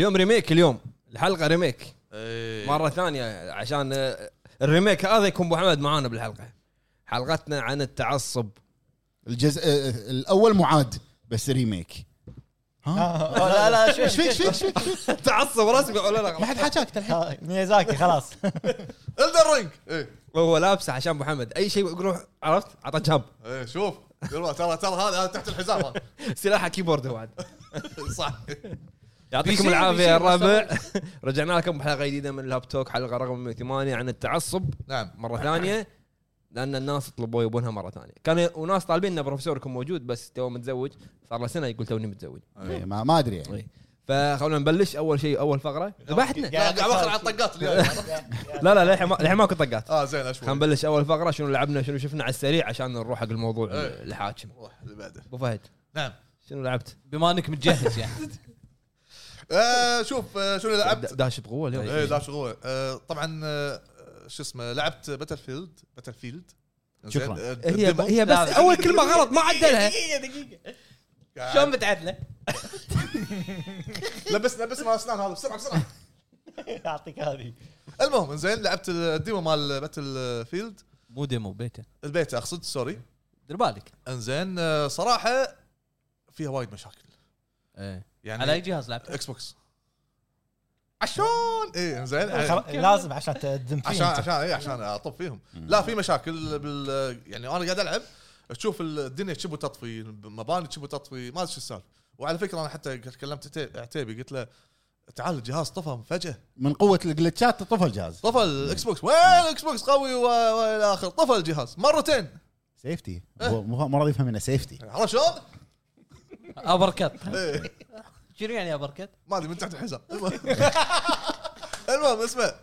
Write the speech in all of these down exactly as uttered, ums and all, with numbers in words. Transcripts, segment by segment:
اليوم ريميك اليوم الحلقه ريميك ايه. مره ثانيه عشان الريميك هذا يكون ابو حمد معانا بالحلقه. حلقتنا عن التعصب. الجزء الاول معاد بس ريميك. ها لا لا شوي ايش فيك فيك فيك تعصب رسمي ولا لا؟ ما حد حاجاك الحين. ميازاكي خلاص. الدر رينج ايه وهو لابسه عشان ابو حمد اي شيء يروح عرفت عطى جاب ايه. شوف ترى ترى هذا تحت الحزام سلاحه كيبورد هو. صح. يعطيكم العافيه يا الربع. رجعنا لكم بحلقه جديده من لاب توك حلقه رقم ثمانية عن التعصب نعم مره ثانيه لان الناس طلبوا يبونها مره ثانيه. كان وناس طالبين ان بروفيسور يكون موجود بس تو متزوج صار له سنه يقول توني متزوج. إيه ما ما ادري يعني. فخلونا نبلش اول شيء اول فقره ذبحتنا. قاعد اخر على الطقات اليوم. لا لا للحين ما للحين ماكو طقات. اه زين اشوف. خلينا نبلش اول فقره شنو لعبنا شنو شفنا على السريع عشان نروح حق الموضوع ايه. الحاكم. روح اللي بعده. ابو فهد نعم شنو لعبت؟ بما انك متجهز يعني. آه شوف آه شنو لعبت. داش بقوه اليوم. ايه داش قوه. آه طبعا آه شو اسمه لعبت باتل فيلد باتل فيلد. شكراً. آه هي الديمو. هي بس اول كلمه غلط ما عدلها. دقيقه دقيقه قاعد- شلون بتعدله؟ لبسنا لبسنا اسنان هذا بسرعه بسرعه. اعطيك هذه المهم زين لعبت الديمو مال باتل فيلد مو ديمو بيتا البيت اقصد سوري. دير بالك. انزين آه، صراحه فيها وايد مشاكل ايه يعني على اي جهاز لعبت؟ اكس بوكس عشان ايه انزين لازم عشان تدم فيه عشان أنت. عشان ايه عشان اطب فيهم. لا في مشاكل بال يعني انا قاعد العب تشوف الدنيا تشبه تطفي مباني تشبه تطفي ما ادري شو السالفه. وعلى فكره انا حتى كلمت عتيبي قلت له تعال الجهاز طفى فجاه من قوه الجلتشات طفى الجهاز. طفى الاكس بوكس وين الاكس بوكس قوي والى اخر طفى الجهاز مرتين. سيفتي مو مو راضي يفهم انه سيفتي. عرفت شلون؟ ابركت إيه. شنو يعني ابركت؟ ما ادري من تحت الحزام. المهم المهم اسمع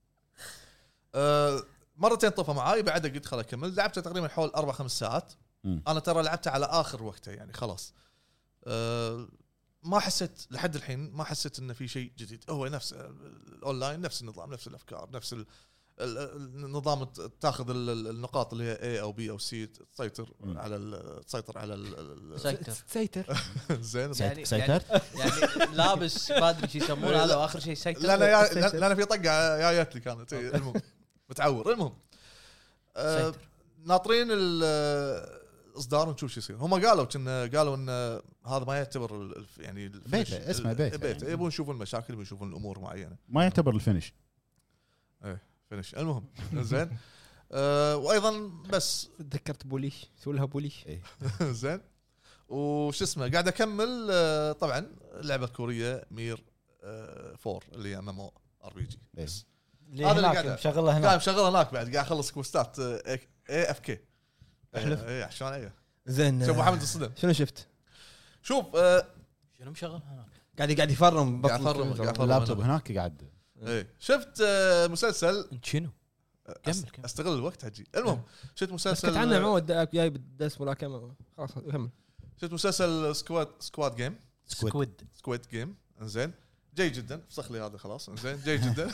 أه مرتين طفى معاي بعدها قلت خل اكمل. لعبته تقريبا حول اربع خمس ساعات. مم. انا ترى لعبته على اخر وقته يعني خلاص. أه ما حسيت لحد الحين ما حسيت انه في شيء جديد. هو نفس الاونلاين نفس النظام نفس الافكار نفس ال- ال- النظام تاخذ ال- النقاط اللي هي A او B او C تسيطر مم. على ال- تسيطر على ال- سيطر سيتر زين. يعني سيطرت؟ يعني لابس ما ادري شو يسمونه هذا واخر شيء سيطر. لا انا يا لا انا في طقه جايت لي كانت إيه، المهم متعور. المهم آه سيطر. ناطرين الاصدار ونشوف شو يصير. هم قالوا كنا قالوا ان هذا ما يعتبر ال- يعني الفينش. بيتا، اسمه بيتا. بيتا يبون يشوفون المشاكل يبون يشوفون الامور معينه ما يعتبر الفينش. فينش. المهم زين آه وايضا بس تذكرت بوليش سوي لها بوليش. زين وش اسمه قاعد اكمل آه طبعا لعبه كوريه مير آه فور اللي هي ام ام او ار بي جي. بس اللي هذا اللي هناك قاعد- مشغله قاعد هناك. مشغل هناك بعد قاعد اخلص كوستات اي اف كي. احلف. اي عشان ايه زين شوف محمد الصدم. شنو شفت؟ شوف آه شنو مشغل هناك؟ قاعد قاعد يفرم قاعد بطل أفرم، الكمبيوتر. قاعد أفرم. اللابتوب هناك قاعد. ايه شفت آه مسلسل شنو؟ أس- كمل، كمل. استغل الوقت هجي. المهم شفت بس مسلسل كنت عنه معود جاي بالدس ملاكمه خلاص كمل. شفت مسلسل سكواد سكواد جيم سكويد. سكويد جيم. انزين جيد جدا فسخ لي هذا خلاص. انزين جيد جدا.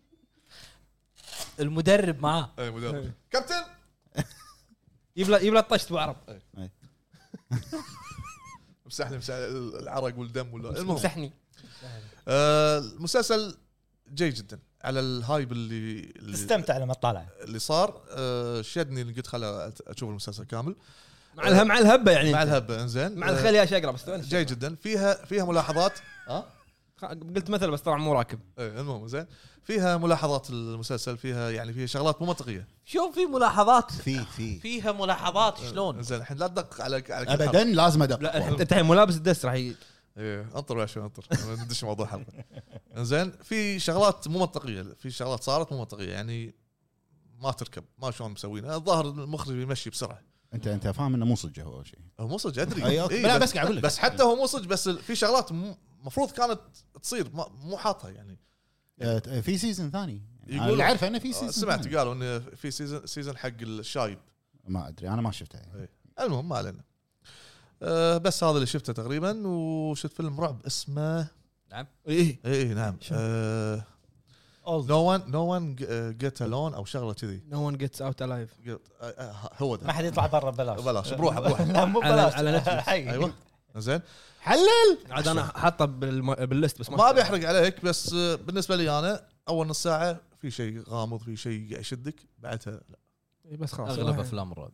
المدرب معاه. اي مدرب كابتن يجيب له يجيب له طشت بعرب مسح لي مسح العرق والدم ولا المهم مسحني. آه المسلسل جيد جدا على الهايب اللي اللي, استمتع لما تطالع. اللي صار. آه شدني اللي قلت خل اشوف المسلسل كامل مع الهم مع الهبه يعني مع أنت. الهبه. انزين مع الخيل يا شقره بس تونس. جيد جدا. فيها فيها ملاحظات. اه قلت مثل بس طبعا مو راكب. ايه المهم زين فيها ملاحظات المسلسل فيها يعني فيها شغلات مو منطقيه. شوف في ملاحظات في في فيها ملاحظات شلون؟ زين الحين لا تدق على على كل ابدا حرف. لازم ادق. لا الحين انت الحين مو لابس الدس راح ي... ايه انطر يا شو انطر ندش موضوع حلقه. زين في شغلات مو منطقيه في شغلات صارت مو منطقيه يعني ما تركب ما شلون مسوينها. الظاهر المخرج يمشي بسرعه. انت انت فاهم انه مو صدق هو أول شيء. هو مو صدق ادري. أي أوكي. إيه لا، بس قاعد أقول لك. بس حتى هو مو صدق بس في شغلات المفروض كانت تصير ما- مو حاطها يعني. آه، في سيزون ثاني. يقولوا- أنا اللي عارفه انه في آه، سيزون سمعت ثاني. قالوا انه في سيزون سيزون حق الشايب. ما ادري انا ما شفته يعني. المهم ما علينا. أه بس هذا اللي شفته تقريبا. وشفت فيلم رعب اسمه نعم. ايه اي اي نعم أه نو وان نو وان جيت الون او شغله كذي. نو ون جيتس اوت الايف. Get- آه، آه، هو ما ده حد يطلع برا ببلاش. بلاش بروح بروح لا مو على- ببلاش على نتفلكس. حي. ايوه زين حلل. عاد انا حاطه بالم... بالليست بس ما ابي احرق عليك، بس آه، بالنسبه لي انا اول نص ساعه في شيء غامض، في شيء يشدك، بعدها لا. إيه بس خلاص اغلب افلام الرعب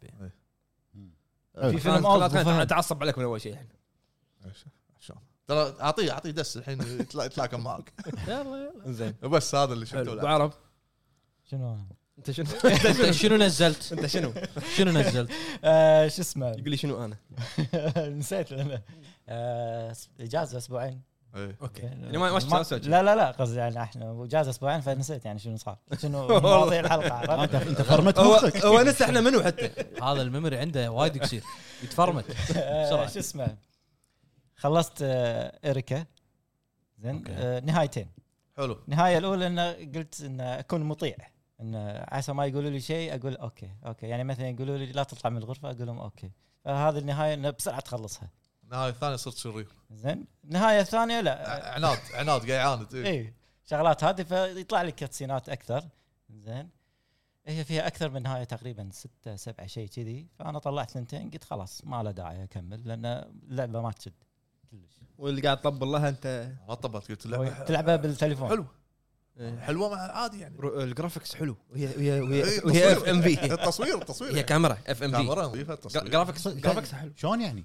في في فيلم فيلم أوز كانت فهد. تعصب عليك من اول شيء يعني. شلون ترى اعطيه اعطيه دس الحين يطلع يتلاكم معك. يلا يلا زين بس هذا اللي حلو. شفته. ابو عرب شنو انت شنو انت شنو نزلت؟ انت شنو شنو نزلت؟ آه، شو اسمه يقول لي شنو انا نسيت انا آه، اجازه اسبوعين ايه. اوكي يعني ما ما شفت سويت لا لا لا قصدي يعني احنا اجازه اسبوعين فنسيت يعني شنو صار شنو مواضيع الحلقه انت عرفت؟ انت فرمت هو مخك. هو نسى احنا منو حتى هذا الميموري عنده وايد يصير يتفرمت آه، بسرعة. شو اسمه خلصت آه، اريكا زين أوكي. آه، نهايتين. حلو. النهايه الاولى انه قلت ان اكون مطيع، ان عسى ما يقولوا لي شيء اقول اوكي اوكي، يعني مثلا يقولوا لي لا تطلع من الغرفه اقول لهم اوكي، فهذه النهايه انه بسرعه تخلصها. النهايه الثانيه صرت شرير. زين النهايه الثانيه لا ع- عناد عناد قاعد يعاند. إيه. اي شغلات هذه فيطلع لك كاتسينات اكثر. زين هي فيها اكثر من نهايه تقريبا ستة سبعة شيء كذي، فانا طلعت ثنتين قلت خلاص ما له داعي اكمل لان اللعبه ما تشد كلش. واللي قاعد طبل لها انت ما طبت قلت اللعبه تلعبها بالتليفون حلو إيه. حلوه مع عادي يعني. رو- الجرافيكس حلو وهي وهي وهي, إيه، وهي التصوير- اف ام في التصوير التصوير هي يعني. كاميرا اف ام في كاميرا نظيفه التصوير. جرافيكس جرافيكس حلو شلون يعني؟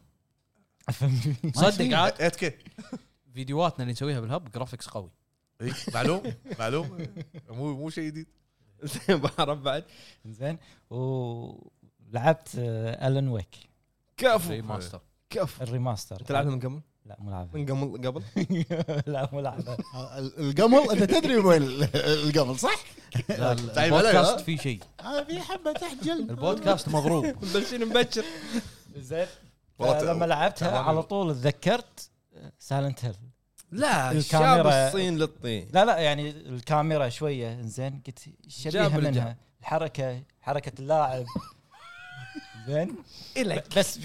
صدق عاد ثمانية كي. فيديوهاتنا اللي نسويها بالهب جرافيكس قوي. إيه، معلوم معلوم مو مو شيء جديد. زين بعرف بعد زين ولعبت الن ويك كفو ريماستر. كفو الريماستر. انت لعبها من قبل لا مو لعبها من قبل قبل لا مو لعبها. القمل انت تدري وين ال- القمل صح؟ لا، تعيب عليه، البودكاست ها؟ في شيء. آه، في حبه تحت جلد. البودكاست مضروب. مبلشين مبكر زين والله لما لعبتها تعبان. على طول تذكرت سايلنت هيل. لا الكاميرا- الشاب الصين للطين لا لا يعني الكاميرا شويه زين قلت شبيهه جاب الجاب. منها الحركه حركه اللاعب زين الك بس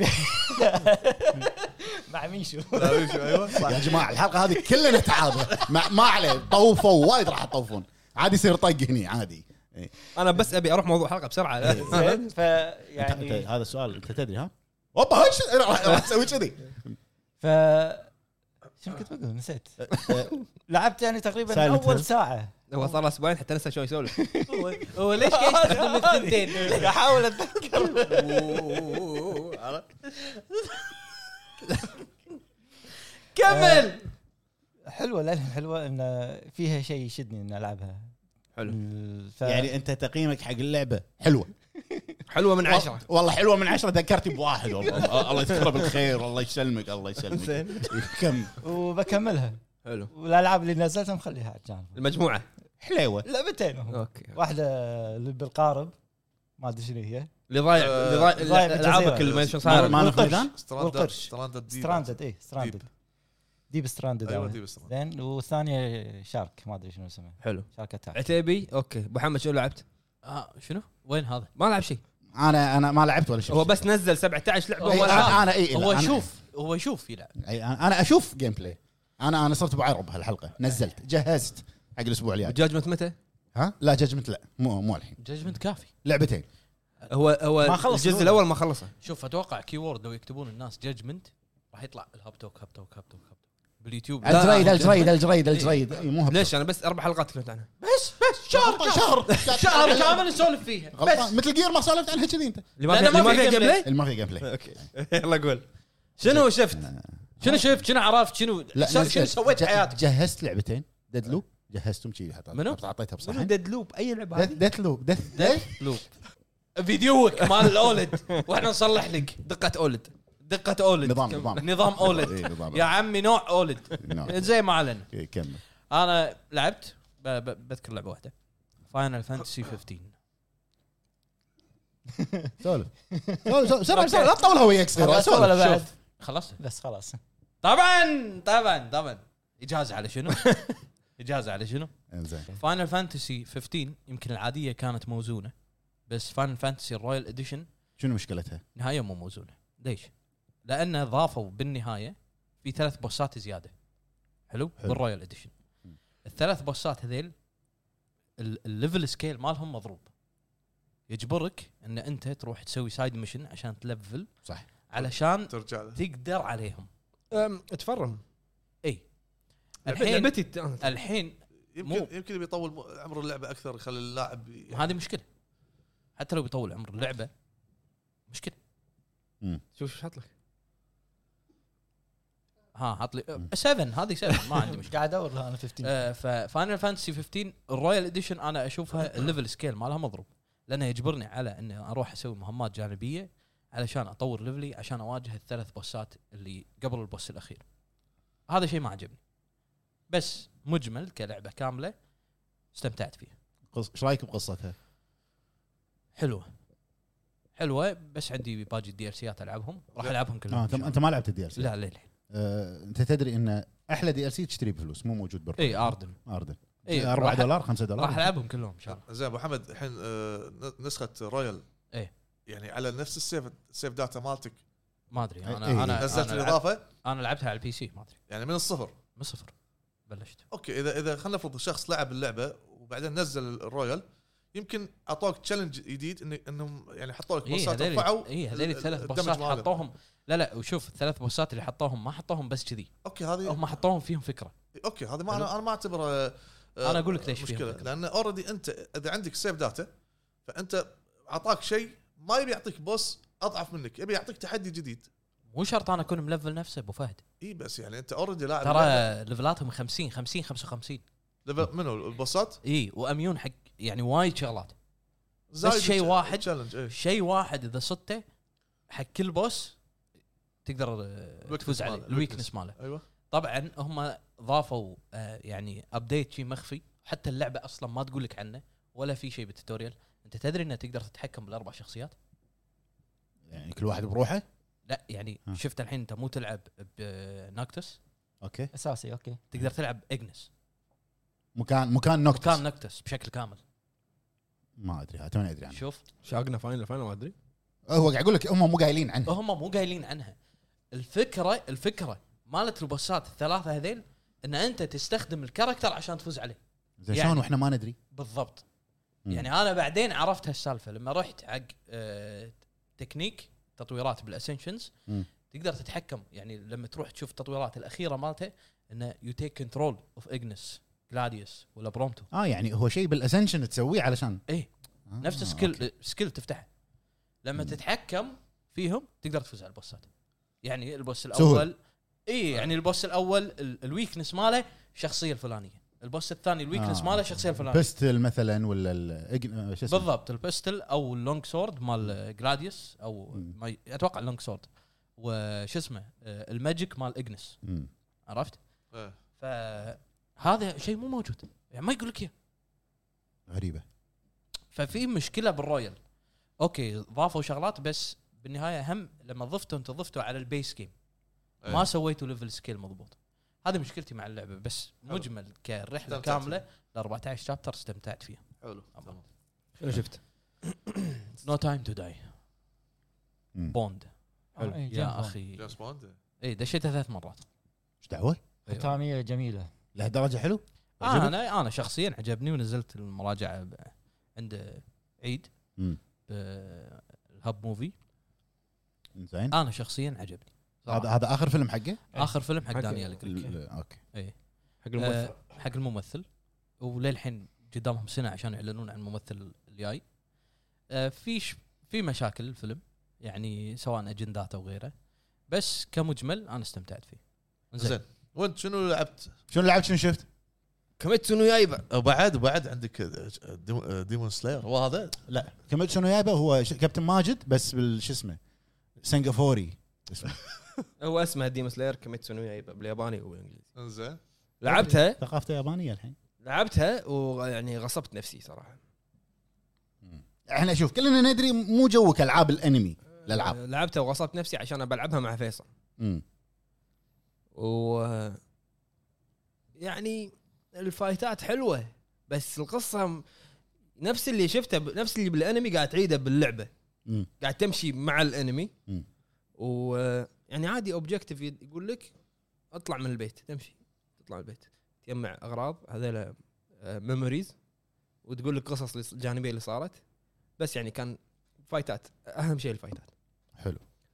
مع ميشو لا، إيش، ايوه صح. يا جماعه الحلقه هذه كلنا تعابه ما, ما عليه طوفوا وايد راح يطوفون عادي يصير طق هني عادي. إيه. انا بس ابي اروح موضوع حلقه بسرعه زين أنت- فيعني هذا السؤال انت تدري ها؟ اوبا هش راح راح اسوي كذي. ف شو كنت بقول نسيت لعبت يعني تقريبا Silent اول Hill. ساعه هو صار له اسبوعين حتى نسى شو يسولف هو هو ليش قاعد يستخدم الثنتين؟ احاول اتذكر كمل حلوه للحين حلوه ان فيها شيء يشدني ان العبها حلو ف... يعني انت تقييمك حق اللعبه حلوه حلوه من عشرة والله حلوه من عشرة. ذكرتي بواحد والله الله يذكره بالخير الله يسلمك الله يسلمك. زين كم وبكملها حلو والالعاب اللي نزلتها مخليها على الجانب. المجموعه حليوه. لعبتين هم. اوكي واحده اللي بالقارب ما ادري شنو هي اللي ضايع آه، اللي ضايع ضايع بالجزيرة. العابك اللي ما شو ما صار ما والقرش. نخلدان ستراندد والقرش. ستراندد ديب. ستراندد اي ستراندد ديب ستراندد ايوه أول. ديب ستراندد. زين والثانيه شارك ما ادري شنو اسمها حلو شارك اتاك. عتيبي اوكي ابو محمد شو لعبت؟ آه شنو؟ وين هذا؟ ما لعب شيء انا انا ما لعبت ولا شيء. هو بس نزل سبعة عشر لعبه إيه، وما لعب. انا انا اي هو أنا- يشوف هو يشوف يلعب. أي، انا اشوف جيم بلاي. انا انا صرت بعرب هالحلقه نزلت جهزت حق الاسبوع الجاي. جاجمنت متى؟ ها لا جاجمنت لا مو مو الحين جاجمنت كافي. لعبتين. هو هو ما خلص الجزء الأول. الاول ما خلصه شوف اتوقع كيورد لو يكتبون الناس جاجمنت راح يطلع الهاب توك هاب توك هاب توك هاب توك باليوتيوب. لا، الجريد لا، الجريد الجريد الجريد إي، مو هبط. ليش انا بس اربع حلقات تكلمت عنها بس بس شهر شهر شهر كامل نسولف فيها. غلطان مثل جير ما سولفت عنها كذي انت. اللي ما لأنه فيها ما اللي ما فيها فيها جيم بلاي اللي ما في جيم بلاي. اوكي يلا قول شنو شفت؟ شنو شفت شنو عرفت شنو لا شنو نزلت. سويت ج- حياتك؟ جهزت لعبتين ديدلو جهزتهم كذي حتى منو؟ اعطيتها منو بصحن. ديد لوب اي لعبه هذه؟ ديث لوب ديث ديث لوب فيديوك مال الاولد واحنا نصلح لك دقه اولد دقه اولد نظام- كم- نظام. نظام اولد إيه، نظام. يا عمي نوع اولد نعم. زي ما علنا. إيه، كمل انا لعبت ب- ب- بذكر لعبه واحده فاينل فانتسي خمستاشر. سولف سولف سولف بسرعه لا تطولها وياك صغيره ولا سولف بعد شوف خلصت بس خلاص طبعا طبعا طبعا اجازه على شنو؟ اجازه على شنو؟ زين فاينل فانتسي خمستاشر يمكن العاديه كانت موزونه بس فاينل فانتسي الرويال اديشن شنو مشكلتها؟ نهايه مو موزونه. ليش؟ لان ضافوا بالنهايه في ثلاث بوسات زياده. حلو, حلو. بالرويال اديشن الثلاث بوسات هذيل ال- الليفل سكيل مالهم مضروب. يجبرك ان انت تروح تسوي سايد ميشن عشان تلفل صح علشان ترجع له. تقدر عليهم. أم، تفرم اي الحين الحين لعبتي ت- أنا- الحين يمكن مو- يمكن بيطول م- عمر اللعبه اكثر يخلي اللاعب ي- هذه مشكله. حتى لو بيطول عمر اللعبه مشكله. شوف ايش حط لك. ها حط لي سبعة، هذه سبعة ما عندي مشكله. قاعد ادور لها انا خمستاشر. آه، ففاينل فانتسي خمسة عشر الرويال اديشن انا اشوفها الليفل سكيل مالها مضروب، لانه يجبرني على اني اروح اسوي مهمات جانبيه علشان اطور ليفلي عشان اواجه الثلاث بوسات اللي قبل البوس الاخير. هذا شيء ما عجبني، بس مجمل كلعبه كامله استمتعت فيها. قص- ايش رايك بقصتها؟ حلوه حلوه بس عندي باقي الدي ال سيات العبهم، راح لا. العبهم كلهم. اه إن انت شاء الله. انت ما لعبت الدي ال سي؟ لا للحين. آه، انت تدري ان احلى دي ال سي تشتري بفلوس، مو موجود برا. اي اردن. اردن إيه، أربعة راح- دولار خمسة دولار راح العبهم كلهم ان شاء الله. زين ابو حمد الحين آه، ن- نسخه رويال إيه. يعني على نفس السيف السيف داتا مالتك ما ادري انا إيه. انا نزلت أنا, لعب الاضافه انا لعبتها على البي سي ما ادري يعني من الصفر. من صفر بلشت. اوكي اذا اذا خلينا نفرض شخص لعب اللعبه وبعدين نزل الرويال يمكن اعطوك تشالنج جديد إن انهم يعني حطوا لك اي بوسات هذول رفعوا اي هذول ال- الثلاث الدمج بوسات ماله. حطوهم. لا لا وشوف الثلاث بوسات اللي حطوهم ما حطوهم بس كذي، اوكي هذه هم حطوهم فيهم فكره. اوكي هذه ما انا انا ما اعتبره آه، أنا أقول لك ليش فيها مشكله فكرة. لان اوريدي انت اذا عندك سيف داتا فانت اعطاك شيء ما يبي يعطيك بوس اضعف منك، يبي يعطيك تحدي جديد. مو شرط انا اكون ملفل نفسه ابو فهد، اي بس يعني انت اوريدي لاعب ترى ليفلاتهم خمسين خمسين خمسة وخمسين. ليفل- منو البوسات اي واميون حق يعني وايد شغلات. زايد شيء التش- واحد. التشالنج ايه شيء واحد اذا صدته حق كل بوس تقدر آه، الويكنس تفوز عليه ماله. الويكنس ماله. ايوه طبعا هم ضافوا آه، يعني ابديت شيء مخفي، حتى اللعبه اصلا ما تقول لك عنه ولا في شيء بالتوتوريال. انت تدري انه تقدر تتحكم بالاربع شخصيات؟ يعني كل واحد بروحه. لا يعني ها. شفت الحين انت مو تلعب بناكتس، اوكي اساسي اوكي. تقدر تلعب اجنس مكان مكان نوكتس. مكان نكتس بشكل كامل. ما ادري هذا ما ادري عنه. شوف شاقنا فاينل فاينل ما ادري. هو قاعد اقول لك هم مو قايلين عنه. هم مو قايلين عنها. الفكره الفكره مالت البوسات الثلاثه هذيل ان انت تستخدم الكاركتر عشان تفوز عليه. زين يعني- شلون واحنا ما ندري؟ بالضبط. مم. يعني انا بعدين عرفت هالسالفه لما رحت حق آه، تكنيك تطويرات بالاسنشنز. مم. تقدر تتحكم يعني لما تروح تشوف التطويرات الاخيره مالته انه يو تيك كنترول اوف اجنس جلاديوس ولا برومتو. اه يعني هو شيء بالاسنشن تسويه علشان ايه آه نفس أوكي. سكيل سكيل تفتحه لما مم. تتحكم فيهم تقدر تفوز على البوسات. يعني البوس سهل. الاول اي يعني البوس الاول ال- الويكنس ماله الشخصيه الفلانيه، البوس الثاني الويكنس آه. ماله الشخصيه الفلانيه. بيستل مثلا ولا ال- شو اسمه؟ بالضبط البستل او اللونج سورد مال جلاديوس او مم. ما ي- اتوقع اللونج سورد وش اسمه آه، الماجيك مال اجنس. مم. عرفت؟ إيه. فهذا شيء مو موجود يعني ما يقول لك اياه. غريبه. ففي مشكله بالرويال. اوكي ضافوا شغلات بس بالنهايه هم لما ضفتوا انتوا ضفتوا على البيس جيم إيه. ما سويتوا ليفل سكيل مضبوط. هذه مشكلتي مع اللعبه. بس حلو. مجمل كرحله استمتعت كامله ال أربعة عشر شابتر استمتعت فيها. حلو تمام. شنو شفت؟ نو تايم تو داي مم. بوند. حلو. إيه، جيم يا بوند. اخي جيمس بوند اي دشيتها ثلاث مرات. ايش دعوه؟ ختاميه جميله. لهالدرجه حلو؟ آه انا انا شخصيا عجبني ونزلت المراجعه ب- عند عيد مم. بالهب موفي. زين انا شخصيا عجبني صراحة. هذا هذا اخر فيلم حقه؟ اخر فيلم حق حق- دانيال ال- كريك. ال- اوكي حق الممثل. آه، حق الممثل وللحين قدامهم سنه عشان يعلنون عن الممثل الجاي. آه، في ش- في مشاكل الفيلم يعني سواء اجندات او غيره، بس كمجمل انا استمتعت فيه. زين وانت شنو لعبت؟ شنو لعبت شنو شفت؟ كميتسو نو يايبا. وبعد وبعد عندك ديمون سلاير وهذا لا كيميتسو نو يايبا هو ش- كابتن ماجد بس بالش اسمه سنغافوري اسمه. هو اسمه ديمون سلاير كميتسو نو يايبا بالياباني وبالانجليزي. زين لعبتها ثقافته يابانيه الحين. لعبتها ويعني غصبت نفسي صراحه. احنا شوف كلنا ندري مو جوك العاب الانمي الالعاب. آه، لعبتها وغصبت نفسي عشان بلعبها مع فيصل. امم و يعني الفايتات حلوه بس القصه م- نفس اللي شفته ب- نفس اللي بالانمي قاعد تعيده باللعبه. امم قاعد تمشي مع الانمي مم. و يعني عادي اوبجيكتيف يقول لك اطلع من البيت تمشي تطلع من البيت تجمع اغراض هذول ميموريز وتقول لك قصص اللي- الجانبيه اللي صارت. بس يعني كان فايتات اهم شيء الفايتات. حلو.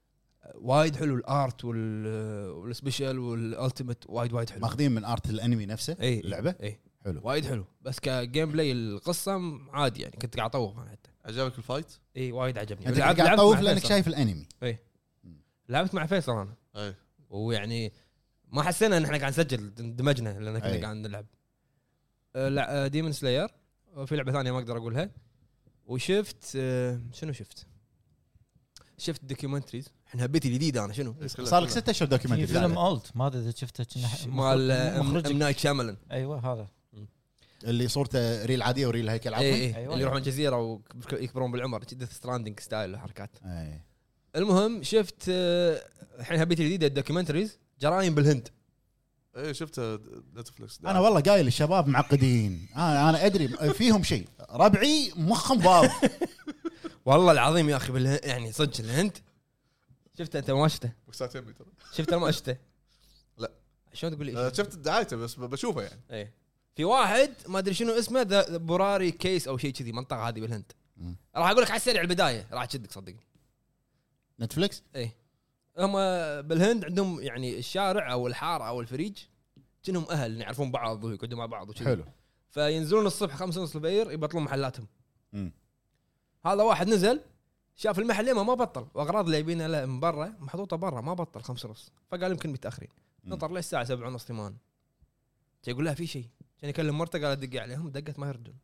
وايد حلو الارت وال والسبيشال والالتيميت وايد وايد حلو. ماخذين من ارت الانمي نفسه اي اللعبه اي حلو وايد حلو، بس كجيم بلاي القصه عادي يعني، كنت قاعد اطوف انا حتى. عجبك الفايت؟ اي وايد عجبني. انت لعبت- قاعد لعبت تطوف مع لانك فيصل. شايف الانمي. لعبت مع فيصل انا، اي ويعني ما حسينا ان احنا قاعد نسجل، اندمجنا لان كنا أي. قاعد نلعب. أه، لا ديمون سلاير، وفي لعبه ثانيه ما اقدر اقولها. وشفت أه، شنو شفت؟ شفت دوكيومنتريز. احنا هبيتي جديده انا شنو؟ صار لك ستة اشهر في دوكيومنتري فيلم اولد ما ادري اذا شفته كنا مال ام مخرج نايت شاملن. ايوه هذا اللي صورته ريل عاديه وريل هيكل عظم. اي اي أيوة. اللي يروحون الجزيره ويكبرون بالعمر، ديث ستراندنج ستايل وحركات. اي المهم شفت أه، الحين هبيتي الجديده الدوكيومنتريز جرائم بالهند. اي شفته نتفلكس. انا والله قايل الشباب معقدين، انا انا ادري فيهم شيء، ربعي مخهم باب. والله العظيم يا اخي بالهند يعني صدق الهند. شفته انت ما شفته؟ ساعتين ترى. شفته ما شفته؟ لا. شلون تقول لي آه، إيش؟ شفت دعايته بس بشوفه يعني. ايه في واحد ما ادري شنو اسمه، ذا بوراري كيس او شيء كذي، منطقه هذه بالهند. مم. راح اقول لك على السريع البدايه راح تشدك صدقني. نتفلكس ايه هم بالهند عندهم يعني الشارع او الحاره او الفريج كأنهم اهل يعرفون بعض ويقعدوا مع بعض وكذي. حلو. فينزلون الصبح خمسة ونص البير يبطلون محلاتهم. مم. هذا واحد نزل شاف المحل يما ما بطل، واغراض اللي يبينها له من برا محطوطه برا ما بطل خمسة ونص، فقال يمكن متاخرين. مم. نطر ليش الساعه سبعة ونص ثمان. يقول لها في شيء، كان يكلم مرته قال دق عليهم، دقت ما يردون.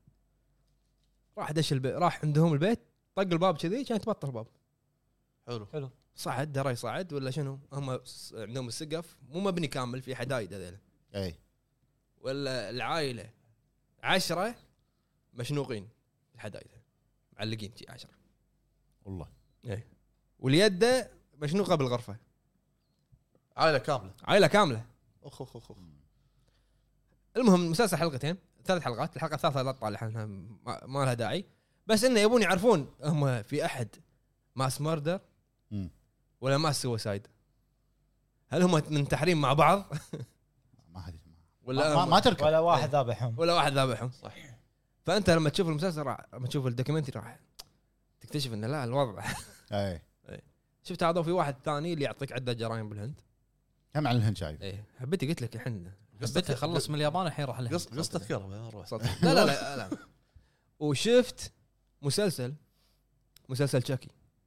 راح دش البيت، راح عندهم البيت، طق الباب كذي كان تبطل الباب. حلو حلو صعد درى يصعد ولا شنو، هم عندهم السقف مو مبني كامل، في حدايد هذول، اي ولا العائله عشرة مشنوقين في الحدايد معلقين شي عشرة والله. ايه، واليده مشنوقه بالغرفه، عائله كامله. عائله كامله. اخ اخ اخ المهم مسلسل حلقتين ثلاث حلقات، الحلقه الثالثه لا تطالع عنها ما ما لها داعي، بس انه يبون يعرفون هم في احد ماس ماردر مم. ولا ماس سوسايد، هل هم منتحرين مع بعض ما ادري ولا ما, ما تركب. ولا واحد ذابحهم ولا واحد ذابحهم. صح. فانت لما تشوف المسلسل راح، لما تشوف الدوكيومنتري راح تكتشف ان لا الوضع اي شفت هذا. وفي واحد ثاني اللي يعطيك عده جرائم بالهند. هم على الهند شايف. ايه حبيتي قلت لك الحين حبيت اخلص من اليابان الحين راح له قص قص تذكره نروح. صدق. لا لا لا, لا. وشفت مسلسل مسلسل تشاكي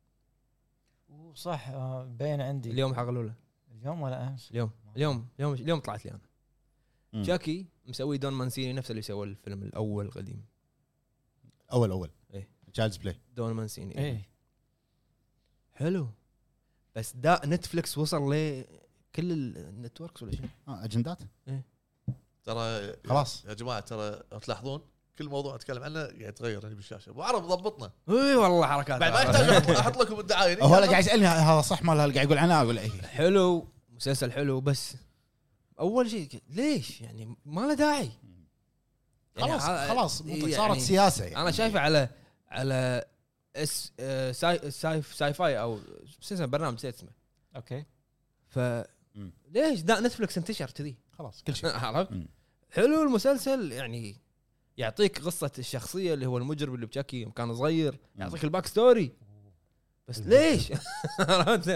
صح آه، بين عندي اليوم حق الاولى، اليوم ولا امس اليوم اليوم اليوم اليوم طلعت لي انا. مم. تشاكي مسوي دون مانسيني نفس اللي سوى الفيلم الاول القديم. اول اول إيه. تشايلدز بلاي. دون مانسيني ايه حلو، بس دا نتفلكس وصل ل كل النتوركس ولا شيء. اه اجندات ترى خلاص. يا جماعه ترى تلاحظون كل موضوع اتكلم عنه قاعد يتغير هنا بالشاشه. ابو عرب ضبطنا اي والله حركات بعد ما يحتاج احط لكم الدعايه. هو اللي قاعد يسالني هذا صح مال اللي قاعد يقول عنها، اقول ايه حلو مسلسل حلو، بس اول شيء ليش يعني ما له داعي يعني. خلاص ه- خلاص يعني صارت سياسه يعني. انا شايفه على على اس آه، ساي ساي ساي فاي او شو اسمه برنامج نسيت اسمه. اوكي ف مم. ليش دا نتفلكس انتشر كذي خلاص كل شيء. عرفت. مم. حلو المسلسل يعني، يعطيك قصه الشخصيه اللي هو المجرم اللي بشاكي يوم كان صغير، يعطيك الباك ستوري، بس ليش عرفت؟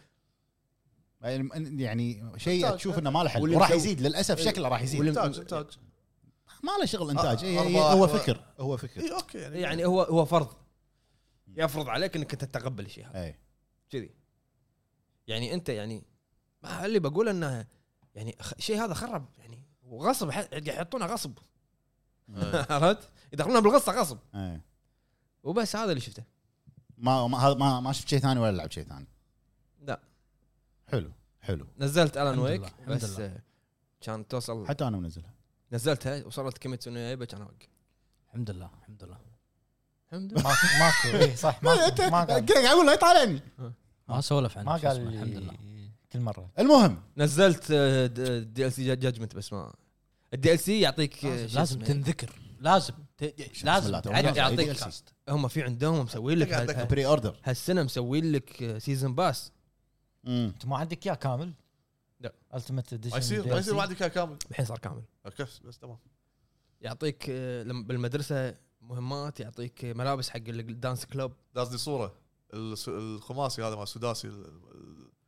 يعني شيء إنتاج. تشوف انه ما له حل واللي وراح مسوي- يزيد للاسف شكله راح يزيد. واللي- انتاج انتاج ما له شغل انتاج. آه، إيه، أرباح هو و- فكر هو فكر. اي اوكي يعني يعني هو هو فرض يفرض عليك انك تتقبل الشيء هذا اي كذي. يعني انت يعني ما اللي بقول انه يعني خ- شيء هذا خرب يعني، وغصب ح- قاعد يحطونه غصب إيه. عرفت، يدخلونه بالقصه غصب اي وبس. هذا اللي شفته. ما ما هذا- ما ما شفت شيء ثاني ولا لعب شيء ثاني. لا. حلو حلو. نزلت الان الحمد ويك لله، الحمد بس لله. آه، كان توصل حتى انا منزلها. نزلتها وصلت كيميتسو نو يايبا كان اوقف. الحمد لله الحمد لله. الحمد لله. ماكو ماكو ايه صح ما ما قال قاعد اقول له يطالعني. ما سولف عنه ما شو قال اسمه، الحمد لي لله. كل مره المهم نزلت دي ال سي جاجمنت، بس ما الدي ال سي يعطيك آه، شو لازم اسمه، تنذكر لازم ت... لازم الله، تعرف تونا يعطيك- دي إل سي. هم في عندهم مسوين لك قاعد ه- بري اوردر. هالسنه مسوين لك سيزون باس. امم انت ما عندك اياه كامل؟ لا. التيمت اديشن ما يصير ما يصير ما عندك إياه كامل. الحين صار كامل. كف بس تمام. يعطيك آه، لما بالمدرسه مهمات، يعطيك ملابس حق الدانس كلوب. قصدي صوره الس- الخماسي هذا مع السداسي ال- ال-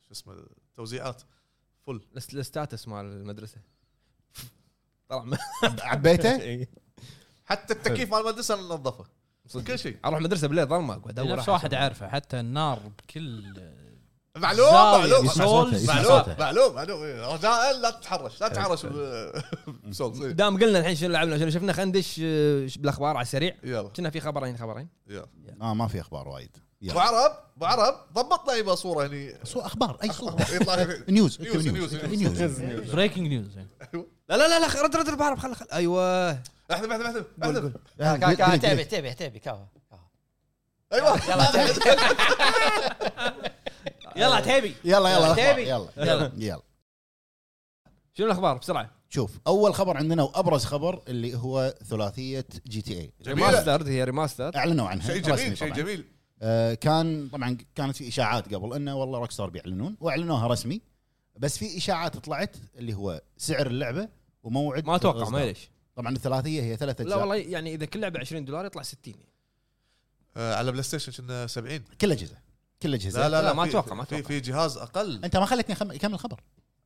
شو اسمه التوزيعات فل. الست- الستاتس مال المدرسه طلع م- عبيته إيه. حتى التكييف مال المدرسه ننظفه صدق. كل شيء. اروح مدرسه بالليل ظلمه اقعد ادور نفس واحد عارفه حتى النار بكل معلوم زاوية معلوم يسمع سولز. صوته، يسمع معلوم صوته. معلوم معلوم إيه. رجاء لا تتحرش لا تتحرش بسولز إيه. دام قلنا الحين شنو لعبنا شنو شفنا خلينا ندش آه، بالاخبار على السريع. يلا كنا في خبرين خبرين يلا اه ما في اخبار وايد ابو يلا عرب ابو عرب ضبط لي صوره هني سو اخبار اي صوره يطلع نيوز نيوز، نيوز نيوز. نيوز بريكنج نيوز. لا لا لا لا رد رد ابو عرب خل خل ايوه احذف احذف احذف احذف كا- كا- تبي تبي تبي كاو كاو. ايوه يلا تبي يلا تبي يلا يلا الأخبار، تبي؟ يلا يلا. يلا شنو الاخبار بسرعه؟ شوف اول خبر عندنا وابرز خبر اللي هو ثلاثيه جي تي اي جميلة. ريماستر هي ريماستر. اعلنوا عنها شيء رسمي جميل شيء طبعاً. جميل آه كان طبعا كانت في اشاعات قبل انه والله روك ستار بيعلنون واعلنوها رسمي بس في اشاعات طلعت اللي هو سعر اللعبه وموعد ما اتوقع الإصدار. ما ليش. طبعا الثلاثيه هي ثلاث لا اجزاء والله يعني اذا كل لعبه عشرين دولار يطلع ستين. آه، على بلاي ستيشن كنا سبعين. كل اجهزه كل اجهزه لا لا لا، لا ما في- أتوقع، ما في أتوقع. في جهاز اقل. انت ما خليتني أخم- اكمل الخبر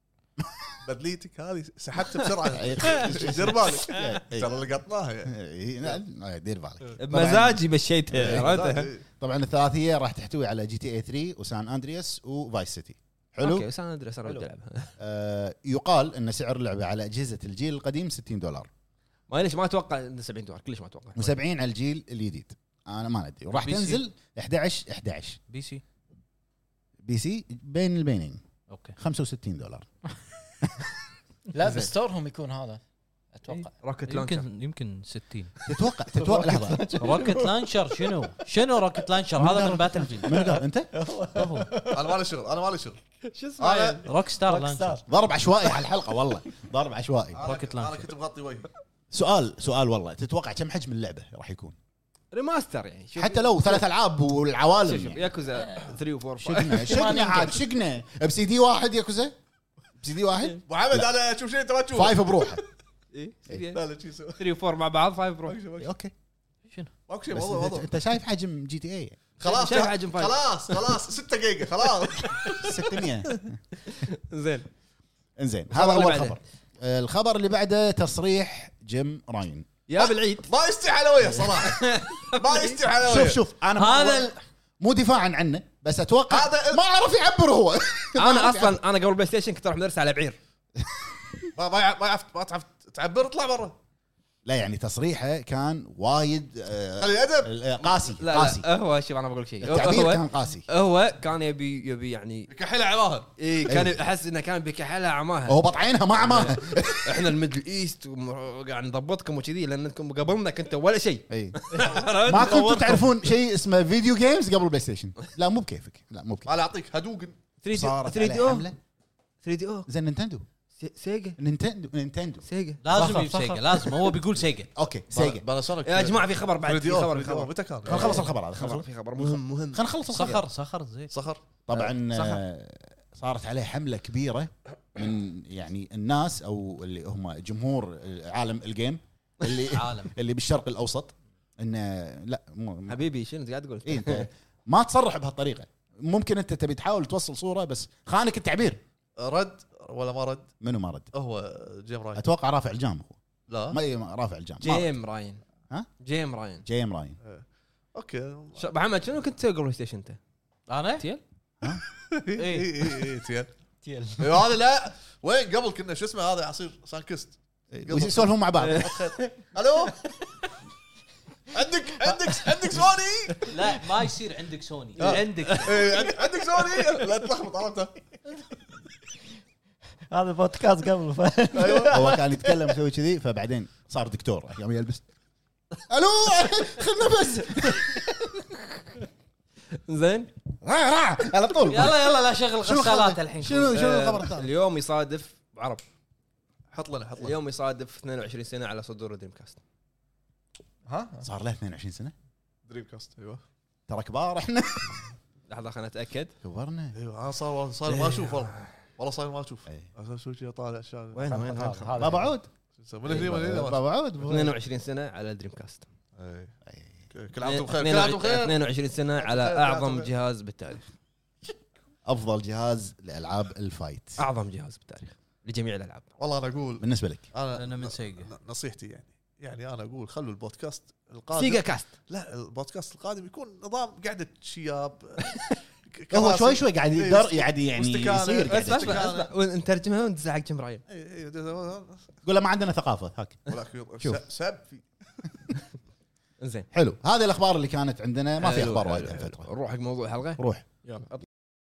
بدليتك هذه سحبت بسرعه إيه. دير بالك إيه. ترى لقطناها يعني إيه، لا، دير بالك بمزاجي مشيتها عرفت؟ إيه. طبعا الثلاثيه راح تحتوي على جي تي اي ثلاثة وسان اندرياس وفايس سيتي حلو اوكي بس انا ادري صار بدي العبها. آه يقال ان سعر اللعبه على اجهزه الجيل القديم ستين دولار ما ليش ما اتوقع انه سبعين دولار كلش ما اتوقع. و70 على الجيل الجديد انا ما ادري وراح بي سي. تنزل احد عشر احد عشر بي سي. بي سي بين البينين اوكي. خمسة وستين دولار لا بستورهم يكون هذا اتوقع. روكت لانشر يمكن يمكن ستين. تتوقع تتوقع لحظه روكت لانشر شنو شنو روكت لانشر هذا من باتل فيلد. من قال انت هو انا مالي شغل انا مالي شغل شو اسمه؟ انا روك ستار روك لانشر. ستار. ضرب عشوائي على الحلقه والله ضرب عشوائي روكت انا لانشر. كنت مغطي وجهي سؤال سؤال والله تتوقع كم حجم اللعبه راح يكون ريماستر يعني شوف حتى لو ثلاث العاب شوف والعوالم شوف يعني. ياكوزا ثلاثة و4 شقنا شقنا عاد شقنا بسي دي واحد ياكوزا بسي دي واحد ابو حمد انا اشوف شيء انت ما تشوفه فايف بروحه اي لا لا شيء سوى. ثلاثة و4 مع بعض خمسة برو. ماكو شيء، ماكو اوكي شنو ماكو شيء بس موضوع موضوع انت شايف حجم جي تي اي خلاص شايف حجم فايف. خلاص خلاص ستة جيجا خلاص ستمية زين انزين الخبر هذا اللي اول بعده. خبر آه، الخبر اللي بعده تصريح جيم راين يا بالعيد ما يستوي حلويه صراحه ما يستوي حلويه شوف شوف انا هذا مو- مو دفاعا عنه بس اتوقع هذا- ما اعرف يعبر هو انا اصلا انا قبل بلاي ستيشن كنت اروح مدرسه على بعير. ما ما يع- ما يعرف ما تعرف تعبر اطلع برا لا يعني تصريحه كان وايد آه، خلي ادب آه، قاسي لا قاسي لا هو شوف انا بقول لك شيء التعبير هو كان قاسي هو كان يبي يبي يعني كحيله عماها اي كان احس انه كان بكحلها عماها. هو بطعينها ما عماها احنا الميدل ايست وقاعد نضبطكم وكذي لانكم قبلنا كنتوا ولا شيء. اي ما كنتوا دوركم. تعرفون شيء اسمه فيديو جيمز قبل بلاي ستيشن لا مو بكيفك لا مو بكيفك انا اعطيك هدوغن ثري صارت دي عليه او حمله ثري دي او زين نينتندو سيجا نينتندو نينتندو سيجا لازم فخر، يجيب فخر. سيجا لازم هو بيقول سيجا. اوكي سيجا باناسونيك يا جماعه في خبر بعد في خبر في خبر متى كان؟ خلينا نخلص الخبر هذا خبر خلص في خبر مهم مهم. خلينا نخلص الخبر صخر صخر زين. صخر طبعا صخر. آه، صارت عليه حمله كبيره من يعني الناس او اللي هم جمهور عالم الجيم اللي عالم. اللي بالشرق الاوسط انه لا مو حبيبي شنو قاعد تقول؟ إيه انت ما تصرح بهالطريقه ممكن انت تبي تحاول توصل صوره بس خانك التعبير رد ولا ما رد؟ منو ما رد هو جيم راين اتوقع رافع الجام هو لا ما إيه، ما- رافع الجام ما رد. جيم راين. ها؟ جيم راين. جيم راين اوكي ش- محمد شنو كنت تسوي قبل بلاي ستيشن انت؟ انا تيل؟ اي اي اي تيل تيل. إيه، هذا لا وين قبل كنا شو اسمه هذا عصير سانكست يسولفون مع بعض الو عندك عندك عندك سوني لا ما يصير عندك سوني آه. عندك إيه، عندك عندك سوني لا تلخبط عرفته هذا بودكاست قبل ف- ايوه هو كان يتكلم يسوي كذي فبعدين صار دكتور يوم يلبس الو خذ نفس زين راح راح على طول يلا يلا لا شغل شنو غسالات خبر؟ الحين. شنو شنو آه، الخبر الثاني اليوم يصادف بعرب حط لنا حط لنا اليوم يصادف اثنين وعشرين سنه على صدور دريم كاست. ها صار له اثنين وعشرين سنه دريم كاست ايوه ترى كبار احنا لحظه خلينا نتاكد. كبرنا ايوه انا صار صار ما اشوف والله والله صار ما اشوف إيه. انا شو شي طالع شان وين وين هذا- وين هذا. بابا عود من هني من هني بابا عود اثنين وعشرين سنه على دريم كاست. إيه. إيه. كل عام وانتم بخير كل عام وانتم بخير اثنين وعشرين سنه على كل عام وانتم اعظم بخير. جهاز بالتاريخ. افضل جهاز لالعاب الفايت اعظم جهاز بالتاريخ لجميع الالعاب. والله انا اقول بالنسبه لك. انا انا من سيجا. نصيحتي يعني يعني انا اقول خلوا البودكاست القادم سيجا كاست لا البودكاست القادم يكون نظام قعده شياب هو شوي شوي قاعد يدر يعني يعني واستكانة. يصير قاعد اسمع، يصير. اسمع. اسمع ونترجمها وندز حق جمرايل. إيه، إيه، قول له ما عندنا ثقافه هاك. ولكن شوف. س- سب في زين حلو هذه الاخبار اللي كانت عندنا ما في حلو، اخبار حلو، وايد حلو. هالفتره. نروح حق موضوع الحلقه. روح. يلا اطلع.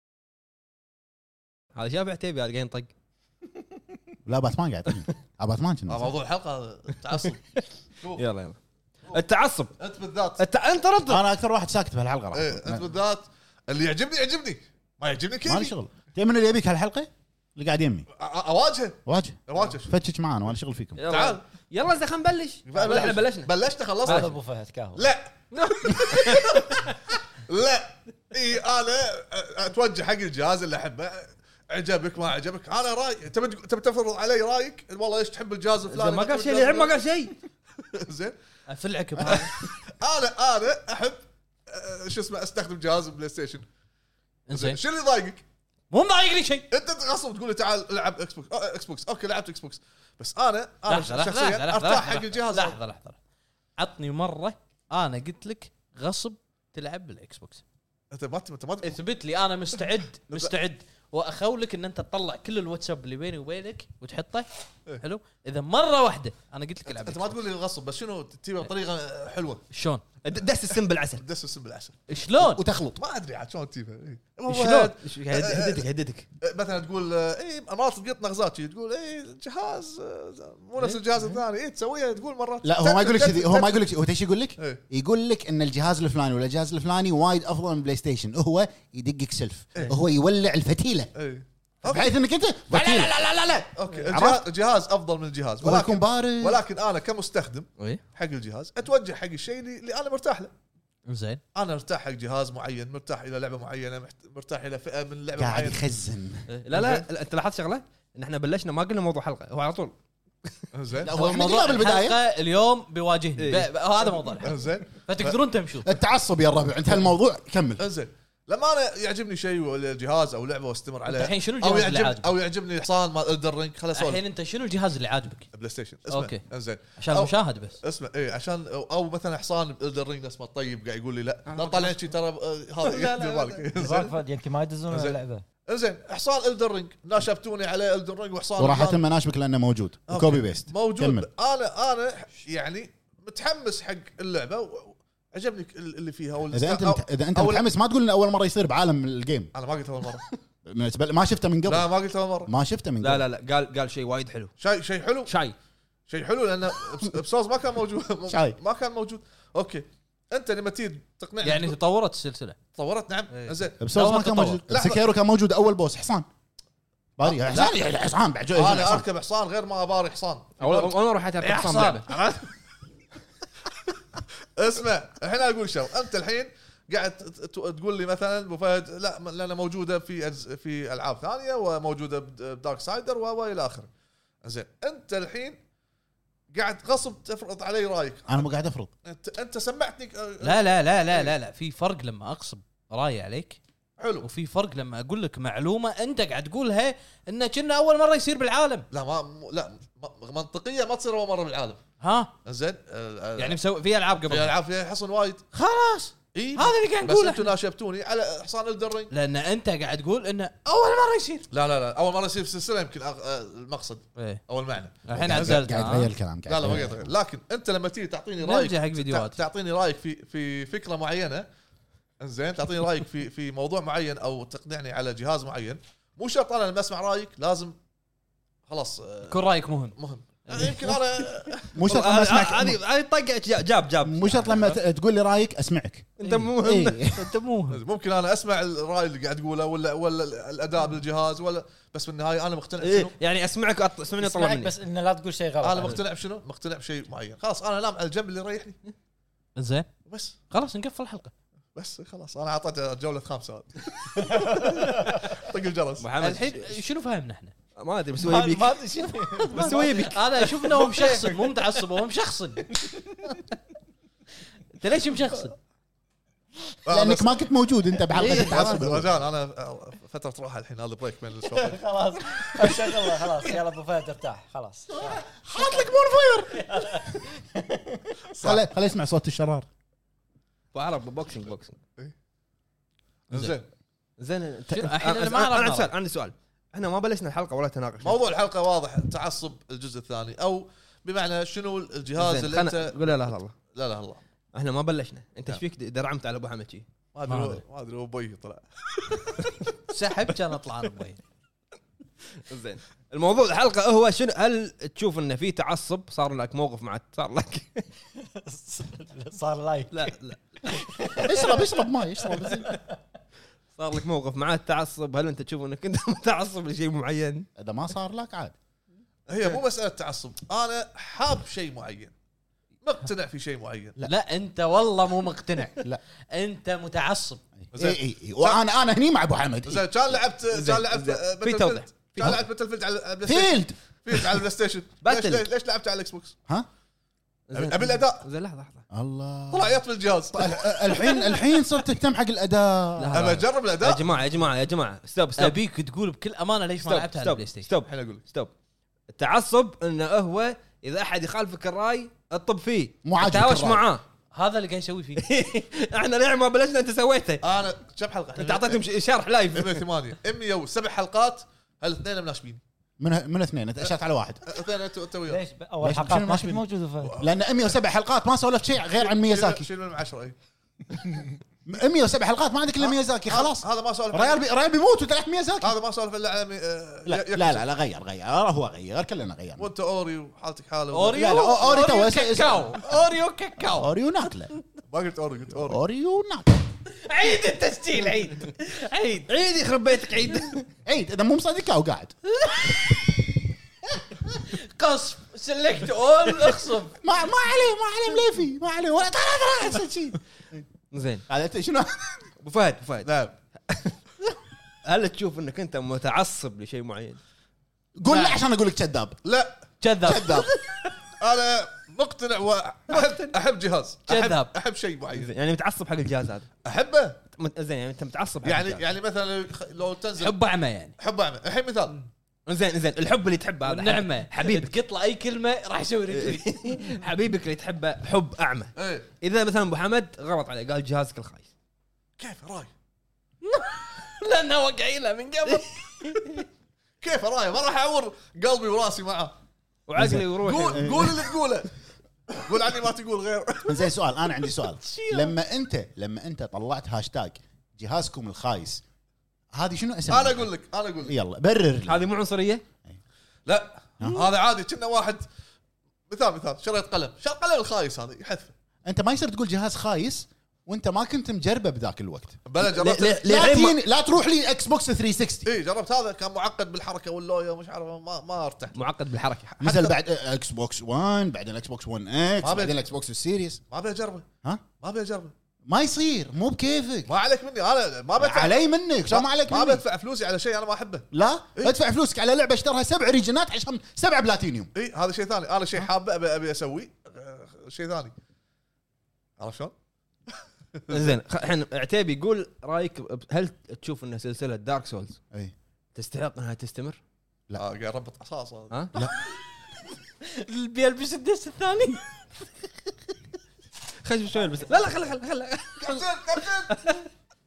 هذا شاب عتيبي قاعد ينطق. لا باتمان قاعد يطق. آه، باتمان كنا موضوع الحلقه تعصب شوف يلا يلا التعصب. انت بالذات انت انت رد. انا اكثر واحد ساكت بهالحلقه راح إيه، انت بالذات اللي يعجبني يعجبني ما يعجبني ما لي كيف شغل. تبي من اللي يبيك هالحلقه اللي قاعد يمي اواجهه واجه اواجه فتش معانا وانا شغل فيكم. يلا. تعال. يلا زين خلينا نبلش. ولا احنا بلشنا. بلشنا هذا خلصنا ابو فهد كاهو. لا لا اي انا اتوجه حق الجهاز اللي احبه عجبك ما عجبك انا راي تبي تبي تفرض علي رايك والله ليش تحب الجهاز الفلاني زين ما قال شيء الحين ما قال شيء. زين افلعك بهذا. انا انا احب آه، شو اسمه استخدم جهاز بلاي ستيشن زين شو اللي يضايقك مو مضايقني شيء. انت تغصب تقول لي تعال العب اكس بوكس أو اكس بوكس اوكي لعبت اكس بوكس بس انا انا لحظة، لحظة، شخصيا لحظة، ارتاح لحظة، حق الجهاز لحظه لحظه عطني مره انا قلت لك غصب تلعب بالاكس بوكس. انت ما انت ما اثبت لي انا مستعد مستعد واخولك ان انت تطلع كل الواتساب اللي بيني وبينك وتحطه. إيه. حلو اذا مره واحده انا قلت لك العب انت ما تقول لي غصب بس شنو تبي بطريقه حلوه شلون دس السم بالعسل. دس السم بالعسل شلون وتخلط. ما ادري عاد شلون تجيبها إيه. شلون هددك هددك. مثلا تقول اي مرات تقط نغزات شي، تقول اي جهاز آه، مو نفس الجهاز الثاني اي تسويها تقول مرات لا هو ما يقول لك كذي هو ما يقول لك هو ايش يقول لك إيه. يقول لك ان الجهاز الفلاني ولا الجهاز الفلاني وايد افضل من بلاي ستيشن هو يدقك سلف إيه. هو يولع الفتيله اي بحيث انك انت لا لا لا لا لا. اوكي عرفت؟ الجهاز, الجهاز افضل من الجهاز هو يكون ولكن بارد ولكن انا كمستخدم ايه حق الجهاز اتوجه حق الشيء اللي, اللي انا مرتاح له. زين انا ارتاح حق جهاز معين مرتاح الى لعبه معينه محت- مرتاح الى فئه من لعبه قاعد معينه يخزن. لا لا انت لاحظت شغله ان احنا بلشنا ما قلنا موضوع حلقه هو على طول. زين لا، هو احنا الموضوع قلنا بالبدايه الحلقة اليوم بيواجهني إيه. ب- هذا موضوع الحلقة. زين فتقدرون تمشوا. التعصب يا الربع انت هالموضوع كمل. زين لما انا يعجبني شيء ولا جهاز او لعبه واستمر انت عليه الحين شنو او الجهاز اللي يعجب عاجبك؟ او يعجبني الحصان مال الدر رينج خلاص اسولف الحين انت شنو الجهاز اللي عاجبك؟ بلاي ستيشن اسمع أوكي. زين عشان أو- المشاهد بس. اسمع ايه عشان او, أو مثلا حصان الدر رينج نفس ما الطيب قاعد يقول لي لا لا طالع شي ترى آه، هذا لا، لا، يدير لا. بالك زين فهد يمكن ما يدزون زين. اللعبه. زين حصان الدر رينج ناشبتوني على الدر رينج وحصان وراح الفلاني. اتم ناشبك لانه موجود أوكي. كوبي بيست موجود كمل. انا انا يعني متحمس حق اللعبه و- عجبني اللي فيها وال- اذا انت أو- مت... اذا انت أو- متحمس ما تقول انه اول مره يصير بعالم الجيم انا ما قلت اول مره بالنسبة لي ما شفته من لا قبل ما قلت اول مره ما شفته من لا قبل لا لا قال قال شيء وايد حلو. شيء شيء حلو شاي شيء حلو لان بس- بصوص ما كان موجود شاي. ما كان موجود اوكي انت لما تيجي تقنعني يعني تقول- تطورت السلسلة. تطورت نعم إيه. زين بسوس ما كان تطور. موجود لحظة. سكيرو كان موجود اول بوس حصان باري لا. حصان يعني حصان بعد جو- انا حصان. اركب حصان غير ما اباري حصان اول اول مره حتى يا حصان حصان. لعبه. اسمع الحين اقول شغله انت الحين قاعد ت- ت- تقول لي مثلا ابو فهد لا م- لان موجوده في أجز... في العاب ثانيه وموجوده بدارك سايدر والى اخره زين انت الحين قاعد غصب تفرض علي رايك انا مو قاعد افرض انت انت سمعتني لا لا لا لا لا لا في فرق لما اغصب راي عليك حلو وفي فرق لما اقول لك معلومه انت قاعد تقولها انه كنا اول مره يصير بالعالم. لا ما م- لا م- منطقيه ما تصير اول مره بالعالم ها زين يعني مسوي في العاب في قبل العاب فيها حصن وايد خلاص اي هذا اللي قاعد بس نقوله انتم احنا. ناشبتوني على حصان الدرينج لان انت قاعد تقول انه اول مره يصير. لا لا لا اول مره يصير في السلسله يمكن أغ- آه، المقصد ايه او المعنى الحين قاعد عدلت قاعد ها؟ يغير الكلام لا لا ما يغير. قاعد لكن انت لما تيجي تعطيني نرجع رايك حق فيديوهات. تع- تعطيني رايك في في فكره معينه زين تعطيني رايك في في موضوع معين او تقنعني على جهاز معين مو شرط انا لما اسمع رايك لازم خلاص آه، يكون رايك مهم. مهم يعني يمكن انا مو شرط لما اسمعك هذه هذه طقه جاب جاب. مو شرط لما ت- تقول لي رايك اسمعك انت مو مهم. إيه. انت مو مهم. ممكن انا اسمع الراي اللي قاعد تقوله ولا ولا الاداء بالجهاز ولا بس بالنهايه انا مقتنع إيه بشنو يعني اسمعك أط- اسمعني طلب اسمعك مني. بس انه لا تقول شيء غلط. انا مقتنع بشنو مقتنع بشيء معين خلاص انا انام على الجنب اللي يريحني زين بس خلاص نقفل الحلقه. بس خلاص انا اعطيت جوله خامسه طق الجرس محمد الحين شنو فهمنا احنا؟ ما ادري بس هو ما يبيك ما ادري شنو. بس هو يبيك. انا اشوف انه هو مشخصن مو متعصب هو مشخصن. انت ليش مشخصن؟ لانك ما كنت موجود انت بحلقه التعصب. رجال انا فتره راحه الحين، هذا بريك بين الشوطين. خلاص شغله خلاص. يلا ابو فهد ارتاح خلاص. حاط لك بون فاير. خلي خلي اسمع صوت الشرار. بعرف بوكسينج بوكسينج زين زين. انت الحين أنا ما انا أعرف عندي مرة. سؤال عندي سؤال احنا ما بلشنا الحلقه ولا تناقش. موضوع الحلقه واضح، تعصب الجزء الثاني، او بمعنى شنو الجهاز زين، اللي خلنا- انت قول لا لا الله. لا لا الله احنا ما بلشنا، انت نعم. ايش فيك درعمت على ابو حمد شي؟ ما ادري هو- ما ادري هو ابوي طلع. سحب كان اطلع انا بوي. زين الموضوع الحلقه هو شنو، هل تشوف انه في تعصب صار لك موقف مع صار لك صار لايك. لا لا اشرب اشرب ماي اشرب. صار لك موقف مع التعصب، هل انت تشوف انك انت متعصب لشيء معين؟ اذا ما صار لك عاد. هي مو مساله تعصب، انا حاب شيء معين، مقتنع في شيء معين. لا. لا انت والله مو مقتنع. لا. انت متعصب. زين. اي اي اي وانا انا هني مع ابو حمد. زين كان لعبت زين، كان لعبت زين. آه، في توضيح. باتل فيلد. كان لعبت باتل فيلد على البلاي ستيشن. فيلد فيلد على البلاي ستيشن. ليش باتل. ليش ليش لعبت على الاكس بوكس؟ ها زين. أبي الأداء. زين لحظه لحظه الله. طلع يطفي الجهاز. الحين الحين صرت تهتم حق الاداء. لا. ابى اجرب يا الاداء. جماعه يا جماعه يا جماعه ستوب ستوب ابيك تقول بكل امانه ليش ما ستوب لعبت على ستوب البلاي ستيشن. ستوب الحين اقول ستوب. التعصب انه هو اذا احد يخالفك الراي اطب فيه، مو عاجبك تهاوش الرأي. معاه. هذا اللي قاعد يسوي فيه. احنا ليه ما بلشنا انت سويته؟ انا كم حلقه؟ انت اعطيتهم ش- شرح لايف. مية وثمانية مية وسبع حلقات، هالاثنين مناسبين. من من اثنين انت اشرت على واحد. اثنين انت انت وياه. ليش اول ليش؟ حلقات شنو ما ما كنت شنو؟ موجود فهد؟ لان مية وسبع حلقات ما سولفت شيء غير عن ميازاكي. شيل من عشرة. اي مية وسبع حلقات ما عندك الا ميازاكي خلاص. هذا ما سولف. ريال بي... ريال بيموت وتلعب ميازاكي. هذا ما سولف الا على مي- آه، لا يكتب. لا لا, لا غير غير هو غير كلنا غير. وانت اوري وحالتك حاله. اوريو لا، لا، أوريو تو- كاكاو. اوريو كاكاو. اوريو ناكله. ما قلت اوري قلت اوري. اوريو ناكله. عيد التسجيل عيد عيد. عيد يخرب بيتك عيد. عيد اذا مو مصدقه وقاعد. قصف سلكت اول اخصف. ما ما عليه ما عليه مليفي ما عليه ولا ترى ترى شيء. زين هذا انت شنو؟ ابو فهد ابو فهد نعم. هل تشوف انك انت متعصب لشيء معين؟ قول لا عشان اقول لك كذاب. لا كذاب كذاب. انا مقتنع واحب احب جهاز. كذاب. احب, أحب شيء معين. زين، يعني متعصب حق الجهاز هذا. احبه. مت- زين يعني انت متعصب حق يعني الجهاز. يعني مثلا لو تنزل حب اعمى يعني. حب اعمل الحين مثال. زين زين الحب اللي تحبه هذا والنعمه حبيبك تقط له اي كلمه راح يسوي ريتويت. حبيبك اللي تحبه حب اعمى. ايه اذا مثلا ابو حمد غلط عليه قال جهازك الخايس، كيف راي؟ لانه هو قايلها من قبل. كيف راي؟ ما راح اعور قلبي وراسي معه. وعقلي وروحي قول قول اللي تقوله. قول عني ما تقول غير. زين سؤال انا عندي سؤال. لما انت لما انت طلعت هاشتاج جهازكم الخايس هذه شنو اسمها؟ انا اقول لك انا اقول لك يلا برر لي. هذه مو عنصريه؟ لا هذا عادي. كنا واحد مثال مثال شريت قلم، شريت قلم الخايس هذا يحذفه. انت ما يصير تقول جهاز خايس وانت ما كنت مجربه بذاك الوقت. بلا جربت. ليه- لا ليه- تجيني لا تروح لي اكس بوكس ثلاثمية وستين اي جربت هذا كان معقد بالحركه واللويا ومش عارف ما ما ارتحت. معقد بالحركه. نزل بعد اكس بوكس واحد بعدين اكس بوكس واحد اكس ما بعدين بي- اكس بوكس السيريس. ما ابي اجربه. ها ما ابي اجربه. ما يصير مو بكيفك. ما عليك مني انا ما بدفع. علي منك شو ما عليك ما مني. بدفع فلوسي على شيء انا ما احبه. لا إيه؟ ادفع فلوسك على لعبه اشترها سبع ريجنات عشان سبع بلاتينيوم. اي هذا شيء ثاني. انا شيء حابه ابي ابي اسويه آه، شيء ثاني. عرفت شلون؟ زين خ- الحين عتيبي يقول رايك ب- هل تشوف ان سلسله دارك سولز اي تستحق انها تستمر؟ لا. آه، قاعد اربط عصاص هذا. ها؟ بيلبس الدس الثاني. خش شوي بس لا لا خله خله خله كابتن كابتن.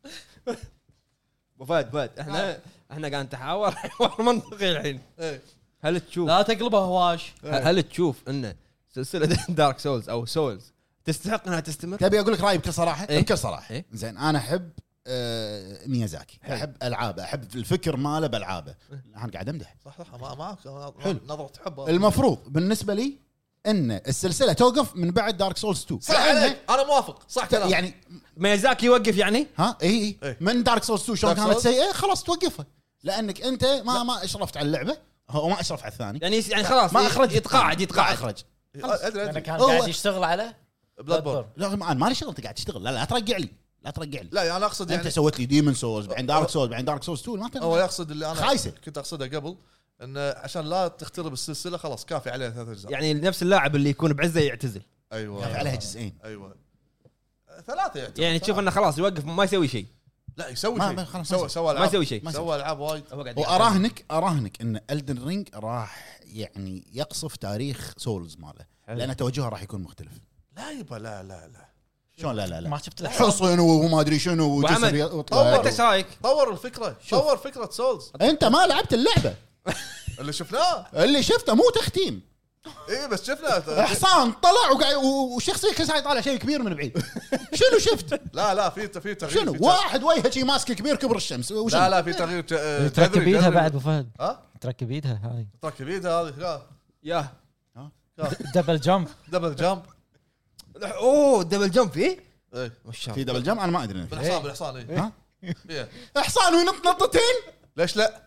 ابو فهد فهد احنا احنا قاعد نتحاور حوار منطقي الحين. ايه هل تشوف لا تقلبها هواش. هل تشوف ان سلسله دارك سولز او سولز تستحق انها تستمر؟ تبي اقول لك رايي بكل صراحه إيه؟ بكل صراحه إيه؟ زين انا احب آه ميازاكي حلو. احب العابه احب الفكر ماله بالعابه. انا قاعد امدح. صح صح ما معك حلو. نظره حب. المفروض بالنسبه لي ان السلسله توقف من بعد دارك سولز تو. صح عليك انا موافق صح كلام. يعني ميازاكي يوقف يعني؟ ها اي اي إيه. من دارك سولز تو شلون Dark كانت Souls؟ سيئه خلاص توقفها لانك انت ما ما اشرفت على اللعبه هو ما اشرف على الثاني يعني يعني خلاص ما اخرج يتقاعد ما يتقاعد. اخرج. ادري انا ادري كان هو- قاعد يشتغل على بلاد بورن. لا ما انا مالي شغل انت قاعد تشتغل لا لا ترجع لي لا ترجع لي. لا انا اقصد انت يعني سويت لي ديمون سولز بعدين دارك سولز بعدين دارك سولز تو ما هو تنفع. يقصد اللي انا خايسة. كنت اقصده قبل انه عشان لا تخترب السلسله خلاص كافي عليها ثلاث اجزاء. يعني نفس اللاعب اللي يكون بعزه يعتزل. ايوه كافي عليها جزئين. ايوه ثلاثه يعتبر يعني تشوف انه خلاص يوقف ما يسوي شيء. لا يسوي ما- شيء ما- خلاص سوى ما سوى ما العاب يسوي شيء. سوى العاب وايد. هو قاعد واراهنك اراهنك ان الدن رينج راح يعني يقصف تاريخ سولز ماله، لان توجهه راح يكون مختلف. لا يبا لا لا لا شلون لا لا لا ما شفت له حصن وما ادري شنو وعمل- وجسر يطلع. طور. انت ايش رايك؟ طور الفكره طور فكره سولز انت ما لعبت اللعبه اللي شفناه. اللي شفته مو تختيم. اي بس شفنا حصان طلع وقاعد وشخصيه كل ساعه يطالع شيء كبير من بعيد. شنو شفت؟ لا لا في في تغيير شنو في واحد وجهه شي ماسك كبير كبر الشمس وشنو؟ لا لا في تغيير ج- آه، تركب جذري- ايدها جذري. بعد ابو فهد ها تركب ايدها هاي تركب ايدها هذه لا يا دبل جامب دبل جامب اوه دبل جمب فيه ايه ما شاء في الله. دبل جم انا ما ادري إن في. بالحصان بالحصان ايه ها؟ إيه. حصان وينط نطتين ليش لا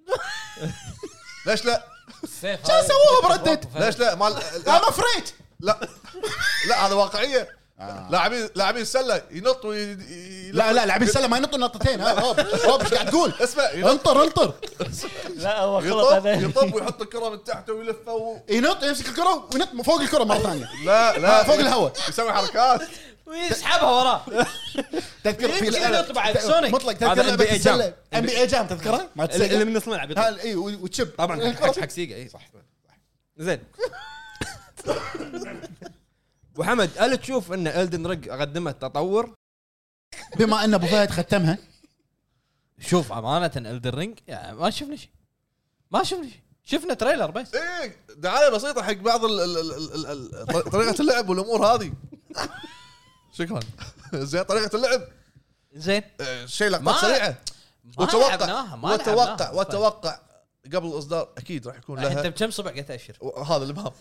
ليش لا السيف شو سووه بردت؟ ليش لا مال انا فريت. لا لا هذا واقعيه آه. لاعبين لاعبين السله ينط وي... ي- لا لا لاعبين السله ما ينطوا نطتين. ها هوب هوب ايش قاعد تقول؟ اسمع ينط انطر انطر لا هو خلط يطب هذا يطب ويحط الكره من تحته ويلفه و... ينط يمسك الكره وينط فوق الكره مره ثانيه لا لا فوق الهواء. يسوي حركات ويسحبها وراه تذكر في يمكن لعبة- ينط بعد سونيك. مطلق تذكر هذا لعبه إن بي إيه السله ام بي اي جام تذكرها؟ ما اللي اللي تسجل من نص الملعب يطلع. اي وتشب طبعا حق حق سيجا اي صح صح زين. ابو حمد هل تشوف ان الدن ريج قدمت تطور؟ بما ان ابو فهد ختمها شوف امانه الدر رينج يعني ما شفنا شيء ما شفنا شيء شفنا تريلر بس ايه دعايه بسيطه حق بعض ال... ال... ال... ال... ال... طريقه اللعب والامور هذه شكرا زين طريقه اللعب زين آه، شيء لقطات ما- سريعه ما وتوقع لعبناها ما وتوقع لعبناها. وتوقع قبل الاصدار اكيد راح يكون انت لها بكم صبع قاعد تاشر هذا المهم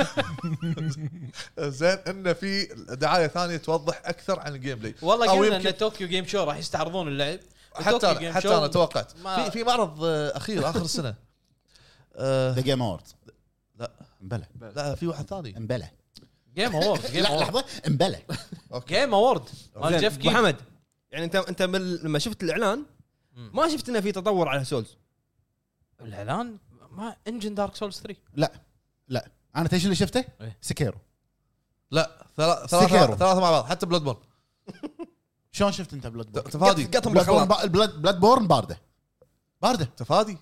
زين انه في دعايه ثانيه توضح اكثر عن الجيم بلاي والله أو قلنا يمكن- ان طوكيو جيم شو راح يستعرضون اللعب حتى طوكيو أنا جيم حتى شو انا توقعت ما- في في معرض آه، اخير اخر السنه آه، ذا جيم اووردز. لا. امبلا لا في واحد ثاني امبلا جيم اوورد جيم لا اوورد لحظه امبلا جيم اوورد مال زين، جيف ابو كيب حمد يعني انت انت بال- لما شفت الاعلان مم. ما شفت انه في تطور على سولز. الاعلان ما انجن دارك سولز ثري انا تدري اللي شفته؟ إيه. سكيرو. لا ثلاث- سكيرو. ثلاثه ثلاثه مع بعض حتى بلاد بورن شلون شفت انت بلاد بورن؟ تفادي قطهم بلاد بورن بالخلاط. با- بلاد بلاد بورن بارده بارده. تفادي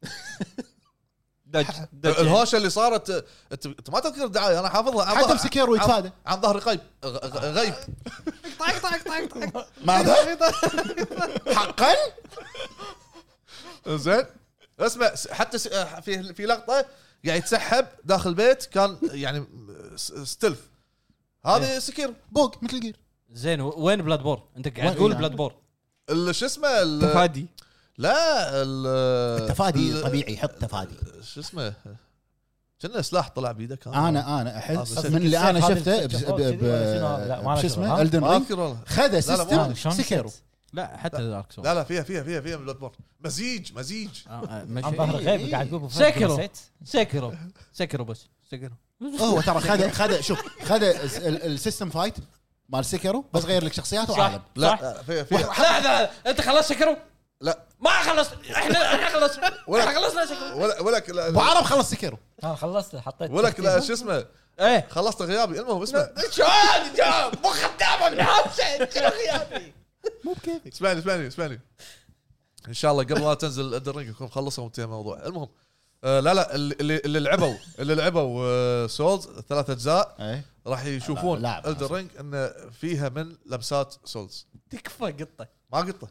دج دج الهوشه اللي صارت انت أنت ما تذكر الدعايه انا حافظها عن حتى ظهر- بسكيرو عن- يتفادى. عن ظهر غيب غ- غ- غيب طاق طاق طاق طاق ماذا؟ حقا؟ زين اسمع س- حتى س- في في لقطه قاعد يتسحب داخل بيت كان يعني س- ستلف هذه سكير بوق مثل جير. زين و- وين بلاد بور انت قاعد وين- تقول يعني؟ بلاد بور ال- شو اسمه ال- تفادي. لا ال- التفادي ال- طبيعي يحط تفادي. شو اسمه كنا سلاح طلع بيده كان انا انا آه، احس بس من اللي انا السيف هذا شفته السيف بس- فوق ب- كذي ولا شنو هذا؟ لا، ما ب- له شو شغل، اسمه ها؟ الدن ما رينج اذكر والله خذ لا، سيستم ما- شلون سكيرو. نسيت؟ لا حتى دارك سولز لا لا فيها فيها فيها فيها بلاد بورن مزيج مزيج عن ظهر غيب قاعد تقول سكروا. نسيت سكروا سكروا بس سكروا هو ترى خذ خذ شوف خذ الس- ال- السيستم فايت مال سكيرو بس غير لك شخصيات وعالم. لا فيها فيها لحظه انت خلصت سكروا لا ما خلصت احنا احنا خلصنا ولا- احنا خلصنا سكروا ولا ولك لا- ابو عرب خلص سكيرو. ها خلصت حطيت ولك لا شو اسمه ايه خلصت غيابي المهم اسمع شلون جاب مو خدامه من هامسه شنو غيابي مو بكيفك. اسمعني اسمعني اسمعني ان شاء الله قبل لا تنزل الدرينج يكون خلصوا وانتهى الموضوع المهم آه لا لا اللي اللي لعبوا اللي لعبوا آه سولز ثلاث اجزاء اي راح يشوفون لاعب. الدرينج انه فيها من لمسات سولز تكفى قطه ما قطه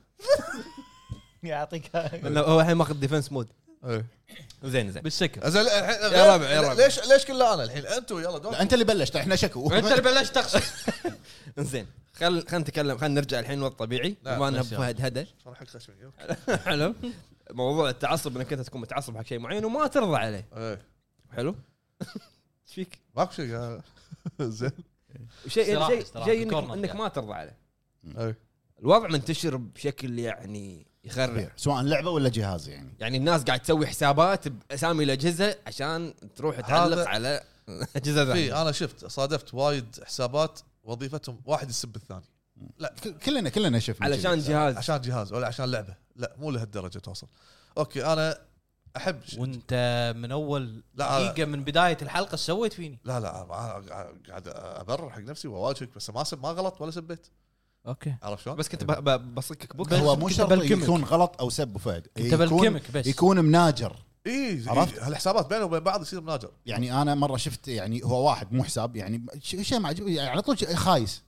يعطيك لأنه هو الحين ماخذ ديفنس مود. ايه زين زين. بالسكر زين الحين يا ربع، يا ربع. ليش ليش كله انا الحين انتوا يلا دور لا انت اللي بلشت احنا شكو. انت اللي بلشت تقصد زين خل خلينا نتكلم خلينا نرجع الحين وضع طبيعي نعم، بما ان ماشي. فهد هدى. صار حق خشمي أوكي. حلو. موضوع التعصب انك انت تكون متعصب حق شيء معين وما ترضى عليه. ايه حلو. ايش فيك؟ ماكو شيء آه. زين شيء استراحة، شيء استراحة. شيء انك, كورنر إنك يعني. ما ترضى عليه. ايه الوضع منتشر بشكل يعني يخرع. سواء لعبه ولا جهاز يعني. يعني الناس قاعد تسوي حسابات باسامي الاجهزه عشان تروح تعلق هذا- على اجهزه في ثانيه. انا شفت صادفت وايد حسابات وظيفتهم واحد يسب الثاني ك- كلنا كلنا شفنا علشان كذي. جهاز. عشان جهاز ولا عشان لعبه لا مو لهالدرجه توصل اوكي انا احب ش... وانت من اول لا، دقيقه من بدايه الحلقه سويت فيني لا لا ما- قاعد ابرر حق نفسي واواجهك بس ما سب ما غلط ولا سبيت اوكي عرفت شلون؟ بس كنت ب- ب- بصكك بوك هو مو كنت شرط بالكيميك. يكون غلط او سب فهد كنت بالكيميك بس يكون مناجر. اي عرفت؟ هالحسابات بينه وبين بعض يصير مناجر. يعني انا مره شفت يعني هو واحد مو حساب يعني ش- شيء معجب يعني على طول شيء خايس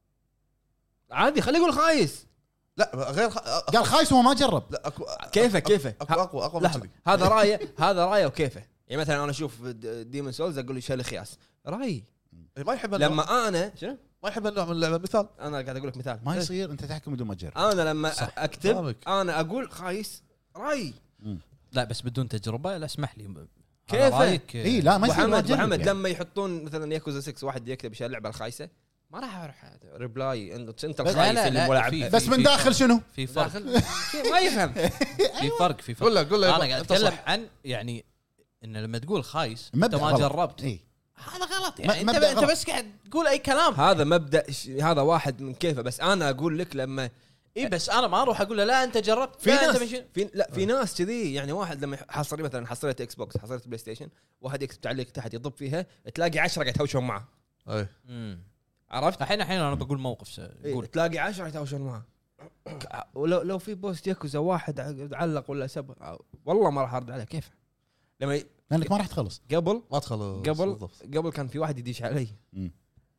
عادي خليه يقول خايس. لا غير خ... قال خايس وهو ما جرب. لا اكو كيفه كيفه اكو اقوى اقوى من لحظة. كذي. هذا رايه هذا رايه وكيفه. يعني مثلا انا اشوف ديمون سولز اقول لي شال خياس رايي. ما يحب هالنوع. لما انا شنو ما يحب هالنوع من اللعبه. مثال انا قاعد اقول لك مثال ما يصير انت تحكم بدون ما تجرب. انا لما صح. اكتب فاهمك. انا اقول خايس رايي. لا بس بدون تجربه لا اسمح لي كيف؟ هذا رايك اي لا ما يصير ما محمد تجرب محمد يعني. لما يحطون مثلا ياكوزا ستة واحد يكتب ايش اللعبه الخايسه ما راح اروح ريبلاي انت انت بس- الخايس لا، لا، اللي لا، مو لاعب في- بس من داخل شنو؟ في فرق داخل ما يفهم. في فرق في فرق قول له قول له انا يبا، قاعد أنت اتكلم صح. عن يعني ان لما تقول خايس انت مبدأ ما غلط. جربت اي هذا غلط م- يعني انت مبدأ انت غلط. بس قاعد تقول اي كلام هذا مبدا ش- هذا واحد من كيفه بس انا اقول لك لما اي بس انا ما اروح اقول له لا انت جربت في لا ناس انت مش في لا في ناس كذي يعني واحد لما حصري مثلا حصريه اكس بوكس حصريه بلاي ستيشن واحد يكتب تعليق تحت يضب فيها تلاقي عشرة قاعد يتهاوشون معه اي مم. عرفت؟ الحين الحين انا بقول موقف س- إيه، قول تلاقي عشرة يتهاوشون معه ولو لو في بوست ياكوزا واحد ع- علق ولا سب والله ما راح ارد عليه كيف لما ي- لانك ما راح تخلص. قبل ما تخلص قبل بالضبط. قبل كان في واحد يدش علي مم.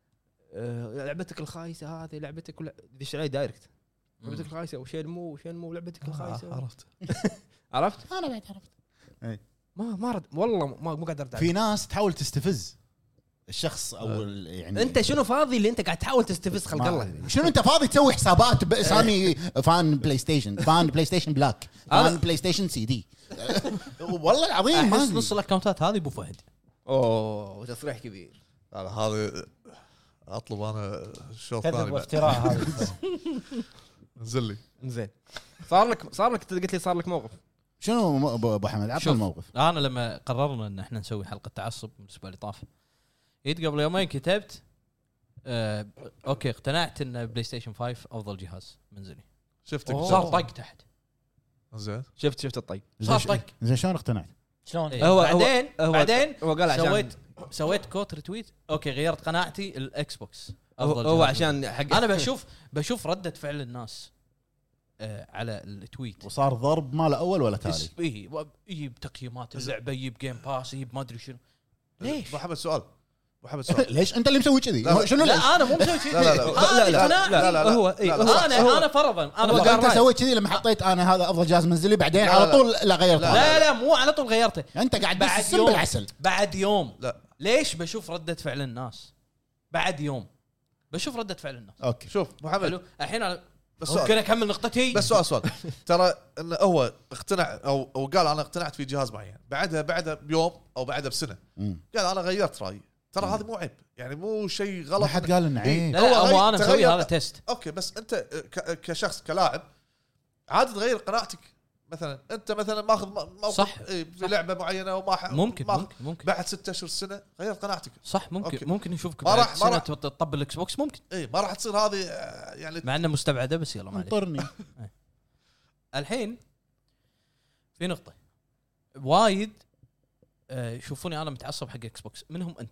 آه، لعبتك الخايسه هذه لعبتك ولا يدش علي دايركت لعبتك الخايسه وشينمو وشينمو لعبتك آه، الخايسه عرفت. عرفت انا بعد عرفت. ما ما رد والله ما مو قاعد ارد عليه. في ناس تحاول تستفز الشخص او ال- يعني انت شنو فاضي اللي انت قاعد تحاول تستفز خلق ما- الله شنو انت فاضي تسوي حسابات باسامي فان بلاي ستيشن فان بلاي ستيشن بلاك فان بلاي ستيشن سي دي والله العظيم ما احس أدري. نص الاكونتات هذه ابو فهد اوه تصريح كبير لا لا هذا اطلب انا الشوط كذب الثاني بعد. وافتراء هذا. انزل لي. زين صار لك صار لك قلت لي صار لك موقف شنو م- ابو أبو حمد عطنا شوف. الموقف. انا لما قررنا ان احنا نسوي حلقه تعصب الاسبوع اللي طاف جيت قبل يومين كتبت آه اوكي اقتنعت ان بلاي ستيشن خمسة افضل جهاز منزلي شفتك صار طق تحت زين. شفت شفت الطيب صار زين طق زين شلون اقتنعت؟ شلون؟ إيه. هو- بعدين هو- بعدين هو قال عشان سويت سويت كوت ريتويت اوكي غيرت قناعتي الاكس بوكس هو, أفضل هو جهاز عشان حق انا بشوف بشوف رده فعل الناس آه على التويت وصار ضرب ما له اول ولا تالي. اي يجيب تقييمات اللعبه يجيب جيم باس يجيب ما ادري شنو ليش؟ ابو حمد سؤال ابو حمد سؤال. ليش انت اللي مسوي كذي؟ لا، شنو ليش؟ لا انا مو مسوي شيء لا، لا، لا. هذه لا، قناعتي. لا، لا، لا. هو إيه، لا، لا. هو- انا هو- انا فرضا انا هو بقول- قال انت رأي. سويت كذي لما حطيت انا هذا افضل جهاز منزلي بعدين لا، على لا. طول لا غيرت. لا، لا لا مو على طول غيرته انت قاعد بعد بس يوم. بالعسل. بعد يوم لا. ليش بشوف رده فعل الناس بعد يوم بشوف رده فعل الناس اوكي شوف ابو حمد حلو الحين انا بس ممكن سؤال اكمل نقطتي بس سؤال سؤال ترى انه هو اقتنع او او قال انا اقتنعت في جهاز معين بعدها بعدها بيوم او بعدها بسنه مم. قال انا غيرت رايي. ترى هذا مو عيب يعني مو شيء غلط. ما حد قال انه إيه. عيب. لا لا هو هو غير- انا مسوي تغير- هذا تيست اوكي بس انت ك- كشخص كلاعب عادي تغير قناعتك. مثلا انت مثلا ماخذ موقف صح. إيه في لعبه معينه وما ح- ممكن ماخذ- ممكن ممكن بعد ستة اشهر سنه غيرت قناعتك. صح ممكن أوكي. ممكن نشوفك ما بعد راح- ما سنه راح. تطبل الاكس بوكس ممكن اي ما راح تصير هذه آه، يعني مع انه مستبعده بس يلا ما عليك انطرني. الحين في نقطة وايد آه، يشوفوني انا متعصب حق اكس بوكس منهم انت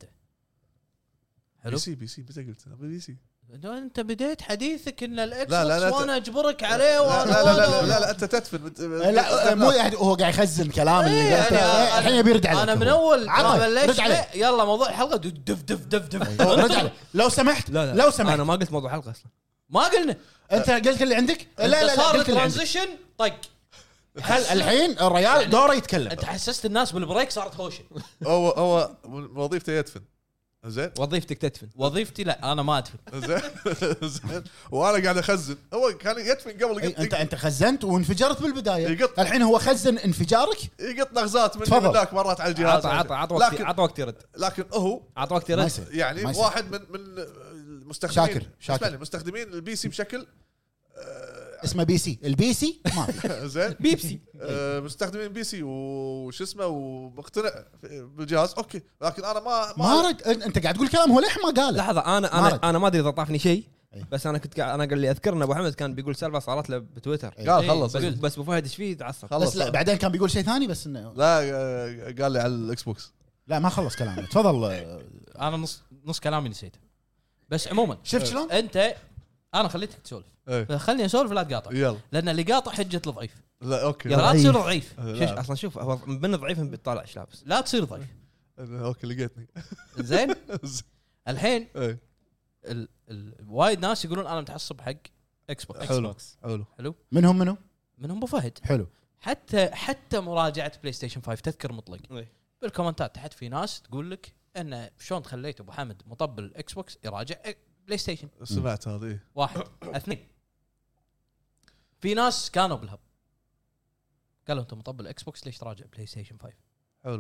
حلو بي سي بي سي متى قلت انا بي سي. انت بديت حديثك ان الاكس لا، لا، لا، بوكس وانا اجبرك عليه لا وانا لا لا لا, وأنا- لا, لا انت تدفن لا مو يعني هو قاعد يخزن كلام اللي إيه، قلته يعني أنا- الحين يبي يرد عليك. انا من هو. اول عطه، ما بلشت رد عليه. يلا موضوع الحلقه دف دف دف دف هو رد عليه. لو سمحت لا لا لو سمحت انا ما قلت موضوع حلقه اصلا ما قلنا انت قلت اللي عندك لا لا لا صار قلت اللي عندك. الترانزيشن طق هل الحين الريال دوره يتكلم. انت حسست الناس بالبريك صارت هوشه هو هو وظيفته يدفن. زين وظيفتك تدفن وظيفتي لا انا ما ادفن زين زين وانا قاعد اخزن. هو كان يدفن قبل إيه، يقط انت انت خزنت وانفجرت بالبدايه. يقط. الحين هو خزن انفجارك. يقط نغزات من تفضل. هناك مرات على الجهاز. عطى عطى عطى وقت لكن عطى وقت يرد لكن هو عطى وقت ما يرد يصير. يعني ما يصير. واحد من من المستخدمين شاكر، شاكر. اسمعني مستخدمين البي سي بشكل اسمه بي سي البي سي ما في. زين بيبسي آه، مستخدمين بي سي وش اسمه ومقتنع بالجهاز اوكي لكن انا ما ما رد انت قاعد تقول كلام هو ليه ما قاله. لحظه انا ما رد. انا انا ما ادري اذا طافني شيء إيه. بس انا كنت قاعد انا قال لي اذكر ان ابو حمد كان بيقول سالفه صارت له بتويتر إيه. قال إيه، خلص بس قلت. بس ابو فهد ايش فيه تعصب خلص بس لا بعدين كان بيقول شيء ثاني بس انه لا آه، قال لي على الاكس بوكس. لا ما خلص كلامه. تفضل. انا نص نص كلامي نسيته بس عموما شفت شلون؟ انت انا خليتك تسولف إيه. فخلني اسولف لا تقاطع يلا لان اللي قاطع حجه الضعيف لا اوكي لا تصير ضعيف شوف اصلا شوف هو من ضعيف بيطلع ايش لابس. لا تصير ضعيف اوكي لقيتني زين. الحين ايه ال... ال... وايد ناس يقولون انا متعصب حق اكس بوكس حلو حلو حلو منهم منهم منهم ابو فهد حلو حتى حتى مراجعه بلاي ستيشن خمسة تذكر مطلق إيه. بالكومنتات تحت في ناس تقول لك ان شلون خليت ابو حمد مطبل اكس بوكس يراجع بلاي ستيشن. سمعت هذه إيه. واحد اثنين في ناس كانوا بالهب قالوا انت مطبل اكس بوكس ليش تراجع بلاي ستيشن خمسة. حلو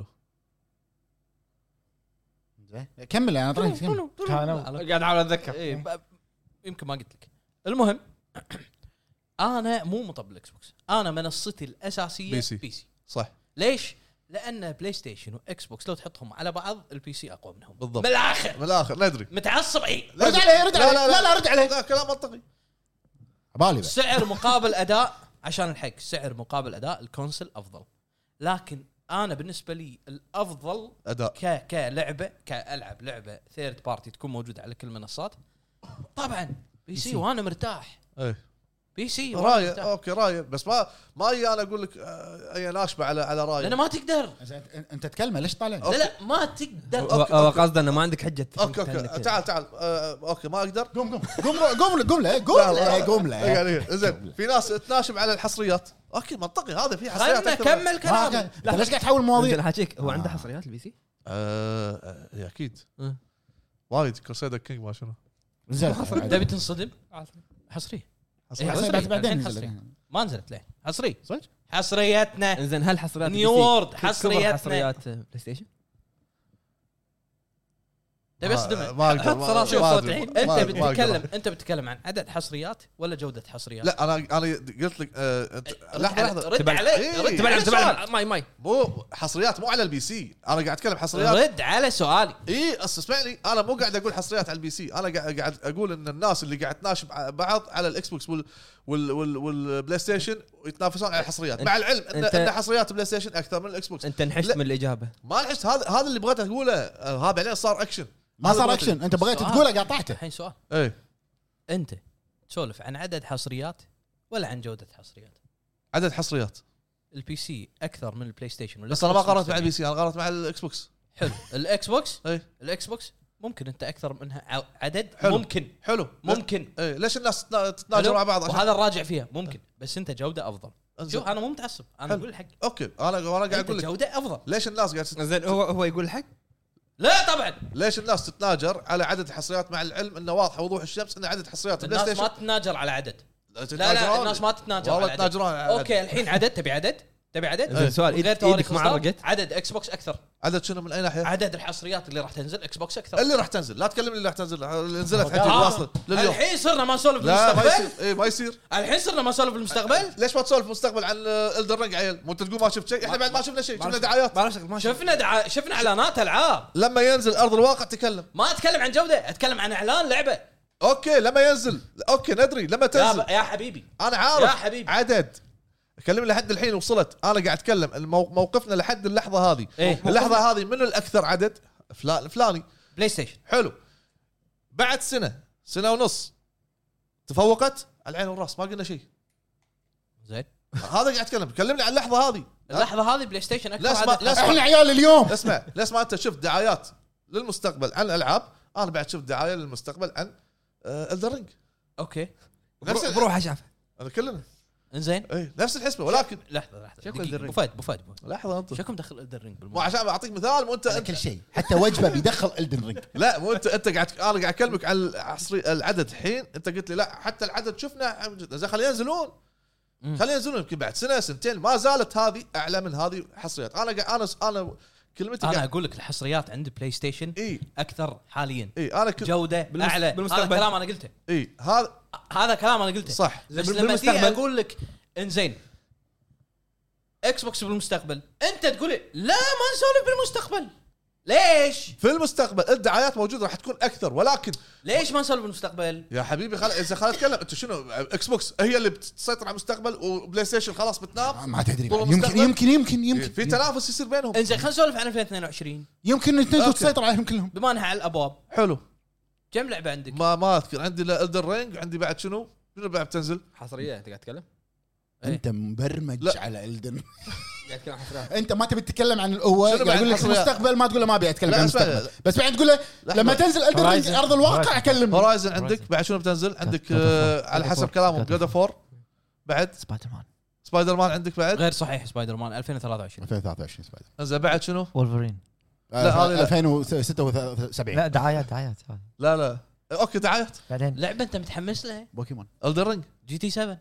زين كمل انا طريق كمل كانوا قاعد احاول اتذكر. إيه ب- يمكن ما قلت لك. المهم انا مو مطبل اكس بوكس انا منصتي الاساسيه بي سي. بي سي. صح ليش؟ لان بلاي ستيشن واكس بوكس لو تحطهم على بعض البي سي اقوى منهم بالضبط. من الاخر من الاخر ندري متعصب اي رد عليه رد عليه لا لا لا رد عليه لا كلام منطقي بالي بقى. سعر مقابل اداء عشان الحق سعر مقابل اداء الكونسل افضل لكن انا بالنسبه لي الافضل اداء ك كلعبه كالعب لعبه ثيرد بارتي تكون موجوده على كل المنصات طبعا بي سي وانا مرتاح ايه بي سي رايه اوكي رايه بس ما ما اجي انا اقول لك آه، اي ناشبه على على رايه لان ما تقدر زين انت تكلمه ليش طالع لا لا ما تقدر هو هو قصده انه ما عندك حجه. اوكي اوكي تعال تعال آه، اوكي ما اقدر قوم قوم قوم قوم قوم له قوم له قوم له يعني زين في ناس تناشب على الحصريات اوكي منطقي هذا في حصريات خلنا أكثر. كمل ما كلام كان- انت ليش قاعد تحول مواضيع زين حاجيك هو عنده آه. حصريات البي سي. آه، آه، اكيد أه. وايد كروسيدر كينج ما شنو زين تبي تنصدم حصريه إيه، بس حصرية. بعد- بعدين الحين نزل. حصرية. ما نزلت ليه حصريه صدق حصرياتنا انزين هل حصريات نيو البي سي وورد كبر حصرياتنا حصريات بلاي ستيشن؟ تبي آه، اصدم ما اقدر حط ما- صراحة ما صوت أدري. الحين. ما انت أدري. ما أقدر. بتتكلم انت بتتكلم عن عدد حصريات ولا جوده حصريات؟ لا انا انا قلت لك آه، أنت- لحظه لحظه رد تبع- علي إيه. رد تبع على تبع سؤالي ماي ماي مو حصريات مو على البي سي انا قاعد اتكلم حصريات رد على سؤالي اي اسمعني انا مو قاعد اقول حصريات على البي سي انا قاعد قاعد اقول ان الناس اللي قاعد تناشب بعض على الاكس بوكس وال وال وال والبلاي ستيشن يتنافسون على الحصريات مع العلم ان, أنت- إن حصريات بلاي ستيشن اكثر من الاكس بوكس انت انحشت لا. من الاجابه. ما نحس هذا هذا اللي بغيت اقوله آه، هذا بعدين صار اكشن ما هذا صار بغيت- اكشن انت بغيت سؤال. تقوله قاطعته الحين سؤال ايه انت تسولف عن عدد حصريات ولا عن جوده حصريات؟ عدد حصريات البي سي اكثر من البلاي ستيشن بس انا ما قارنت مع البي سي انا قارنت مع الاكس بوكس حلو الاكس بوكس ايه الاكس بوكس ممكن انت اكثر منها ع- عدد حلو. ممكن حلو ممكن ايه ليش الناس تتنا- تتناجر حلو؟ مع بعض عشان وهذا الراجع فيها ممكن بس انت جوده افضل. انزين. شوف انا مو متعصب انا حلو. اقول الحق اوكي انا انا قاعد انت اقول لك جوده افضل. ليش الناس قاعد تت- زين هو هو يقول الحق. لا طبعا ليش الناس تتناجر على عدد الحصريات مع العلم انه واضح وضوح الشمس ان عدد حصريات البلاي الناس ما ستيشن تتناجر على عدد. لا لا تتناجرون. الناس ما تتناجر والله على عدد. تتناجرون على عدد. اوكي الحين عدد تبي عدد تبي عدد زين سؤال من غير إيد- تواريخ ايدك إصدار؟ معرقت. عدد اكس بوكس اكثر عدد شنو من اي ناحيه؟ عدد الحصريات اللي راح تنزل اكس بوكس اكثر. اللي راح تنزل لا تكلمني اللي راح تنزل اللي نزلت حتى آه. واصل لليوم الحين صرنا ما نسولف لا ما بالمستقبل. يصير اي ما يصير الحين صرنا ما نسولف بالمستقبل. ليش ما تسولف مستقبل عن الدر رينج عيل مو انت تقول ما شفت شيء احنا بعد ما شفنا شيء شفنا دعايات ما أعرف- ما شوف شفنا دعا... شفنا اعلانات العاب. لما ينزل ارض الواقع تكلم ما اتكلم عن جوده اتكلم عن اعلان لعبه. اوكي لما ينزل اوكي ندري لما يا, تنزل ب... يا حبيبي انا عارف يا حبيبي. عدد كلمني لحد الحين وصلت انا قاعد اتكلم المو... موقفنا لحد اللحظه هذه إيه؟ اللحظه هذه من الاكثر عدد فلان فلاني بلاي ستيشن حلو بعد سنه سنه ونص تفوقت على العين والراس ما قلنا شيء زين. هذا قاعد اتكلم كلمني عن اللحظه هذه اللحظه هذه بلاي ستيشن اكثر لا اسمع عدد لا حصريات. احنا عيال اليوم اسمع ليش ما انت شفت دعايات للمستقبل عن الالعاب انا بعد شفت دعايه للمستقبل عن الدرينج اوكي نفس ال- بروح اشوف. هذا كلنا انزين اي نفس الحسبه ولكن لحظه لحظه شكو دقيقة. الدرينج. ابو فهد ابو فهد أبو فهد. لحظه انت شكو مدخل الدرينج مو بالموضوع؟ عشان اعطيك مثال مو انت, على انت كل شيء حتى وجبه بيدخل الدن رينج لا مو انت انت قاعد انا قاعد اكلمك عن العصري العدد الحين انت قلت لي لا حتى العدد شفنا زين خلينا ينزلون مم. خلينا ينزلون يمكن بعد سنه سنتين ما زالت هذه اعلى من هذه حصريات انا قاعد انا انا كلمتي انا قاعد اقول لك الحصريات عند بلاي ستيشن اي اكثر حاليا اي انا كنت جوده بالمس- اعلى. بالمستقبل. هذا كلام انا قلته اي هذا هذا كلام انا قلته صح بس بال- لما تيجي بالمستقبل. اقول لك انزين اكس بوكس بالمستقبل انت تقول لي لا ما نسولف بالمستقبل. ليش في المستقبل الدعايات موجوده راح تكون اكثر ولكن ليش ما نسولف بالمستقبل؟ يا حبيبي خل... اذا خلينا نتكلم انت شنو اكس بوكس هي اللي بتسيطر على المستقبل وبلاي ستيشن خلاص بتنام ما تدري طول يمكن المستقبل. يمكن يمكن يمكن في تنافس يصير بينهم انزين خلينا نسولف عن ألفين واثنين وعشرين يمكن انتوا أوكي. تسيطر عليهم كلهم بما انها على الابواب. حلو كم لعبه عندك؟ ما ما اذكر. عندي لا الدر رينج، عندي بعد شنو شنو بعد بتنزل. حصريه انت قاعد تتكلم انت مبرمج لا. على الدن. قاعد تتكلم حصريات. انت ما تبي تتكلم عن هو شنو قاعد بعد يقول لك حصريات؟ المستقبل، ما تقول له ما ابي اتكلم لا، عن اسمع، المستقبل، بس بعدين تقول له لحظة. لما تنزل الدر رينج Horizon. ارض الواقع Horizon. اكلمني. هورايزن عندك Horizon. بعد شنو بتنزل عندك God of War. آه على God of حسب War. كلامهم God of جود اوف وور بعد سبايدر مان سبايدر مان عندك بعد غير صحيح سبايدر مان ألفين وثلاثة وعشرين. ألفين وثلاثة وعشرين سبايدر. انزين بعد شنو وولفرين. لا، هذه لا. ألفين وستة وسبعين لا دعايات دعايات هذه لا لا اوكي دعايات بعدين لعبه انت متحمس لها؟ بوكيمون. الدر رينج جي تي سبعة.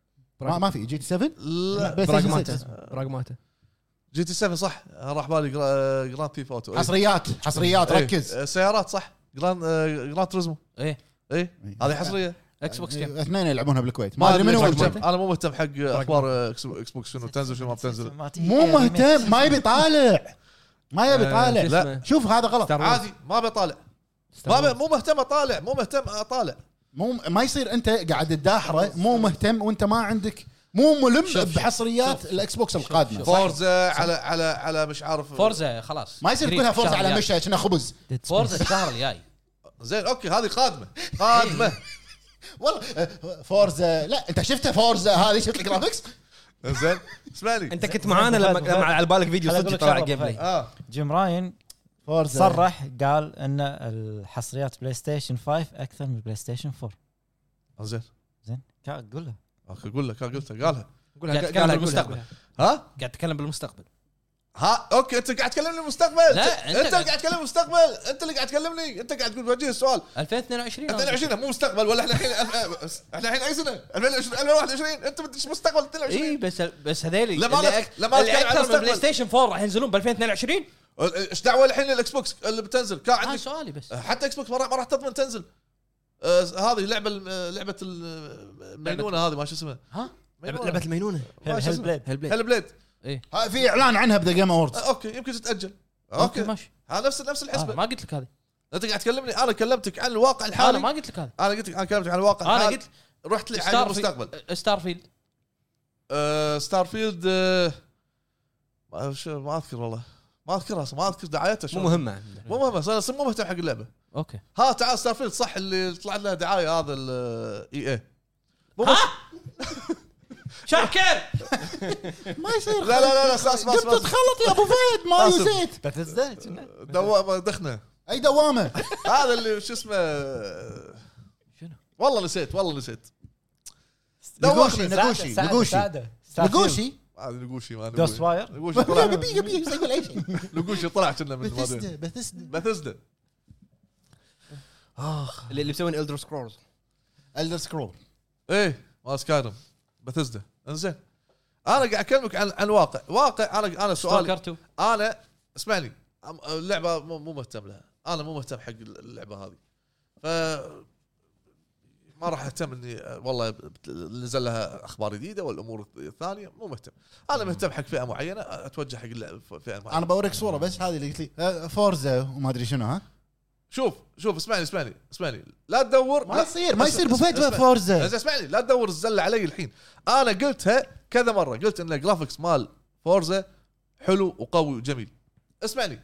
ما ما في جي تي سبعة. لا بلاي ستيشن براغماتا ستة. براغماتا جي تي سبعة صح راح بالي جرا- جراند ثيف اوتو. حصريات حصريات إيه. ركز. آه، سيارات صح جراند آه، جراند توريزمو ايه اي هذه حصريه. اكس بوكس كم؟ اثنين يلعبونها بالكويت. ما ما ادري ادري منو منو مهتم. انا مو مهتم حق اخبار آه، اكس اكس بوكس شنو تنزل شنو ما بتنزل. ما تيجي مو ريميكس. مهتم، ما يبي طالع، ما يبي آه، طالع. شو لا. اسمه؟ شوف هذا غلط. ستار وورز. عادي ما بطالع ما ب... مو مهتم اطالع مو مهتم اطالع. مو ما يصير انت قاعد تداحره مو مهتم وانت ما عندك مو ملم شوف، بحصريات شوف. الاكس بوكس القادمه. فورزا على على على مش عارف فورزا خلاص ما يصير قريب كلها فورزا الشهر على الجاي. مشى كنا خبز. Dead Space. فورزا الشهر الجاي. زين اوكي هذه قادمه قادمه. والله آه، فورزا لا انت شفتها فورزا هذه شفت الجرافيكس. زين اسمعني انت كنت معانا لما فهد- لما على بالك فيديو خل صدق أقول لك طلع شغلة جيم بلاي. فهد. اه جيم راين فورزا صرح قال ان الحصريات بلاي ستيشن خمسة اكثر من بلاي ستيشن فور. زين زين كا- قول له اوكي اقول لك قلتها قالها قولها قاعد قالها تتكلم قولها بالمستقبل. ها قاعد تتكلم بالمستقبل. ها اوكي انت قاعد تكلمني المستقبل. لا، انت, أنت انت اللي قاعد تكلمني المستقبل. انت اللي قاعد تكلمني انت قاعد تقول وجه السؤال ألفين واثنين وعشرين. اثنين وعشرين مو مستقبل ولا احنا الحين احنا الحين اي سنه ألفين وواحد وعشرين انت بدك مستقبل اثنين وعشرين. اي بس بس هذيلي لما اللي أنا- أك- لما اللي أتكلم عن اكثر من المستقبل. بلاي ستيشن فور راح ينزلون ب ألفين واثنين وعشرين. ايش دعوه الحين الاكس بوكس اللي بتنزل كان هذا عندك سؤالي بس. حتى اكس بوكس ما راح ما راح تضمن تنزل. آه هذه لعبه لعبه المينونه هذه ما شو اسمها ها مينونة. لعبه المينونه ما شو هيل اسمها. بليد. هيل بلاي. هيل بليد. ايه ها، في اعلان عنها بذا جيم اووردز. آه اوكي يمكن تتاجل. اوكي اوكي ماشي. هذا نفس نفس آه الحسبه. ما قلت لك هذه. انت قاعد تكلمني انا كلمتك عن الواقع الحالي. انا ما قلت لك هذه. انا قلت لك انا كلمتك عن الواقع انا الحالي. قلت رحت لي حق ستار المستقبل. ستار فيلد. آه ستار فيلد آه ما شو- ما اذكر والله ما اذكرها اصلا ما اذكر دعايتها مو شلون. مهمه. مو مهمه انا أصلاً مو مهتم حق اللعبه. اوكي ها تعال ستار فيلد صح اللي طلعت لها دعايه هذا الاي اي مو ها؟ شاكر. ما يصير. لا لا لا لا اسمع اسمع قمت اسمع تخلط يا ابو فهد ما آسف. نسيت. بتزداد دوامه دخنه اي دوامه. هذا اللي شو اسمه شنو؟ والله نسيت والله نسيت نقوشي دوامه نقوشي نقوشي نقوشي هذا نقوشي ما جوست واير نقوشي طلع يبي يبي يقول اي شيء. نقوشي طلع كنا من ما ادري بثسدا بثسدا بثزدا. اللي اللي مسوين الدر سكرولز. الدر سكرول. ايه ما سكايرم بثزدا. انزين انا قاعد اكلمك عن عن واقع واقع انا انا سؤال ستوكر تو. انا اسمعني أم- اللعبه مو مو مهتم لها انا مو مهتم حق اللعبه هذه ف ما راح اهتم اني والله بت- نزل لها اخبار جديده والامور الثانيه مو مهتم. انا مهتم حق فئه معينه اتوجه حق اللعبة فئه معينه. انا بوريك صوره بس هذه اللي قلت لي آه، فورزا وما ادري شنو. ها شوف شوف اسمعني اسمعني اسمعني لا تدور ما لا- يصير ما اسمع- يصير ابو فهد اسمع- فورزا. اسمع- اسمعني لا تدور الزله علي الحين. انا قلتها كذا مره قلت ان الجرافكس مال فورزا حلو وقوي وجميل. اسمعني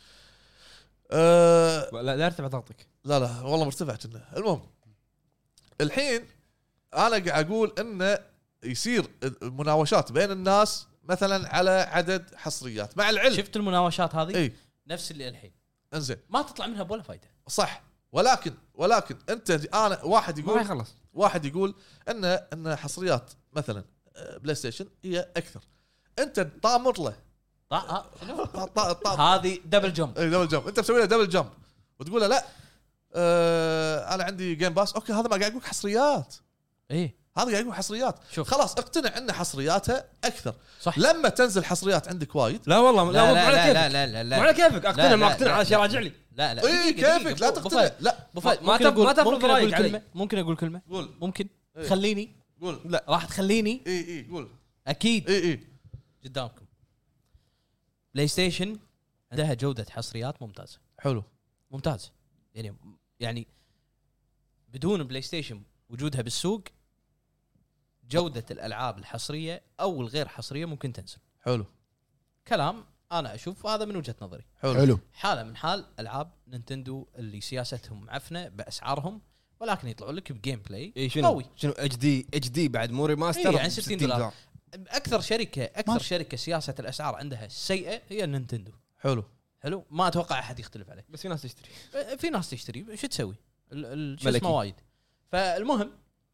أه لا لا ارتفع ضغطك. لا لا والله مرتفع كنا. المهم الحين انا قاعد اقول انه يصير مناوشات بين الناس مثلا على عدد حصريات مع العلم. شفت المناوشات هذه اي نفس اللي الحين انزين ما تطلع منها ولا فايده. صح ولكن ولكن انت انا واحد ما يقول يخلص. واحد يقول ان ان حصريات مثلا آه، بلاي ستيشن هي اكثر. انت طامر له طا- ها، شنو؟ طا- طا- طا- هذه دبل جمب. اي دبل جمب. انت مسوي له دبل جمب وتقول له لا آه انا عندي جيم باس. اوكي هذا ما قاعد يقول حصريات ايه هذا قاعد يقول حصريات. شوف. خلاص اقتنع ان حصرياتها اكثر. صح. لما تنزل حصريات عندك وايد لا والله لا لا مو لا على لا كيفك. لا لا لا مو لا على كيفك اقتنع لا، ما لا، اقتنع لا، على شيء لا. راجع لي. لا لا اي دقيقة، كيفك دقيقة. لا أبو تقتنع فهد، لا أبو فهد، ما ممكن تف- أقول ما تفرض ممكن رأيك اقول علي. كلمه ممكن اقول كلمه قول ممكن إيه. تخليني قول لا راح تخليني اي اي قول اكيد اي اي قدامكم. بلاي ستيشن عندها جوده حصريات ممتازه حلو ممتازه يعني يعني بدون بلاي ستيشن وجودها بالسوق جوده الالعاب الحصريه او الغير حصريه ممكن تنزل. حلو كلام انا اشوف هذا من وجهه نظري حلو حلو حاله من حال العاب نينتندو اللي سياستهم معفنه باسعارهم، ولكن يطلعوا لك بجيم بلاي اي شنو قوي. شنو اتش دي اتش دي بعد مو ريماستر إيه، يعني ستين دولار. اكثر شركه اكثر ماشي. شركه سياسه الاسعار عندها سيئه هي نينتندو. حلو حلو، ما اتوقع احد يختلف عليه. بس في ناس تشتري. في ناس تشتري، شو تسوي؟ ال- ال- شو ملكي. اسمه وايد. فالمهم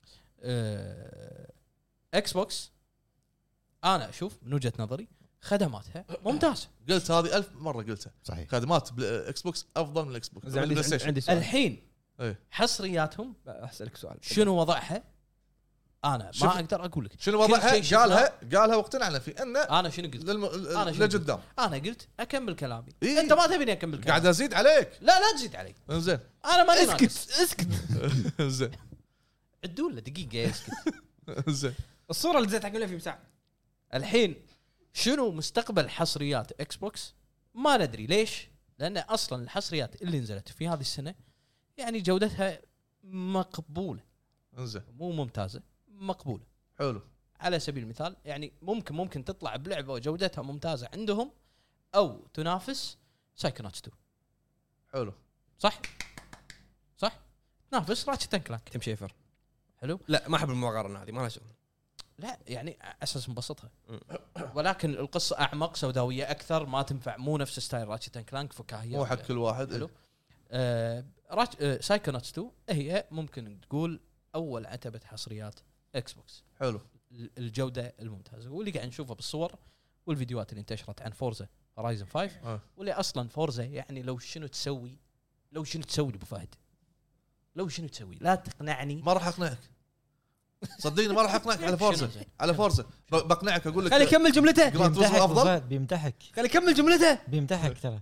آه، اكس بوكس انا اشوف من وجهه نظري خدماتها ممتازه. قلت هذه ألف مره قلتها صحيح خدمات اكس بوكس افضل من الاكس بوكس زين، البلاي عندي ستيشن. عندي سؤال. الحين إيه. حصرياتهم اسالك سؤال. شنو وضعها؟ انا شوف- ما اقدر اقول لك شنو كل وضعها؟ شيء قالها قالها واقتنعنا في انه انا شنو قلت. للم... أنا شنو قلت؟ لقدام انا قلت اكمل كلامي. إيه. انت ما تبيني اكمل كلامي. قاعد ازيد عليك لا لا تزيد علي، زين انا ماني اسكت ناقص. اسكت. زين عدوا له دقيقه اسكت. زين الصوره اللي زيت حق في مساعد. الحين شنو مستقبل حصريات اكس بوكس؟ ما ندري ليش، لان اصلا الحصريات اللي نزلت في هذه السنه يعني جودتها مقبوله، زين مو ممتازه، مقبوله. حلو على سبيل المثال يعني ممكن ممكن تطلع بلعبه جودتها ممتازه عندهم او تنافس سايكوناتس تو. حلو صح صح تنافس راتشت اند كلانك. تم شيفر. حلو، لا ما احب المقارنه هذه، ما لها شغل. لا يعني اساس مبسطها، ولكن القصه اعمق سوداويه اكثر، ما تنفع، مو نفس ستايل راتشت اند كلانك فكاهيه. مو حق كل واحد. حلو. آه راتش آه سايكوناتس تو هي ممكن تقول اول عتبه حصريات اكس بوكس. حلو الجوده الممتازه واللي قاعد نشوفها بالصور والفيديوهات اللي انتشرت عن فورزا هورايزن خمسة، آه. واللي اصلا فورزا يعني لو شنو تسوي، لو شنو تسوي لابو فهد، لو شنو تسوي، لا تقنعني. ما راح اقنعك صدقني، ما راح اقنعك على فورزا. شنو زين؟ على فورزا ب- بقنعك اقول لك خلي يكمل جملته. جراند توrismo بيمدحك أبو افضل. فهد، بيمدحك خلي يكمل جملته. بيمدحك ترى.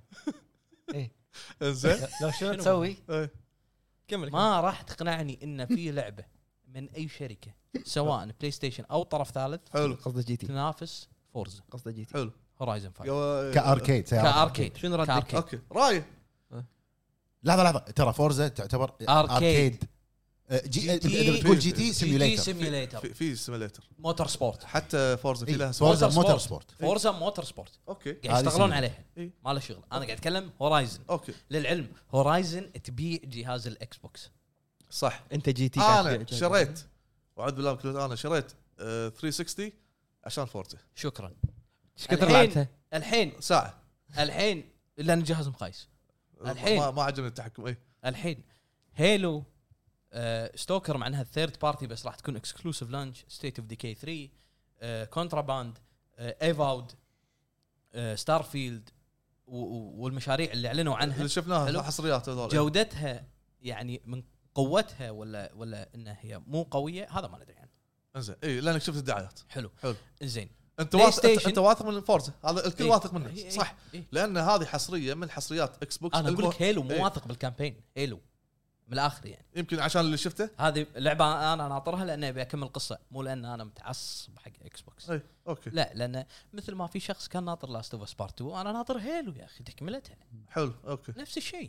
زين لو شنو تسوي؟ إيه. كمل. ما راح تقنعني ان في لعبه من اي شركه سواء بلاي ستيشن او طرف ثالث حلو قصده جي تي. تنافس فورزا قصده جي تي. حلو هورايزن خمسة يو- كاركيد سيارات. كاركيد. شنو ردك؟ كاركيد. اوكي رايه لحظه لحظه ترى فورزا تعتبر أركيد. آه، جي جي تي- إذا بتقول جي تي جي تي سيميوليتر. سيميوليتر في في سيميليتر موتور سبورت. حتى فورزا في إيه، لها فورزا سيميليتر. موتور سبورت. فورزا موتور سبورت اوكي قاعد هذه يشتغلون سيميوليتر. عليها، إيه. ما له شغل. انا قاعد اتكلم هورايزن. اوكي للعلم هورايزن تبيع جهاز الاكس بوكس. صح. انت جي تي قاعد انا تبيع- شريت وعد بالله كنت انا شريت آه، ثلاثمية وستين عشان فورزا شكرا. ايش كثر الحين- لعبتها؟ الحين ساعه. الحين لان جهاز مقايس. الحين. ما, ما عجبني التحكم. اي الحين هيلو آه ستوكر مع انها ثيرد بارتي بس راح تكون اكسكلوسيف لانش. ستيت اوف ديكي ثلاثة، آه كونتراباند، آه ايفاود، آه ستارفيلد، والمشاريع اللي اعلنوا عنها اللي شفناها حلو. حصريات هذول. جودتها يعني من قوتها ولا ولا انها هي مو قويه، هذا ما ندري عنه. انزين اي لانك شفت الدعايات. حلو حلو. زين. انت بلاي واثق انت, ستيشن. انت واثق من فورزا، هذا الكل إيه. واثق منه إيه. صح. إيه. لان هذه حصريه من حصريات اكس بوكس. انا اقول المو- لك هيلو مو إيه. واثق بالكامبين. هيلو من الاخر يعني يمكن عشان اللي شفته. هذه لعبه انا ناطرها لان ابي اكمل قصه، مو لان انا متعصب حق اكس بوكس. اي اوكي لا لان مثل ما في شخص كان ناطر لاست اوف اس بارت تو، انا ناطر هيلو يا اخي تكملتها حلو اوكي نفس الشيء.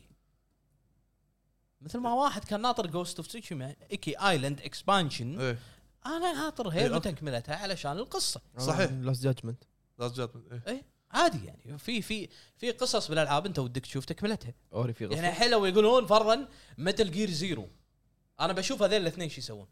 مثل ما واحد كان ناطر جوست اوف تسوشيما ايكي ايلاند اكسبانشن، ايه انا ناطر إيه، هيلو أوكي. تكملتها علشان القصه. صحيح. لاست جادجمنت. لاست جادمنت. ايه عادي يعني في في في قصص بالالعاب انت ودك تشوف تكملتها. اوري في يعني قصه. الحين لو يقولون فرضا متل جير زيرو، انا بشوف هذول الاثنين شو يسوون.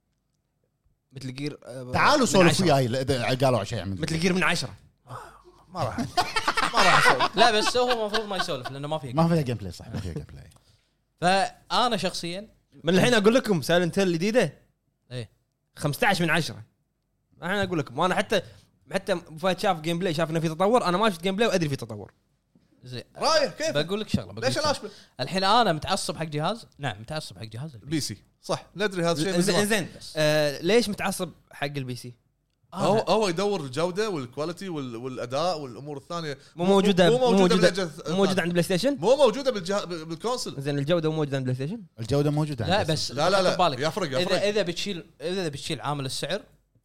مثل جير آه، تعالوا من سولف عشرة. وياي اذا قالوا شيء عن مثل جير من عشرة. ما راح ما راح اسوي. لا بس هو المفروض ما يسولف لانه ما في. ما فيها جيم بلاي. صح ما فيها جيم بلاي. فانا شخصيا من الحين اقول لكم سايلنت هيل الجديده ايه خمسة عشر من عشرة. انا اقول لكم وانا حتى حتى أبو فهد شاف جيم بلاي، شاف انه في تطور، انا ما شفت جيم بلاي وادري في تطور. زين رايه كيف؟ بقول لك شغله. بقول ليش لك انا شغلة. اشبه الحين انا متعصب حق جهاز، نعم متعصب حق جهاز البي. بي سي صح ندري هذا الشيء من زين زمان. زين آه ليش متعصب حق البي سي؟ هو أنا هو يدور الجوده والكواليتي وال- والاداء والامور الثانيه. مو موجوده مو مو موجوده موجوده بالأجهزة- مو موجوده عند بلاي ستيشن. مو موجوده بالجهاز بالكونسل. زين الجوده مو موجوده عند بلاي ستيشن. الجوده موجوده لا عندي. بس لا لا لا حط بالك يفرق اذا يفرق. اذا بتشيل اذا بتشيل عامل السعر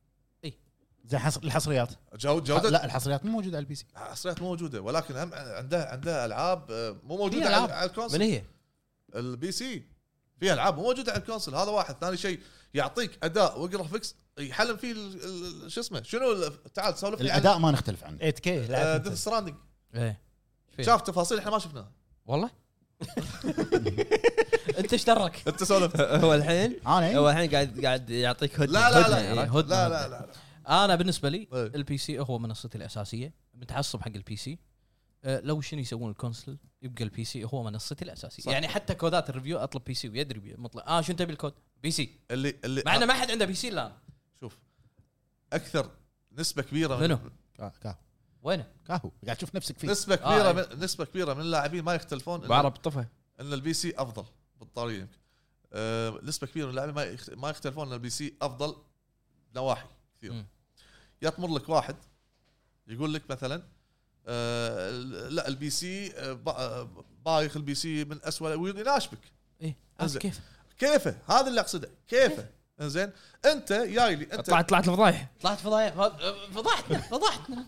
زين حصر الحصريات. جو- جوده لا الحصريات مو موجوده على البي سي. حصريات مو موجوده، ولكن هم عندها عندها العاب آه، مو موجوده في ألعاب. على على الكونسل. من هي؟ البي سي في العاب مو موجوده على الكونسل. هذا واحد. ثاني شيء يعطيك اداء وجرافيكس يحلم فيه ال- ال- شو اسمه شنو ال- تعال سولف لي عن الاداء ما نختلف عنه. ثمانية كي ديث لعبت ستراندنج. ايه فيه. شاف تفاصيل احنا ما شفناها. والله انت ايش درك؟ انت سولفت. هو الحين انا هو الحين قاعد قاعد يعطيك هدنه لا لا هدنة، لا عرفت؟ هدنة. لا لا لا, لا. انا بالنسبه لي إيه. البي سي هو منصتي الاساسيه، متعصب حق البي سي. أه لو شنو يسوون الكونسل يبقى البي سي هو منصتي الاساسيه. صح. يعني حتى كودات الريفيو اطلب بي سي ويدري مطلق اه شو تبي الكود بي سي، اللي اللي مع انه ما حد عنده بي سي الا أنا. شوف اكثر نسبه كبيره منو؟ كا- كاهو وينه؟ كاهو قاعد تشوف نفسك فيه. نسبه آه، كبيره إيه. من نسبه كبيره من اللاعبين ما يختلفون إن, بعرب طفى ان البي سي افضل بالطريقه يمكن. آه نسبه كبيره من اللاعبين ما يخت... ما يختلفون ان البي سي افضل نواحي كثير. مم. يطمر لك واحد يقول لك مثلا آه لا البي سي آه با- آه، بايخ البي سي من اسوء ويناشبك. ايه إنزين. كيف؟ كيفه هذا اللي اقصده كيفه. انزين انت جاي لي انت طلعت طلعت الفضايح طلعت فضايح فضحتنا فضحتنا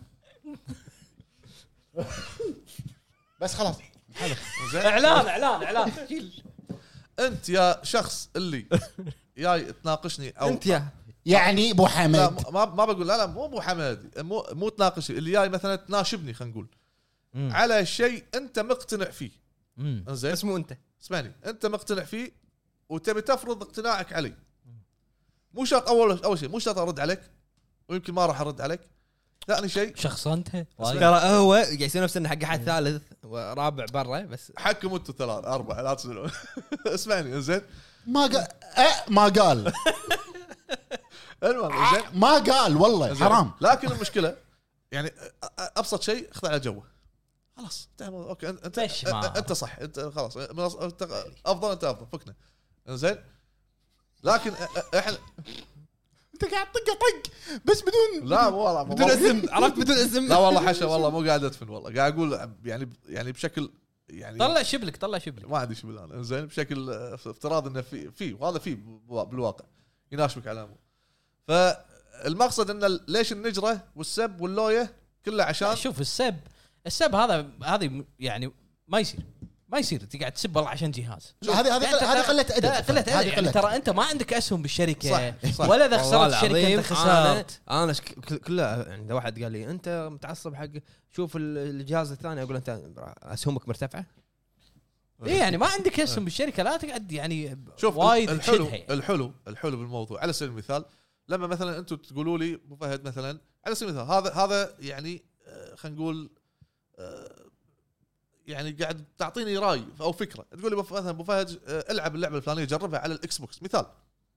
بس خلاص إنزين؟ اعلان اعلان اعلان انت يا شخص اللي جاي تناقشني او انت يا يعني ابو لا حمد ما ما بقول لا لا مو ابو حمد مو مو تناقشني اللي جاي مثلا تناشبني خلينا نقول على شيء انت مقتنع فيه. انزين اسمه انت اسمعني انت مقتنع فيه وتبي تفرض اقتناعك علي. مو شرط اول اول شيء مو شرط ارد عليك ويمكن ما راح ارد عليك. ثاني شيء شخصنتها ترى هو قاعد يسوي نفسه انه حق احد ثالث ورابع برا بس حكم انتم ثلاث اربعه لا تسولون. اسمعني زين ما قال أه ما قال المهم زين ما قال والله زين. حرام. لكن المشكله يعني أ- أ- ابسط شيء اخذ على جوه خلاص انتهى الموضوع. اوكي انت انت, ماشي معاه. انت صح انت خلاص منص- انت افضل انت افضل فكنا زين. لكن أ- أ- احنا انت قاعد طق طق بس بدون لا مو والله بدون اسم عرفت بدون اسم لا والله حاشا والله مو قاعد ادفن والله قاعد اقول يعني يعني بشكل يعني طلع شبلك طلع شبلك ما عندي شو بالان زين بشكل آه، افتراض انه في في وهذا في بالواقع يناشبك على امور. فالمقصد ان ليش النجره والسب واللويه كله عشان شوف السب السب هذا هذه يعني ما يصير ما يصير تقعد تسب والله عشان جهاز. هذه هذه يعني هذه ترى- قله ادب. لا، قلة هذه أدب. يعني قلة ترى انت ما عندك اسهم بالشركه صح، صح. ولا اذا والله خسرت الشركه العظيم انت خسرت. انا انا شك- كل- كله يعني اذا واحد قال لي انت متعصب حق شوف ال- الجهاز الثاني اقول انت اسهمك مرتفعه. ايه يعني ما عندك اسهم بالشركه لا تقعد يعني شوف وايد الحلو تشدها يعني. الحلو الحلو بالموضوع على سبيل المثال لما مثلا انتم تقولوا لي ابو فهد مثلا على سبيل المثال هذا هذا يعني آه، خلينا نقول آه، يعني قاعد تعطيني راي او فكره تقول لي مثلا ابو فهد آه، العب اللعبه الفلانيه جربها على الاكس بوكس مثال.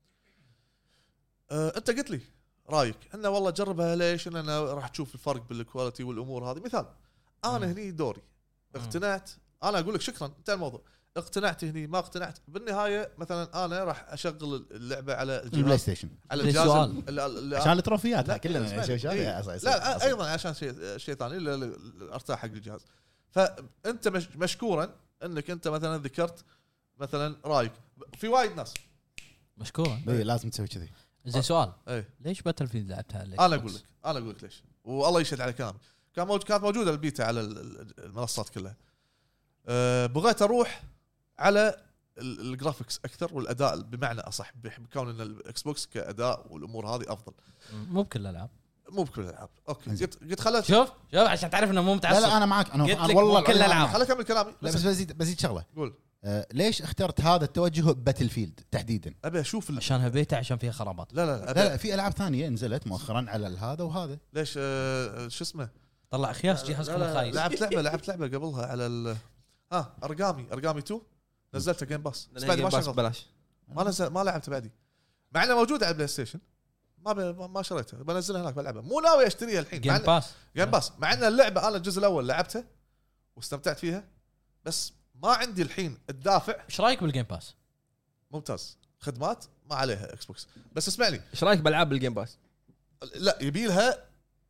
آه، انت قلت لي رايك انه والله جربها ليش ان انا راح تشوف الفرق بالكواليتي والامور هذه مثال. انا مم. هني دوري اقتنعت انا اقول لك شكرا انتهى الموضوع. اقتنعت هني ما اقتنعت بالنهايه مثلا انا راح اشغل اللعبه على البلاي الجهاز ستيشن على في الجهاز سؤال. ال- ال- عشان التروفيات لا، كلنا اسمعني. شيء شيء إيه. أصلاً- لا أصلاً. ايضا عشان شيء شيء ثاني ل- ل- ارتاح حق الجهاز. فانت مش مشكورا انك انت مثلا ذكرت مثلا رايك في وايد ناس. مشكورا. إيه، لازم تسوي كذي. زين سؤال ايه ليش باتل فيلد لعبتها على انا اقول لك انا اقول لك ليش والله يشهد على كلامي. كان موجود كانت موجوده البيتا على ال- ال- المنصات كلها. أه بغيت اروح على ال- الجرافيكس اكثر والاداء بمعنى اصح بكون ان الاكس بوكس كاداء والامور هذه افضل مو بكل الالعاب. مو بكل الالعاب. اوكي إنزين. قلت قلت خلت شوف شوف عشان تعرف انه مو متعصب. لا لا انا معك انا قلت أنا لك والله مو كل العظيم أنا الألعاب. معك. خليني اكمل كلامي. لا بس بزيد بزيد شغله. قول آه ليش اخترت هذا التوجه باتل فيلد تحديدا؟ ابي اشوف ال... عشانها بيتا عشان فيها خرابات. لا لا لا, لا أبي... لا في العاب ثانيه نزلت مؤخرا على هذا وهذا. ليش آه شو اسمه طلع خياس جهاز لا، كله لا، خايس. لعبت لعبه لعبت لعبه قبلها على ال ها ارقامي ارقامي تو نزلتها جيم باس بس بعد ما شغلت بلاش ما نزل ما لعبتها بعدي مع انها موجوده على البلاي ستيشن ما ب... ما شريتها بنزلها هناك بلعبها مو ناوي اشتريها الحين جيم إن- باس. جيم باس مع ان اللعبه انا الجزء الاول لعبتها واستمتعت فيها بس ما عندي الحين الدافع. ايش رايك بالجيم باس؟ ممتاز خدمات ما عليها اكس بوكس بس اسمعني ايش رايك بالعاب الجيم باس؟ لا يبي لها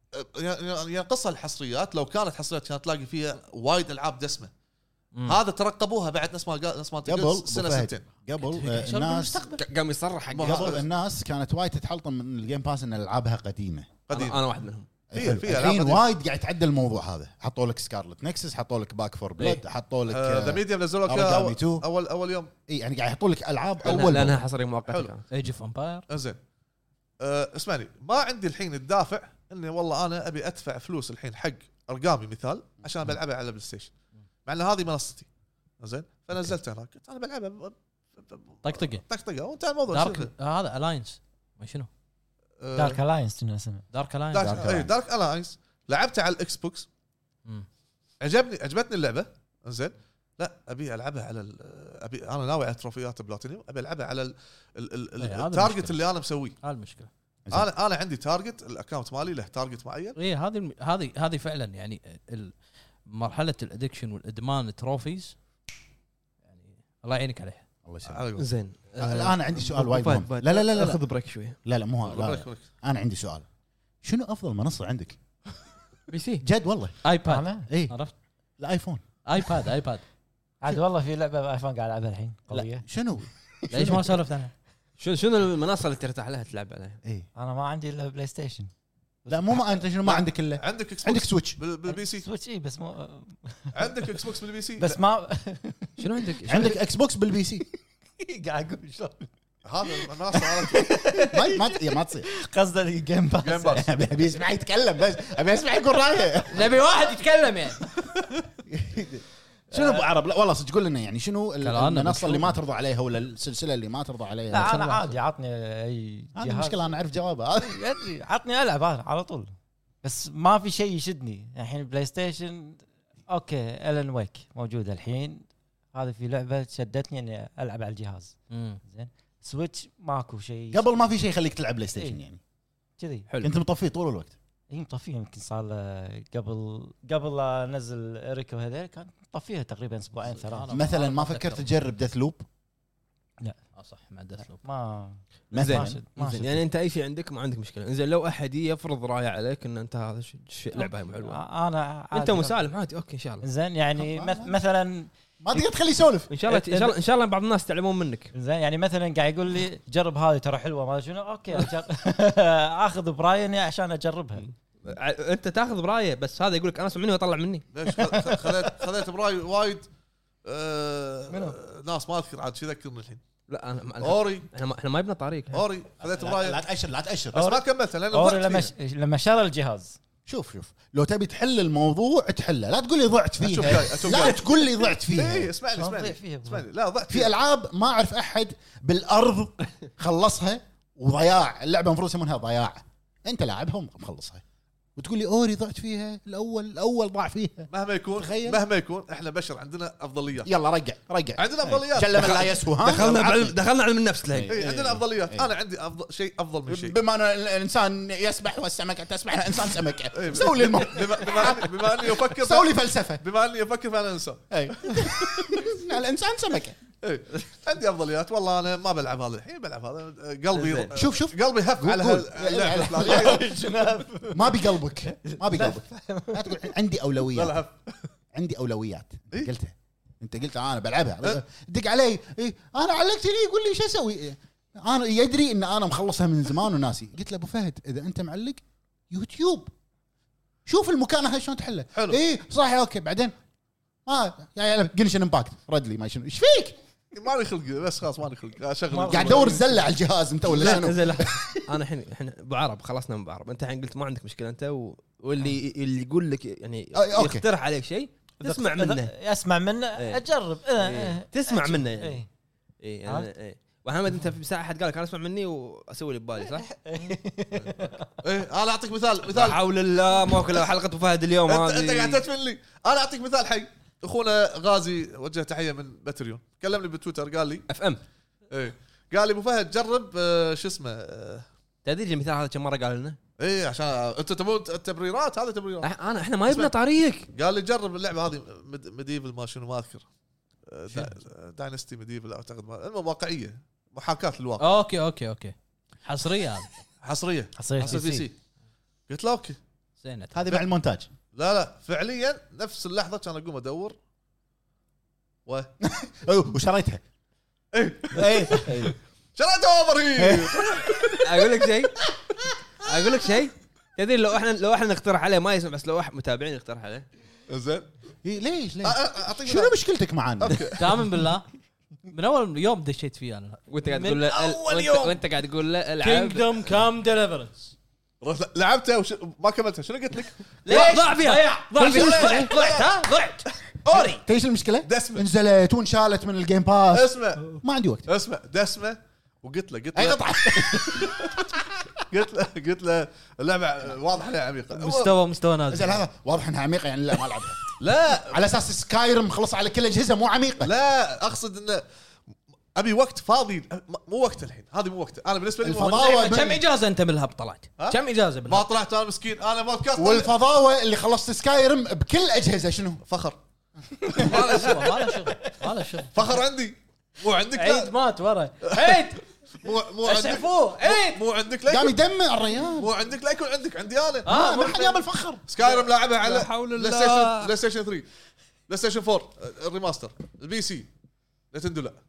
ينقصها الحصريات. لو كانت حصريات كانت تلاقي فيها وايد العاب دسمه. مم. هذا ترقبوها بعد نفس ما قال نفس ما قبل تقول سنه أبو فهد. سنتين قبل آه، شغل الناس بالمستقبل. قام يصرح حق ما- قبل الناس كانت وايد تتحلطم من الجيم باس ان العابها قديمه. قديم. انا أنا واحد منهم. في- حلو. في ألعاب الحين قديمة. وايد قاعد يتعدى الموضوع هذا. حطوا لك سكارلت نكسس، حطوا لك باك فور بلاد، حطوا لك ذا آه، ميديوم نزلوا لك أوريجامي اول تو. اول اول يوم. اي يعني قاعد يحطوا لك العاب لأنها, اول لانها مرة. حصريه مؤقته حلو. كانت. ايج اوف امباير. انزين أه اسمعني ما عندي الحين الدافع اني والله انا ابي ادفع فلوس الحين حق ارقامي مثال عشان بلعبها على بلاي ستيشن مع ان هذه منصتي زين فنزلتها هناك قلت انا بلعبها ب- ب- طقطقه طقطقه وانتهى الموضوع دارك آه هذا الاينس ما شنو آه، دارك الاينس كنا اسمه دارك الاينس دارك دارك اي Alliance. دارك الاينس لعبتها على الاكس بوكس مم. عجبني عجبتني اللعبه زين لا ابي العبها على ال- ابي انا ناوي على تروفيات بلاتينيوم ابي العبها على ال- ال- ال- إيه، هذا التارجت المشكلة. اللي انا مسويه هذه المشكله زين. انا انا عندي تارجت الاكونت مالي له تارجت معين اي هذه الم- هذه هذه فعلا يعني ال- مرحله الادكشن والادمان تروفيز يعني الله يعينك عليها الله يسلمك. على قولك. زين الان عندي سؤال وايد فهد، مهم فهد. لا لا لا لا خذ بريك شويه. لا لا مو ها- لا, بريك لا. بريك. انا عندي سؤال شنو افضل منصه عندك بي سي جد والله ايباد انا اي عرفت الايفون ايباد ايباد عاد والله في لعبه بايفون قاعد العبها الحين قويه شنو ليش ما سولفت عنها؟ شنو شنو المنصه اللي ترتاح لها تلعب عليها؟ اي انا ما عندي الا بلاي ستيشن لا مو ما انت شنو ما عندك الا عندك اكس عندك بوكس سويتش بال- بالبي سي سويتش اي بس مو عندك اكس بوكس بالبي سي بس ما شنو عندك؟ شنو عندك اكس بوكس بالبي سي قاعد اقول شلون هذا المنصه مالتي ما ما ت- ما تصير قصده الجيم باس جيم باس ابي ابي اسمع يتكلم بس ابي اسمع يقول رايه نبي واحد يتكلم يعني شنو ابو عرب لا والله صدق قول لنا يعني شنو ال- كلامنا المنصه مشهور. اللي ما ترضى عليها ولا السلسله اللي ما ترضى عليها لا انا شنو؟ عادي عطني اي هذه جهاز. المشكله انا اعرف جوابها ادري عطني العب هذا على طول بس ما في شيء يشدني الحين بلاي ستيشن اوكي الن ويك موجوده الحين هذه في لعبه شدتني اني العب على الجهاز زين سويتش ماكو شيء قبل ما في شيء يخليك تلعب بلاي ستيشن إيه. يعني كذي حلو. كنت مطفيه طول الوقت هي مطفيه يمكن صار له قبل قبل لا انزل اريكو هذول كان مطفيها تقريبا اسبوعين ثلاثه مثلا ما ما فكرت أتذكر. تجرب ديث لوب اه صح مع ديث لوب ما مثلا شد- ما زين شد. يعني انت اي شيء عندك ما عندك مشكله. انزين لو احد يفرض رايه عليك ان انت هذا ش- ش- لعبه هاي حلوه انا عادي. انت مسالم عادي اوكي ان شاء الله. زين يعني طب مث- ما- مثلا ما تقدر تخليه يسولف ان شاء الله ان شاء الله ان شاء الله بعض الناس يتعلمون منك. زين يعني مثلا قاعد يقول لي جرب هذه ترى حلوه ما أدري شنو اوكي أجر... اخذ براين عشان اجربها ع- انت تاخذ برايه بس هذا يقول لك انا اسمع مني واطلع مني. ليش خ- خذيت خذيت براي وايد آه، منو؟ ناس ما اذكر عاد شو يذكرني الحين لا انا ما- اوري احنا ما احنا ما يبنا طريق. اوري خذيت لا, براي لا تاشر لا تاشر بس ما كملتها لان اوري ضعت لما فيها. ش... لما شرى الجهاز شوف شوف لو تبي تحل الموضوع تحله لا تقول لي ضعت أشوف فيها جاي، أشوف لا جاي. تقول لي ضعت اي فيها اسمعني شلون اسمعني تضيع فيها اسمعني لا ضعت في فيها. العاب ما اعرف احد بالارض خلصها وضياع اللعبه المفروض يسمونها ضياع انت لاعبها ومخلصها وتقول لي اوري ضعت فيها الاول الاول ضاع فيها مهما يكون تخيل. مهما يكون احنا بشر عندنا افضليات يلا رجع رجع عندنا افضليات جل من لا يسهو ها دخلنا يلا بعلم عطني. دخلنا علم النفس الحين. اي عندنا افضليات إيه. انا عندي افضل شيء افضل من شيء بما ان الانسان يسبح والسمكه تسبح الانسان سمكه إيه. سوي لي المو... بما بما اني بما اني افكر سوي لي فلسفه بما اني افكر فانا انسان اي الانسان سمكه إيه. عندي افضليات والله انا ما بلعب هذا الحين بلعب هذا قلبي زين. شوف شوف قلبي هف على قول. هاللعبه ما بقلبك ما بقلبك لا تقول عندي لا اولويات لا هف عندي اولويات إيه؟ قلتها انت قلت انا بلعبها إيه؟ دق علي إيه؟ انا علقتني يقول لي شو اسوي إيه؟ انا يدري ان انا مخلصها من زمان وناسي قلت له ابو فهد اذا انت معلق يوتيوب شوف المكان هاي شلون تحله حلو. اي صح اوكي بعدين ما يا جنشن امباكت رد لي ما شنو ايش فيك مالي خلق بس خلاص مالي خلق اشغل قاعد ادور الزله على الجهاز انت ولا لا شنو زين لحظة. انا الحين احنا ابو عرب خلصنا من ابو عرب. انت الحين قلت ما عندك مشكله انت و... واللي اللي يقول لك يعني أي، أوكي. يقترح عليك شيء تسمع منه. اسمع منه إيه. اجرب إيه. إيه. تسمع أشوف. منه يعني. إيه. اي يعني اي وحمد انت في ساعه حد قال لك انا اسمع مني واسوي اللي ببالي صح؟ ايه انا اعطيك مثال لا مثال حول الله ما كل حلقه ابو فهد اليوم انت انت قاعد هذه. تدفن لي انا اعطيك مثال حي اخونا غازي وجه تحيه من باتريون كلمني بالتويتر قال لي اف ام. ايه قال لي ابو فهد جرب آه، شو اسمه آه، تدري المثال هذا كم مره قال لنا؟ ايه عشان انت تبون تبريرات هذا تبريرات أح- انا احنا ما يبنا طريق. قال لي جرب اللعبه هذه ميديفل ما شنو ما اذكر آه، دا- داينستي ميديفل اعتقد ما- المهم واقعيه محاكاه للواقع اوكي اوكي اوكي حصريه هذه حصريه حصريه حصريه بي بي سي سي قلت له اوكي زينه هذه مع المونتاج لا لا فعليا نفس اللحظه كان اقوم ادور و أيوه، وشريتها ايه اي شريت اوفر هيل اقول لك شيء اقول لك شيء تدري لو احنا لو احنا نقترح عليه ما يسمع بس لو احد متابعين يقترح عليه زين إيه، ليش ليش اعطيك شنو مشكلتك معانا اوكي تامن بالله من اول يوم دشيت فيه انا وانت قاعد من تقول له أول وانت, يوم. وانت قاعد تقول له العب كينجدوم كام ديليفرنس رحت لعبته وش... ما كملتها. شنو قلت لك؟ ليش ضاع فيها ضاع فيها ضعت ها ضعت اوري تعيش المشكله دسمه نزلت وانشالت من الجيم باس اسمع ما عندي وقت اسمع دسمه وقلت له قلت اي له قطعه قلت له قلت له اللعبه واضح انها عميقه. مستوى مستوى زين نازل هذا واضح انها عميقه يعني لا ما العبها لا على اساس سكايرم خلص على كل الاجهزه مو عميقه لا اقصد انه ابي وقت فاضي. مو وقت الحين هذه مو وقت. انا بالنسبه لي مو وقت. الفضاوه كم اجازه انت من الهب طلعت ها؟ كم اجازه ما بالهب طلعت انا مسكين. انا بودكاست والفضاوه اللي خلصت سكايرم بكل اجهزه شنو فخر ما له شغل ما له شغل ما له شغل فخر عندي مو عندك. عيد لا مات ورا عيد مو مو عندك اسعفوه عيد مو عندك لا قام يكون يدمع الريال مو عندك لا يكون عندك عندي انا. آه، ما حد يقبل فخر سكايرم لاعبها على لا حول بلاي الله. ستيشن بلاي ستيشن ثري بلاي ستيشن فور الريماستر البي سي نتندو لا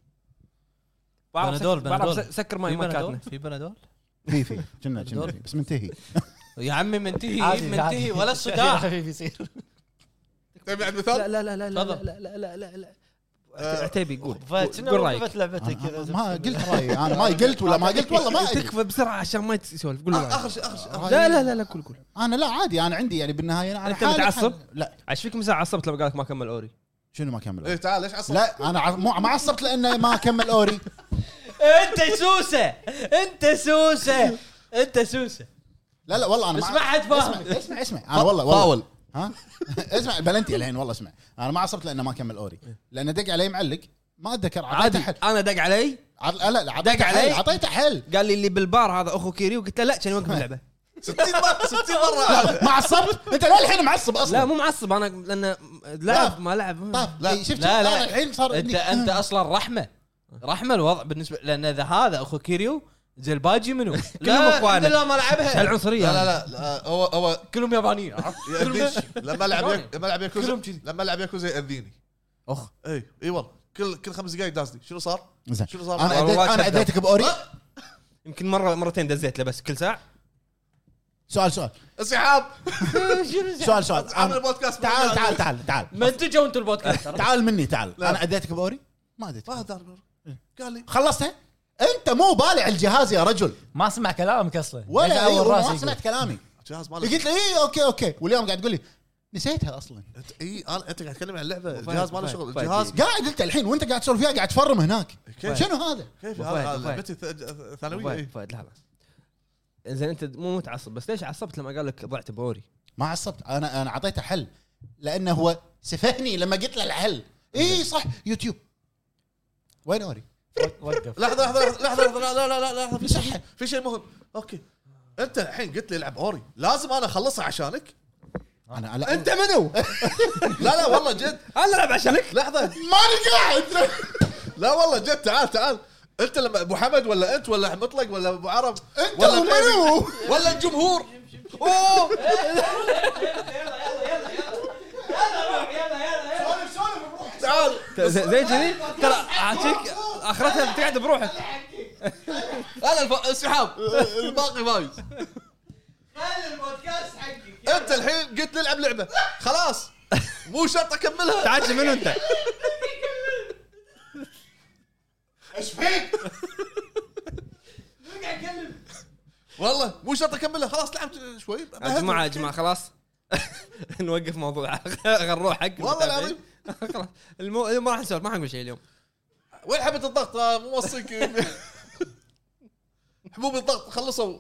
بعرف بنادول، سك- بعرف بنادول. سكر في ماي بنادول ماكاتنا في بنادول في في كنا كنا في، بس منتهي يا عمي منتهي عادي، منتهي عادي. ولا الصداع خفيف يصير. تبي عند لا مثال لا لا لا لا تفضل. لا لا لا لا لا آه، عتيبي قول فشنو قول رايك وقفت لعبتك أنا- كذا؟ ما قلت رايي انا ما قلت ولا ما قلت والله ما ادري تكفى بسرعه عشان ما يسولف قول رايك اخر شيء اخر شيء رأيي- لا لا لا لا قول قول انا لا عادي انا عندي يعني بالنهايه انا أنت حالي- متعصب؟ لا ايش فيك مساعة عصبت لما قال لك ما كمل اوري شنو ما كمل ايه تعال ليش عصب لا انا ع- مو ما عصبت لانه ما كمل اوري انت سوسه انت سوسه انت سوسه لا لا والله انا بس ما حد فاهم. اسمع اسمع اسمع انا والله والله فاول ها اسمع بلنتي الحين والله اسمع انا ما عصبت لانه ما كمل اوري لانه دق علي معلق ما اتذكر عادي عطيته حل انا دق علي عط- لا لا عطيته دق علي؟ حل عطيته حل قال لي اللي بالبار هذا اخو كيري وقلت له لا كان يوقف اللعبه ستين مره ستين مره ما عصبت انت للحين معصب اصلا لا مو معصب انا لان لعب ما لعب طيب لا. لا شفت لا، لا. انا الحين صار انت عندي- انت اصلا رحمه رحمه الوضع بالنسبه لان اذا هذا اخو كيريو زي الباجي منو كلهم اخوانه. لا ما لعبها العنصريه لا لا لا هو هو كلهم يابانيين يأذيش. لما لعب شلون؟ يك- لما لعب ياكوزا كلهم كذي. لما لعب ياكوزا يأذيني اخ اي اي والله كل كل خمس دقائق دازني شنو صار؟ زين شنو صار؟ انا والله أديت انا شدد. اديتك باوري يمكن مره مرتين دزيت له بس كل ساعه سؤال سؤال انسحاب سؤال سؤال عامل أنا- البودكاست تعال تعال تعال تعال منتجوا انتم البودكاست ترى. تعال مني تعال لا. انا اديتك باوري ما اديتك ما دار قال لي خلصتها انت مو بالع الجهاز يا رجل ما سمع كلامك اصلا ولا إيش اي أول راسي ما يقول؟ سمعت كلامي الجهاز قلت ماله لي اي اوكي اوكي واليوم قاعد تقول لي نسيتها اصلا انت اي انا انت قاعد تتكلم عن اللعبه الجهاز ماله شغل فايد. الجهاز قاعد انت الحين وانت قاعد تسولف فيها قاعد تفرم هناك كيف؟ شنو هذا كيف وفايد، هذا وفايد. لعبتي ث- ثانويه فايد إيه. فايد لحظه زين انت مو متعصب بس ليش عصبت لما قال لك ضعت باوري ما عصبت انا انا اعطيته حل لانه هو سفهني لما قلت له الحل اي صح يوتيوب وين اوري وقف لحظه لحظه لحظه لحظه لا لا لا لا لحظه في صح. شيء في شيء مهم اوكي انت الحين قلت لي العب اوري لازم انا اخلصها عشانك انا لا انت منو؟ لا لا والله جد انا العب عشانك لحظه ماني قاعد لا والله جد تعال تعال انت لما ابو حمد ولا انت ولا مطلق ولا ابو عرب انت ولا ومنو؟ فيصل ولا الجمهور اوه تعال زي زي كذي ترى عاشيك اخرتها بتقعد بروحك انا الف... انسحاب الباقي فايز خلي البودكاست حقك انت الحين قلت لي العب لعبه خلاص مو شرط اكملها تعال منو انت؟ ايش فيك؟ والله مو شرط اكملها خلاص لعبت شوي يا جماعه يا جماعه خلاص نوقف موضوع غروح حق والله العظيم خلاص المو... اليوم ما راح نسولف ما حنقول شيء اليوم وين حبة الضغط آه، مو موصيك حبوب الضغط خلصوا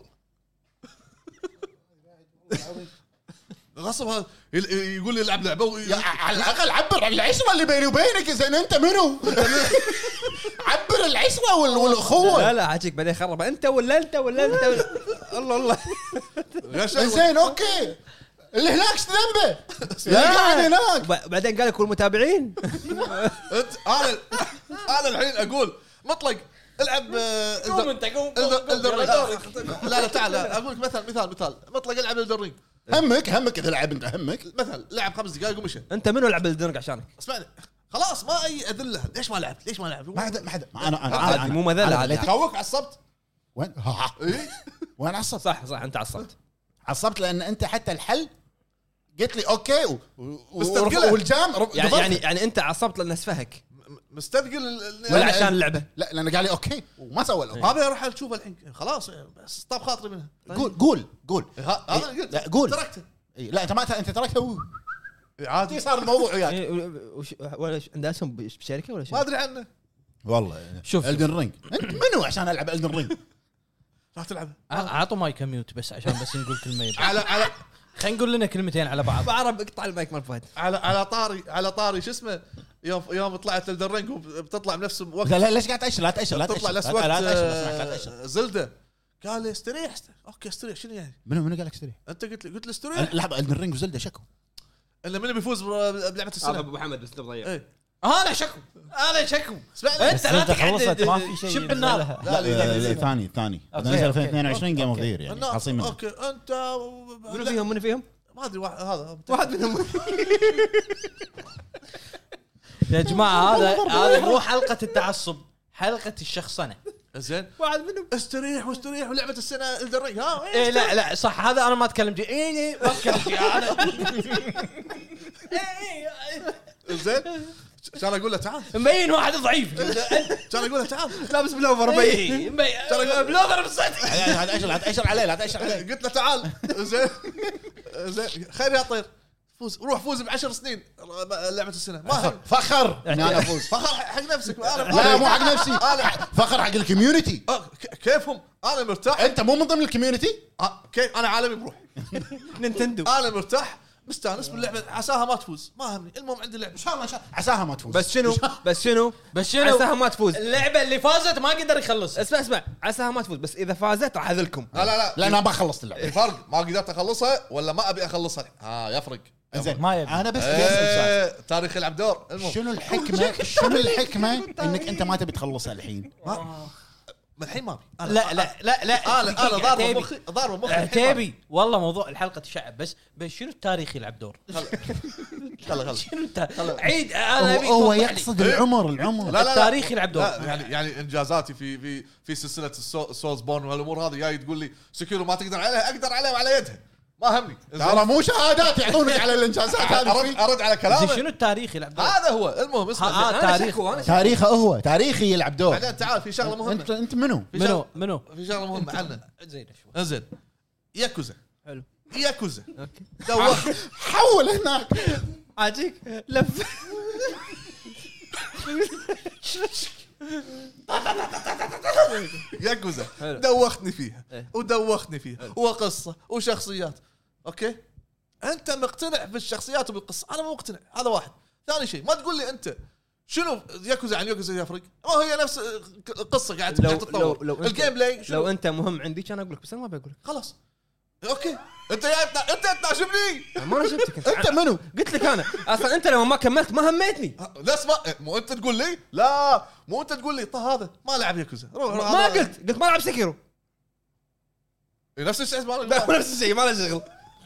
غصب هذا يل- يقول لي العب لعبه وي- يا على الاقل عبر عن العشره اللي بيني وبينك زين انت منو؟ عبر العشره وال- والاخوه لا لا حاجيك بعدين خرب انت ولا انت ولا انت ولا... الله الله غشة. زين اوكي اللي هناك ايش ذنبه؟ لا قاعد هناك وب- بعدين قال لك والمتابعين انت انا انا الحين اقول مطلق العب آه، قوم الدر- انت قوم الدر- الدرينج. لا لا تعال لا، اقول لك مثال مثال مثال مطلق العب الدرينج همك همك اذا لعب انت همك مثلا لعب خمس دقائق ومشى انت منو لعب الدرج عشانك؟ اسمعني خلاص ما اي ادله ليش ما لعبت ليش ما لعبت ما حدا ما حدا ما انا انا عادي، أنا- مو مذلة أنا عادي. بليتك. توك عصبت وين ها- ها. اي وين عصبت؟ صح صح انت عصبت عصبت لان انت حتى الحل قلت لي اوكي و- و- مستثقلة. والجام رف- يعني قبلت. يعني يعني انت عصبت لان اسفهك مستثقل ال- ولا ال- عشان اللعبه؟ لا لانه قال لي اوكي وما سوى الاوكي. ما ابي اروح اشوفه الحين خلاص بس طاب خاطري منها. قول قول قول ه- هذا اللي قلت لا، قول. تركته إيه، لا انت ما ت- انت تركته عادي صار الموضوع وياك. إيه، وش- ولا ش- عنده اسهم بشركه ولا شيء؟ ما ادري عنه. والله شوف. الدن رينج انت منو عشان العب الدن رينج؟ راح تلعب اعطوا مايك ميوت بس عشان بس نقول كلمه يبقى. على على خلينا نقول لنا كلمتين على بعض. بعرب اقطع المايك مال فهد. على على طاري على طاري شو اسمه يوم يوم طلعت الدرينج وبتطلع بنفس وقت لا لا ليش قاعد تاشر لا تاشر لا تاشر تطلع لا نفس لا وقت تاشر لا تاشر لا تاشر. آه، زلدة قال لي استريح استريح. اوكي استريح شنو يعني منو منو قال لك استريح؟ انت قلت لي قلت لي استريح لحظه الدن رينج وزلده شكو الا من بيفوز بلعبه هذا السنه ابو محمد بس تضيع. ايه هذا شكو هذا شكو. اسمعني بس انت لا انت خلصت تقعد ما في شيء شب النار. ينزلها. لا لا لا الثاني الثاني أوكي، نزل أوكي. ألفين واثنين وعشرين جيم اوف أوكي. ذا يعني النار. حاصين منه. اوكي انت منو فيهم منو فيهم؟ ما ادري واحد هذا واحد منهم. يا جماعه هذا هذا مو حلقه التعصب، حلقه الشخصنه. زين واحد منهم. استريح واستريح ولعبه السنه الدرينج ها ايه لا لا صح هذا انا ما اتكلم جي ايه إيه، ما اتكلم جي انا. زين كان اقول له تعال مبين واحد ضعيف. كان اقول له تعال لابس بلوفر مبين. إيه، مبين بلوفر بس. لا تاشر لا تاشر عليه لا تاشر عليه. قلت له تعال زين زين خير يا طير فوز روح فوز بعشر سنين لعبه السنه ما هم فخر اني انا افوز. فخر حق نفسك انا لا مو حق نفسي انا فخر حق الكوميونتي. آه، ك- كيفهم انا مرتاح انت مو من ضمن الكوميونتي. آه، كيف انا عالمي بروح نينتندو. انا مرتاح مستانس باللعبه عساها ما تفوز ما همني المهم عندي لعبه ان شاء الله ان شاء الله عساها ما تفوز. بس شنو بس شنو بس شنو عساها ما تفوز. اللعبه اللي فازت ما قدر يخلص. اسمع اسمع عساها ما تفوز بس اذا فازت راح اذلكم. لا لا لا لا انا ما خلصت اللعبه. الفرق ما قدرت اخلصها ولا ما ابي اخلصها ها يفرق زين ما يبي. انا بس ايه تاريخ يلعب دور المهم شنو الحكمه شنو الحكمه انك انت ما تبي تخلصها الحين؟ ما من الحين ما ابي أنا- لا لا لا لا انا انا ضارب مخي ضارب مخي الحين ما أبي. عتيبي والله موضوع الحلقه تشعب بس بس شنو التاريخ يلعب دور؟ خلا خلا شنو التا- عيد انا هو, ابي هو توضح لي. يقصد العمر العمر. لا لا لا التاريخ يلعب دور. لا يعني يعني انجازاتي في في في سلسله السو- سولز بون والامور هذه جاي تقول لي سكيرو ما تقدر عليها اقدر عليها وعلى يدها ما همني ترى مو شهادات يعطونك على الانجازات هذه ارد فيه. ارد على زين كلامه شنو التاريخ يلعب دور؟ هذا هو المهم اسمع ها- زين. ها- تاريخ. تاريخه هو تاريخي يلعب دور. بعدين تعال في شغله مهمه انت انت منو؟ في منو شغلة- منو؟ في شغله مهمه عنه زين شوي انزين ياكوزا حلو. ياكوزا اوكي دوخ حول هناك. عاجيك لف. ياكوزا حلو. دوختني فيها إيه. ودوختني فيها وقصه وشخصيات اوكي انت مقتنع بالشخصيات وبالقصه انا مو مقتنع هذا واحد ثاني شيء ما تقول لي انت شنو ياكوزا عن ياكوزا يفرق ما هي نفس القصه قاعد لو- قاعد تتطور لو- لو أنت- الجيم بلاي شنو لو انت مهم عندي كان اقول لك بس انا ما بقول خلاص اوكي انت يا تنا- انت تناشبني لك ما انا شفتك انت. انت منو؟ قلت لك انا اصلا انت لما ما كملت ما هميتني. لا اسمع مو انت تقول لي لا مو انت تقول لي طه هذا ما لعب ياكوزا روح روح ما هذا- قلت قلت ما العب سكيرو. نفس الشيء ما لا مو نفس الشيء ما له شغل.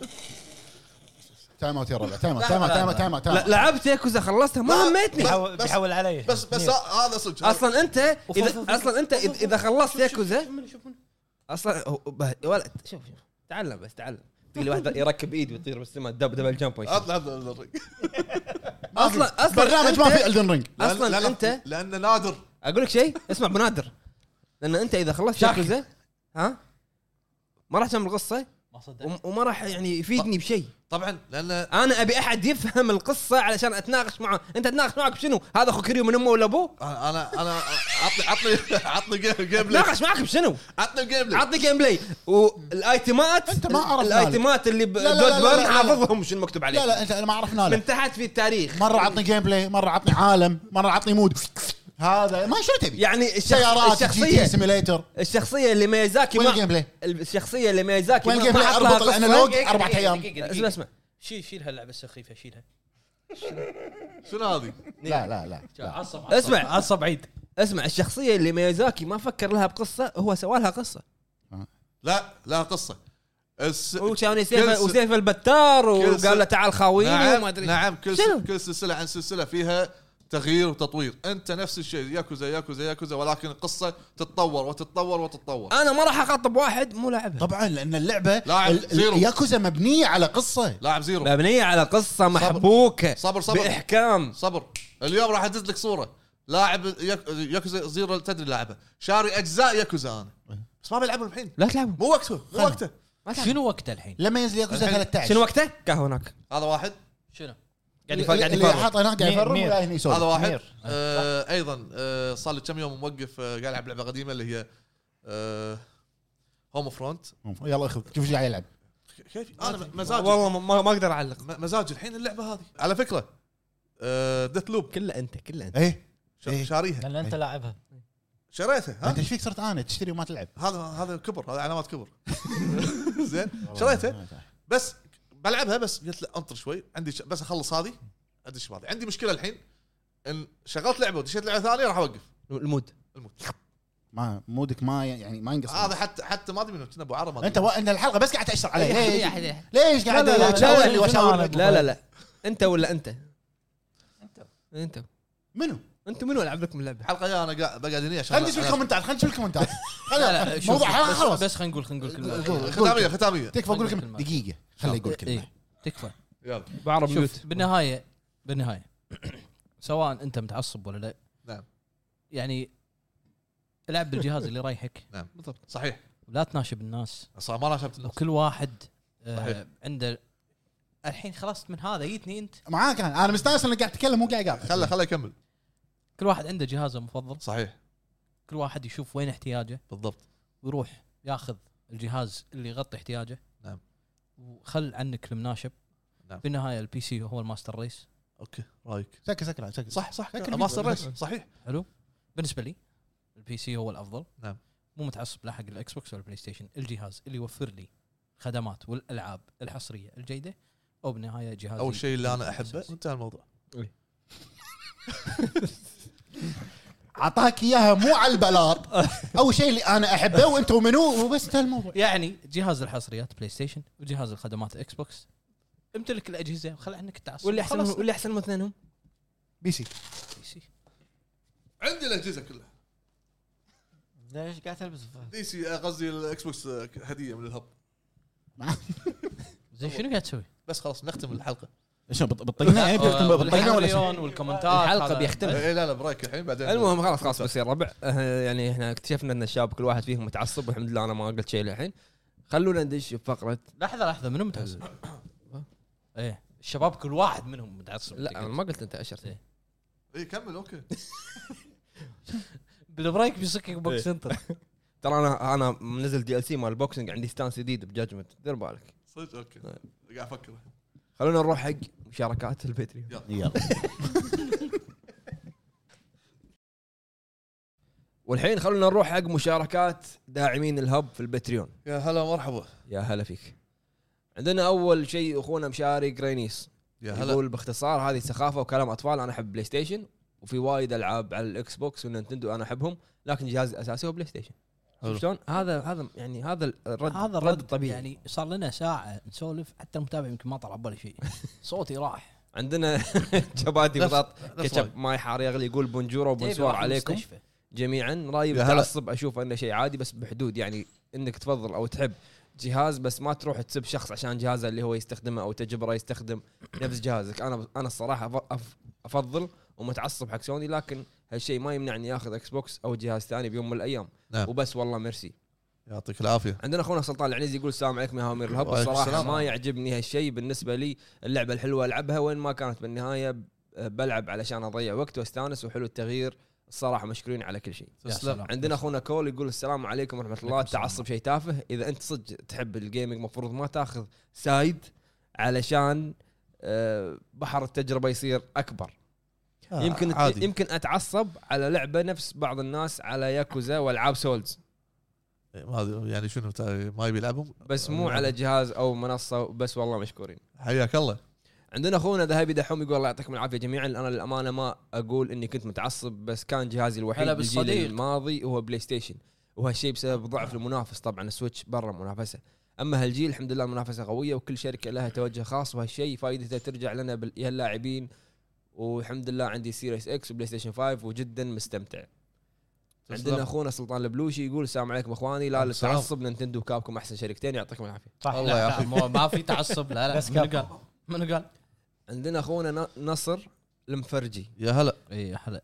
تايم اوت يا ربع تايم اوت تايم اوت تايم اوت تايم اوت لا لعبت ياكوزا خلصتها ما لا. هميتني. بيحول بس- بيحول علي بس بس هذا صدق اصلا انت اذا اصلا انت إذا- اذا خلصت ياكوزا اصلا هو- به- ولد شوف شوف تعلم بس تعلم تقول لي واحد يركب ايد ويطير بالسماء دب دبل جامب ويشوت. اطلع الرينج اصلا اصلا برنامج ما أنت- في الدن رينج. اصلا انت لانه نادر اقول لك شيء اسمع بنادر لان انت اذا خلصت شاكر. ياكوزا ها ما راح تعمل قصه ما صدق وم- وما راح يعني يفيدني بشيء. طبعا لان انا ابي احد يفهم القصه علشان اتناقش معه. انت تناقش معك بشنو؟ هذا اخو كريم من امه ولا ابوه؟ انا انا عطني عطني عطني جيم جيم بلاي تناقش معك بشنو؟ عطني الجيم بلاي عطني جيم بلاي والايتمات. أنت ما عرفنا الايتمات اللي لا، لا، لا، بدود لا، بيرن لا، لا. حافظهم شنو مكتوب عليه. لا لا انت ما عرفنا له. من تحت في التاريخ. مره عطني جيم بلاي مره عطني عالم مره عطني مود هذا ما شنو تبي يعني الشخص سيارات جي تي الشخصيه سيميليتر. الشخصيه اللي ميازاكي وين ما الجيم بلاي؟ الشخصيه اللي ميازاكي وين ما- الجيم ما بلاي؟ حط لها اربط قصة. الانالوج اربع ايام. اسمع اسمع شيل شيل هاللعبه السخيفه شيلها. شنو هذه؟ لا لا لا, لا. عصب اسمع. عصب عيد. اسمع الشخصيه اللي ميازاكي ما فكر لها بقصه هو سوى لها قصه. لا لا قصه الس... وكان كل سيف س- وسيف البتار كل س- وقال له تعال خاويني وما نعم ادري. نعم كل س... شنو؟ كل سلسله عن سلسله فيها تغيير وتطوير انت نفس الشيء ياكوزا ياكوزا ياكوزا ولكن القصه تتطور وتتطور وتتطور انا ما راح اخاطب واحد مو لاعبها. طبعا لان اللعبه لاعب ال- ال- زيرو. ياكوزا مبنيه على قصه. لاعب زيرو مبنيه على قصه محبوكه صبر صبر باحكام. صبر اليوم راح ادز لك صوره لاعب ياك- ياكوزا زيرو تدري لاعبها شاري اجزاء ياكوزا انا بس ما بلعبه الحين لا تلعبه مو وقته مو خل. وقته شنو وقته الحين؟ لما ينزل ياكوزا الحين- ثلاثة عشر شنو وقته؟ قهوه هناك هذا واحد شنو؟ قاعد يفرق قاعد اللي يفرق حاط هناك قاعد مير- يفرم مير. ولا هني يسولف. هذا واحد مير. آه ايضا آه صار لي كم يوم موقف آه قاعد العب لعبه قديمه اللي هي آه هوم فرونت يلا اخذ شوف ايش قاعد يلعب. كيف انا مزاجي والله ما ما اقدر اعلق م- مزاجي الحين اللعبه هذه على فكره آه ديث لوب كله انت كله انت ايه ش- إيه. شاريها لان انت لاعبها شريتها ها انت ايش فيك صرت انا تشتري وما تلعب؟ هذا هذا كبر هذا علامات كبر زين شريتها بس بلعبها بس قلت له انطر شوي عندي ش... بس اخلص هذه ادش هذه عندي مشكله الحين ان شغلت لعبه ودشيت لعبه ثانيه راح اوقف المود الموت ما مودك ما يعني ما ينقص. هذا حتى حتى ما ادري منو كنا ابو عرب ما انت و... انت الحلقه بس قاعد تاشر عليه ليش؟ ليش ليش قاعد لا، لا، لا، تشاور لا، لي لا، واشاور لا، لك؟ لا لا لا انت ولا انت انت انت منو؟ انت منو العب لكم اللعبه؟ الحلقه يا انا قاعد بقعد هنا عشان خلينا نشوف الكومنتات خلينا نشوف الكومنتات. لا لا شوف موضوع حلقة بس, خلاص. بس خلينا نقول خلينا نقول قول. كلمه ختاميه ختاميه تكفى اقول لك كلمة. دقيقه خليه يقول كلمه. إيه، تكفى. يلا بعرب ميوت شوف بالنهايه بالنهايه سواء انت متعصب ولا لا نعم. يعني العب بالجهاز اللي يريحك نعم بالضبط صحيح ولا تناشب الناس صار ما ناشبت الناس وكل واحد صحيح. آه عنده الحين خلصت من هذا جيتني انت معاك انا انا مستانس انك قاعد تتكلم مو قاعد قاعد خله خله يكمل كل واحد عنده جهازه المفضل صحيح كل واحد يشوف وين احتياجه بالضبط ويروح ياخذ الجهاز اللي يغطي احتياجه نعم. وخل عنك المناشب نعم. بالنهايه البي سي هو الماستر ريس اوكي رايك سكر سكر سكر صح صح فكر ماستر فيه. ريس صحيح حلو بالنسبه لي البي سي هو الافضل نعم. مو متعصب لا حق الاكس بوكس ولا البلاي ستيشن الجهاز اللي يوفر لي خدمات والالعاب الحصريه الجيده او بالنهايه جهاز اول شيء اللي انا احبه انتهى الموضوع اعطاك اياها مو على البلاط. اول شيء اللي انا احبه وانت ومنو وبس انتهى الموضوع. يعني جهاز الحصريات بلاي ستيشن وجهاز الخدمات اكس بوكس امتلك الاجهزه وخلي عنك التعصب واللي احسن خلاص. واللي احسن من اثنينهم بي سي بي سي. عندي الاجهزه كلها ليش قاعد تلبس دي سي قصدي الاكس بوكس هديه من الهب زين شنو قاعد تسوي؟ بس خلاص نختم الحلقه شو بط- بطقنا يعني بطقنا بطقنا ولا شو؟ والحيوان والكومنتات الحلقة هذا- بيختم. اي لا لا برايك الحين بعدين المهم خلاص خلاص بس يا ربع آه، يعني احنا اكتشفنا ان الشباب كل واحد فيهم متعصب والحمد لله انا ما قلت شيء للحين. خلونا ندش بفقره. لحظه لحظه منو متعصب؟ ايه الشباب كل واحد منهم متعصب لا انا ما قلت انت اشرت. إيه. اي كمل اوكي بالبريك بيسكك بوكس سنتر ترى انا انا منزل دي ال سي مال البوكسنج عندي ستانس جديد بجاجمنت دير بالك. صدق اوكي قاعد افكر خلونا نروح حق مشاركات البتريون. يلا والحين خلونا نروح حق مشاركات داعمين الهب في البتريون. يا هلا مرحبا يا هلا فيك. عندنا اول شيء اخونا مشاري جرينيس يا هلا يقول باختصار هذه سخافه وكلام اطفال. انا احب بلاي ستيشن وفي وايد العاب على الاكس بوكس والنينتندو انا احبهم لكن جهازي الاساسي هو بلاي ستيشن. حلو. شلون هذا هذا يعني هذا الرد هذا الرد الرد الطبيعي. يعني صار لنا ساعه نسولف حتى المتابع يمكن ما طلع بالي شيء صوتي راح عندنا جبادي نفس- بطاط نفس كاتشب ماي حار يغلي يقول بونجور وبونسوار عليكم مستشفى. جميعا. رايي يا هلا. متعصب اشوف انه شيء عادي بس بحدود يعني انك تفضل او تحب جهاز بس ما تروح تسب شخص عشان جهازه اللي هو يستخدمه او تجبره يستخدم نفس جهازك. انا انا الصراحه أف- أف- افضل ومتعصب حق سوني لكن هالشيء ما يمنعني اخذ اكس بوكس او جهاز ثاني بيوم من الايام. نعم. وبس والله ميرسي. يعطيك العافيه عندنا اخونا سلطان العنيزي يقول السلام عليكم يا هامير الهب. وعليكم الصراحه السلام. ما يعجبني هالشيء بالنسبه لي. اللعبه الحلوه العبها وين ما كانت بالنهايه بلعب علشان اضيع وقت واستانس وحلو التغيير. الصراحه مشكورين على كل شيء. يا تسلم. سلام. عندنا اخونا كول يقول السلام عليكم ورحمه الله. عليكم السلام. التعصب شيء تافه. اذا انت صدق تحب الجيمنج مفروض ما تاخذ سايد علشان آه، بحر التجربه يصير اكبر. يمكن عادي. يمكن اتعصب على لعبه نفس بعض الناس على ياكوزا والعاب سولز ما أدري يعني شنو تا- ما يبي يلعبهم بس مو على جهاز او منصه بس. والله مشكورين. حياك الله عندنا اخونا ذهبي دحوم يقول الله يعطيكم العافيه جميعا. انا للامانه ما اقول اني كنت متعصب بس كان جهازي الوحيد هلا بالجيل بالصديق. الماضي هو بلاي ستيشن وهالشيء بسبب ضعف المنافس. طبعا السويتش برا منافسه. اما هالجيل الحمد لله المنافسه قويه وكل شركه لها توجه خاص وهالشيء فائدته ترجع لنا بال- يا اللاعبين. والحمد لله عندي سيريس اكس وبلاي ستيشن خمسة وجدا مستمتع. عندنا اخونا سلطان البلوشي يقول السلام عليكم اخواني. لا السلام. للتعصب نينتندو وكابكم احسن شركتين يعطيكم العافيه. صح الله لا لا يعافيك. مو- ما في تعصب لا لا بس منو كابو. قال منو قال عندنا اخونا ن- نصر المفرجي يا هلا اي هلا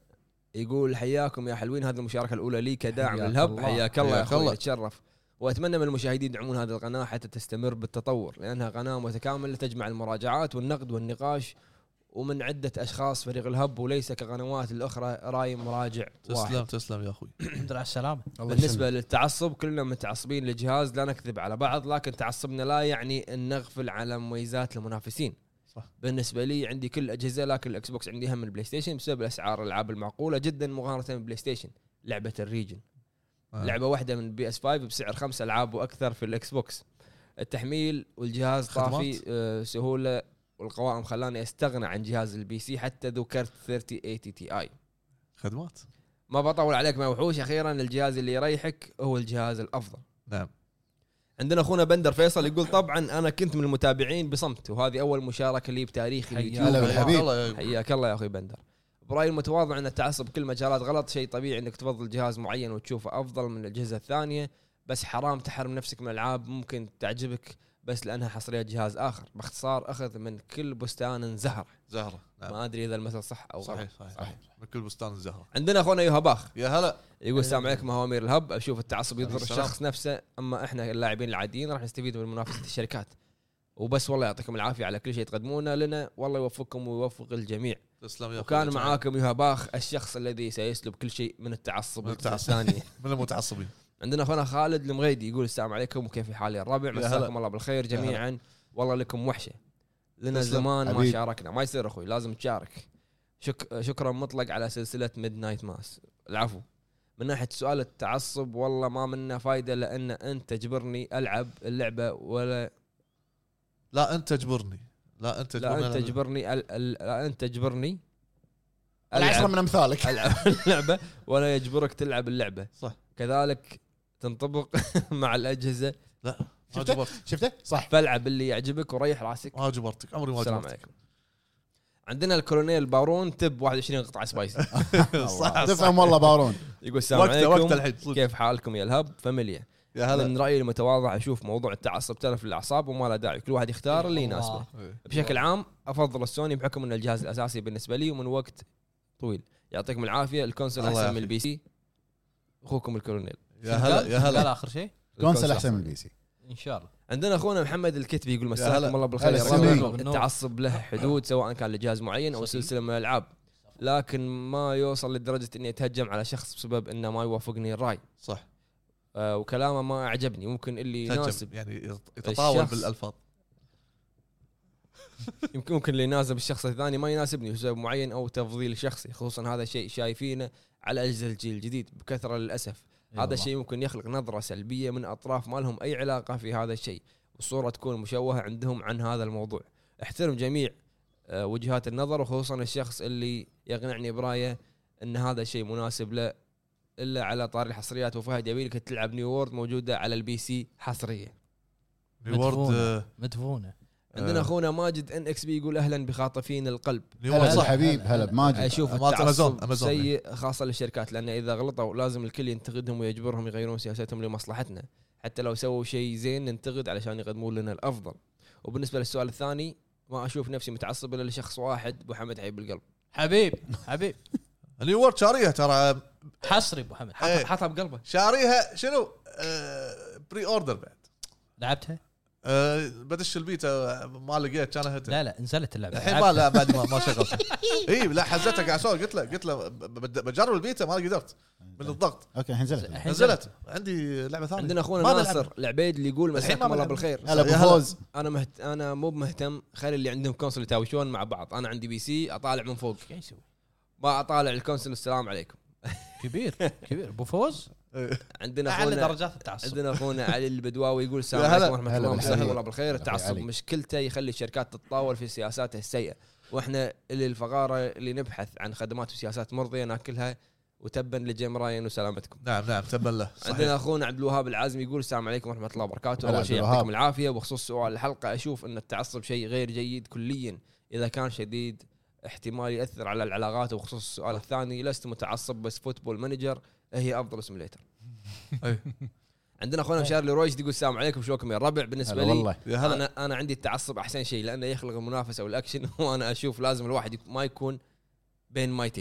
يقول حياكم يا حلوين، هذه المشاركه الاولى لي كداعم حياك للهب. الله. حياك الله يا حياك اخوي، الله. نتشرف. واتمنى من المشاهدين يدعمون هذه القناه حتى تستمر بالتطور، لانها قناه متكامله تجمع المراجعات والنقد والنقاش ومن عده اشخاص فريق الهب، وليس كقنوات الاخرى راي مراجع واحد. تسلم تسلم يا اخوي. الحمد لله على السلامه. بالنسبه للتعصب كلنا متعصبين للجهاز، لا نكذب على بعض، لكن تعصبنا لا يعني ان نغفل على مميزات المنافسين. صح. بالنسبه لي عندي كل الاجهزه، لكن الاكس بوكس عندي هم من البلاي ستيشن بسبب الاسعار الالعاب المعقوله جدا مقارنه بالبلاي ستيشن. لعبه الريجن آه. لعبه واحده من بي اس خمسة بسعر خمس العاب واكثر في الاكس بوكس. التحميل والجهاز طافي خدمات. آه سهوله، والقوائم خلاني استغنى عن جهاز البي سي حتى ذو كرت ثلاثين ثمانين تي اي. خدمات. ما بطول عليك يا وحوش، اخيرا الجهاز اللي يريحك هو الجهاز الافضل. نعم. عندنا اخونا بندر فيصل يقول طبعا انا كنت من المتابعين بصمت، وهذه اول مشاركه لي بتاريخ حياك اليوتيوب. هلا بالحبيب. الله يا- حياك الله يا اخوي بندر. برايي المتواضع ان التعصب بكل مجالات غلط، شيء طبيعي انك تفضل جهاز معين وتشوفه افضل من الاجهزه الثانيه، بس حرام تحرم نفسك من العاب ممكن تعجبك بس لانها حصريه جهاز اخر. باختصار اخذ من كل بستان زهره. زهره. نعم. ما ادري اذا المثل صح او صحيح غلط. صحيح, صحيح. من كل بستان الزهره. عندنا اخونا يوهباخ يا هلا. يقول السلام عليكم هوامير الهب، اشوف التعصب يضر السلام. الشخص نفسه، اما احنا اللاعبين العاديين راح نستفيد من منافسه الشركات وبس. والله يعطيكم العافيه على كل شيء تقدمونه لنا، والله يوفقكم ويوفق الجميع. تسلم يا اخوي. وكان معاكم يوهباخ الشخص الذي سيسلب كل شيء من التعصب من التعصب. الثاني. من المتعصبين. عندنا اخونا خالد المغيدي يقول السلام عليكم وكيف حال يا الربع، يا مساكم هلا. الله بالخير جميعا، والله لكم وحشه، لنا تسلم. زمان ما حبيب. شاركنا. ما يصير اخوي، لازم تشارك. شك... شكرا مطلق على سلسله ميد نايت ماس. العفو. من ناحيه سؤال التعصب والله ما منه فايده، لان انت تجبرني العب اللعبه ولا لا انت تجبرني. لا انت لا تجبرني. انت تجبرني ال... ال... لا انت تجبرني العشرة العب من امثالك. العب اللعبه ولا يجبرك تلعب اللعبه. صح. كذلك تنطبق مع الاجهزه، لا ما شفته؟ جبرت. شفته صح. فالعب اللي يعجبك وريح راسك. ما جبرتك عمري ما السلام جبرتك. عليكم. عندنا الكولونيل بارون تب واحد وعشرين قطعه سبايسي. صح تفهم والله بارون. يقول السلام وقته عليكم وقته الحين صدق. كيف حالكم يا الهب فاميليا. يا هلا. من رايي المتواضع اشوف موضوع التعصب تلف الاعصاب وما له داعي، كل واحد يختار اللي يناسبه. إيه. بشكل عام افضل السوني بحكم ان الجهاز الاساسي بالنسبه لي ومن وقت طويل. يعطيكم العافيه. الكونسول الله احسن يعافيك. من البي سي. اخوكم الكولونيل. يا هلا يا قال هلا. اخر شيء كونسل احسن من البي سي. ان شاء الله. عندنا اخونا محمد الكتبي يقول هلا. مساكم الله بالخير هلا يا السلام. رب. التعصب له حدود سواء كان لجهاز معين او سلسله من الالعاب، لكن ما يوصل لدرجه اني اتهجم على شخص بسبب انه ما يوافقني الراي. صح. آه وكلامه ما اعجبني. ممكن اللي يناسب تهجم يعني يتطاول الشخص. بالالفاظ. يمكن ممكن اللي يناسب الشخص الثاني ما يناسبني بسبب معين او تفضيل شخصي، خصوصا هذا الشيء شايفينه على اجهزه الجيل الجديد بكثره للاسف. هذا الشيء ممكن يخلق نظره سلبيه من اطراف ما لهم اي علاقه في هذا الشيء، والصوره تكون مشوهه عندهم عن هذا الموضوع. احترم جميع آه، وجهات النظر، وخصوصا الشخص اللي يقنعني برايه ان هذا الشيء مناسب له. الا على طار الحصريات، وفهد يبيلك تلعب نيو وورد موجوده على البي سي حصريه. نيوورد. مدفونة. مدفونه. عندنا آه. اخونا ماجد ان اكس بي يقول اهلا بخاطفين القلب. نيوورد هلا صح. بالحبيب. هلا بماجد. اشوف مالت أمازون- التعصب أمازون. سيء خاصه للشركات، لان اذا غلطوا لازم الكل ينتقدهم ويجبرهم يغيرون سياستهم لمصلحتنا. حتى لو سووا شيء زين ننتقد علشان يقدمون لنا الافضل. وبالنسبه للسؤال الثاني، ما اشوف نفسي متعصب الا لشخص واحد، ابو حمد حبيب القلب. حبيب حبيب نيوورد شاريها ترى. حصري ابو حمد. إيه. حطها حطها بقلبه. شاريها شنو آه بري اوردر بعد. لعبتها؟ آه بدش البيتا ما لقيت كان هدى. لا لا نزلت اللعبه. الحين ما لا بعد ما ما شغلت. اي لا حزتها قاعد اسوي قلت له قلت له ب- ب- بجرب البيتا ما قدرت من الضغط. اوكي الحين نزلت. الحين نزلت عندي لعبه ثانيه. عندنا اخونا ما ناصر بلعب. العبيد اللي يقول الحين مساكم ما الله بلعب. بالخير. هلا يا هلا. بفوز. انا مهت... انا مو مهتم، خلي اللي عندهم كونسول يتهاوشون مع بعض. انا عندي بي سي اطالع من فوق، ايش يسوي؟ ما اطالع الكونسول. السلام عليكم. كبير كبير ابو فوز. عندنا اعلى اخونا درجات التعصب. عندنا اخونا علي البدواوي يقول السلام يا هلا. عليكم ورحمه هلا الله بالحبيب. ومساكم الله بالخير. هلا التعصب علي. مشكلته يخلي الشركات تتطاول في سياساتها السيئه، واحنا اللي الفقاره اللي نبحث عن خدمات وسياسات مرضيه ناكلها. وتبا لجيم راين وسلامتكم. نعم نعم تبا له. عندنا اخونا عبد الوهاب العازمي يقول السلام عليكم ورحمه الله وبركاته. هلا اول شيء عبد الوهاب. يعطيكم العافيه. وبخصوص سؤال الحلقه، اشوف ان التعصب شيء غير جيد كليا. اذا كان شديد احتمال ياثر على العلاقات. وبخصوص السؤال الثاني، لست متعصب بس فوتبول مانجر هي افضل سيميليتر. أي. عندنا اخونا شارلي رويش يقول السلام عليكم شلونكم يا الربع. بالنسبه هلا لي والله. يا هلا. انا انا عندي التعصب احسن شيء، لانه يخلق المنافسه والاكشن. وانا اشوف لازم الواحد يك- ما يكون بين مايتين.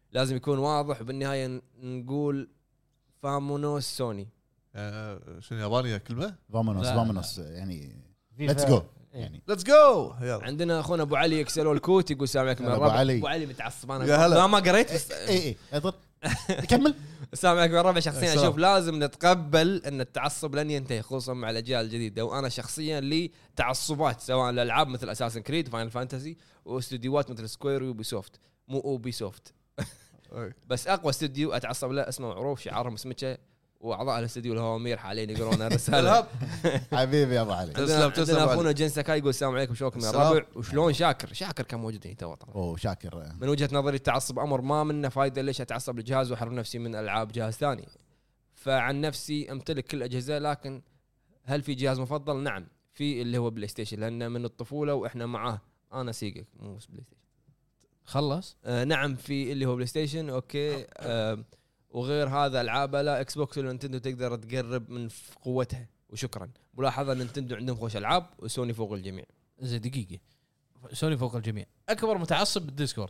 لازم يكون واضح. وبالنهايه نقول فامونوس سوني. آه، شنو يابانيه كلمه؟ فامونوس لا، فامونوس يعني فيفا. ليتس جو إيه. يعني. ليتس جو يلا. عندنا اخونا ابو علي يكسلو الكوت يقول السلام عليكم يا هلا أبو الربع. علي. ابو علي متعصب انا يا هلا. لا ما قريت بس اي اي اضر كمل. السلام عليكم يا الربع. شخصيا السلام. اشوف لازم نتقبل ان التعصب لن ينتهي خصوصا مع الاجيال الجديده. وانا شخصيا لي تعصبات سواء الالعاب مثل اساسن كريد فاينل فانتسي واستديوهات مثل سكوير ويوبي سوفت مو اوبي سوفت. أي. بس اقوى استوديو اتعصب له اسمه معروف شعارهم سمكه واعضاء الاستوديو الهوامير حاليا يقرون الرساله. الهب. حبيبي يا ابو علي. تسلم، عندنا تسلم عندنا أبو اخونا جن ساكاي يقول السلام عليكم شلونكم يا السلام. الربع وشلون شاكر. شاكر كان موجود هنا تو طبعا. اوه شاكر. من وجهه نظري التعصب امر ما منه فايده. ليش اتعصب لجهاز واحرم نفسي من العاب جهاز ثاني؟ فعن نفسي امتلك كل الاجهزه. لكن هل في جهاز مفضل؟ نعم في اللي هو بلاي ستيشن لان من الطفوله واحنا معاه. انا سيجا مو بس بلاي ستيشن. خلص آه نعم في اللي هو بلاي ستيشن اوكي. آه وغير هذا العاب لا اكس بوكس ونينتندو تقدر تقرب من قوتها. وشكرا. ملاحظه نينتندو عندهم خوش العاب وسوني فوق الجميع. زي دقيقه سوني فوق الجميع. اكبر متعصب بالديسكورد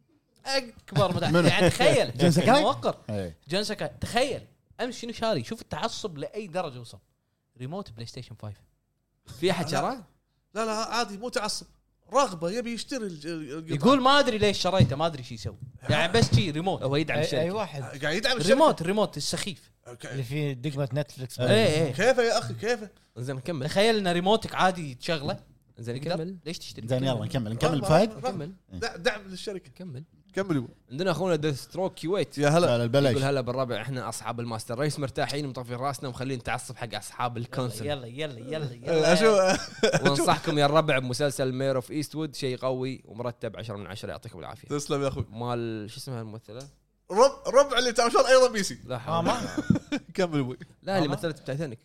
اكبر متعصب يعني تخيل جن ساكاي؟ موقر إيه. جن ساكاي تخيل امس شنو شاري. شوف التعصب لاي درجه وصل. ريموت بلاي ستيشن خمسة. في احد شراه؟ لا لا عادي مو تعصب رغبه يبي يشتري الج- القطعة. يقول ما ادري ليش شريته ما ادري شو يسوي يعني بس شي ريموت. هو يدعم اي أي الشركه. واحد قاعد يدعم الشركة. الريموت الريموت السخيف. اللي فيه دقمه نتفلكس. اي اي كيف يا اخي كيف؟ زين نكمل. تخيل ان ريموتك عادي تشغله. زين تقدر؟ نكمل. ليش تشتري؟ زين يلا نكمل نكمل رغبة- فهد. رغبة. كمل دع- دعم للشركه. كمل. كملوا. عندنا اخونا ديث ستروك كويت يا هلا. لا يقول بلاش. هلا بالربع. احنا اصحاب الماستر ريس مرتاحين ومطفين راسنا ومخلين نتعصب حق اصحاب الكونسل. يلا يلا يلا يلا اشوف وانصحكم يا الربع بمسلسل مير اوف ايست وود شيء قوي ومرتب عشرة من عشرة. يعطيكم العافيه. تسلم يا اخوي. مال شو اسمها الممثله؟ رب ربع اللي تعرفون ايضا بي سي. لا آه، حول ما- كمل ابوي. لا اللي ما- مثلت بتايتانيك.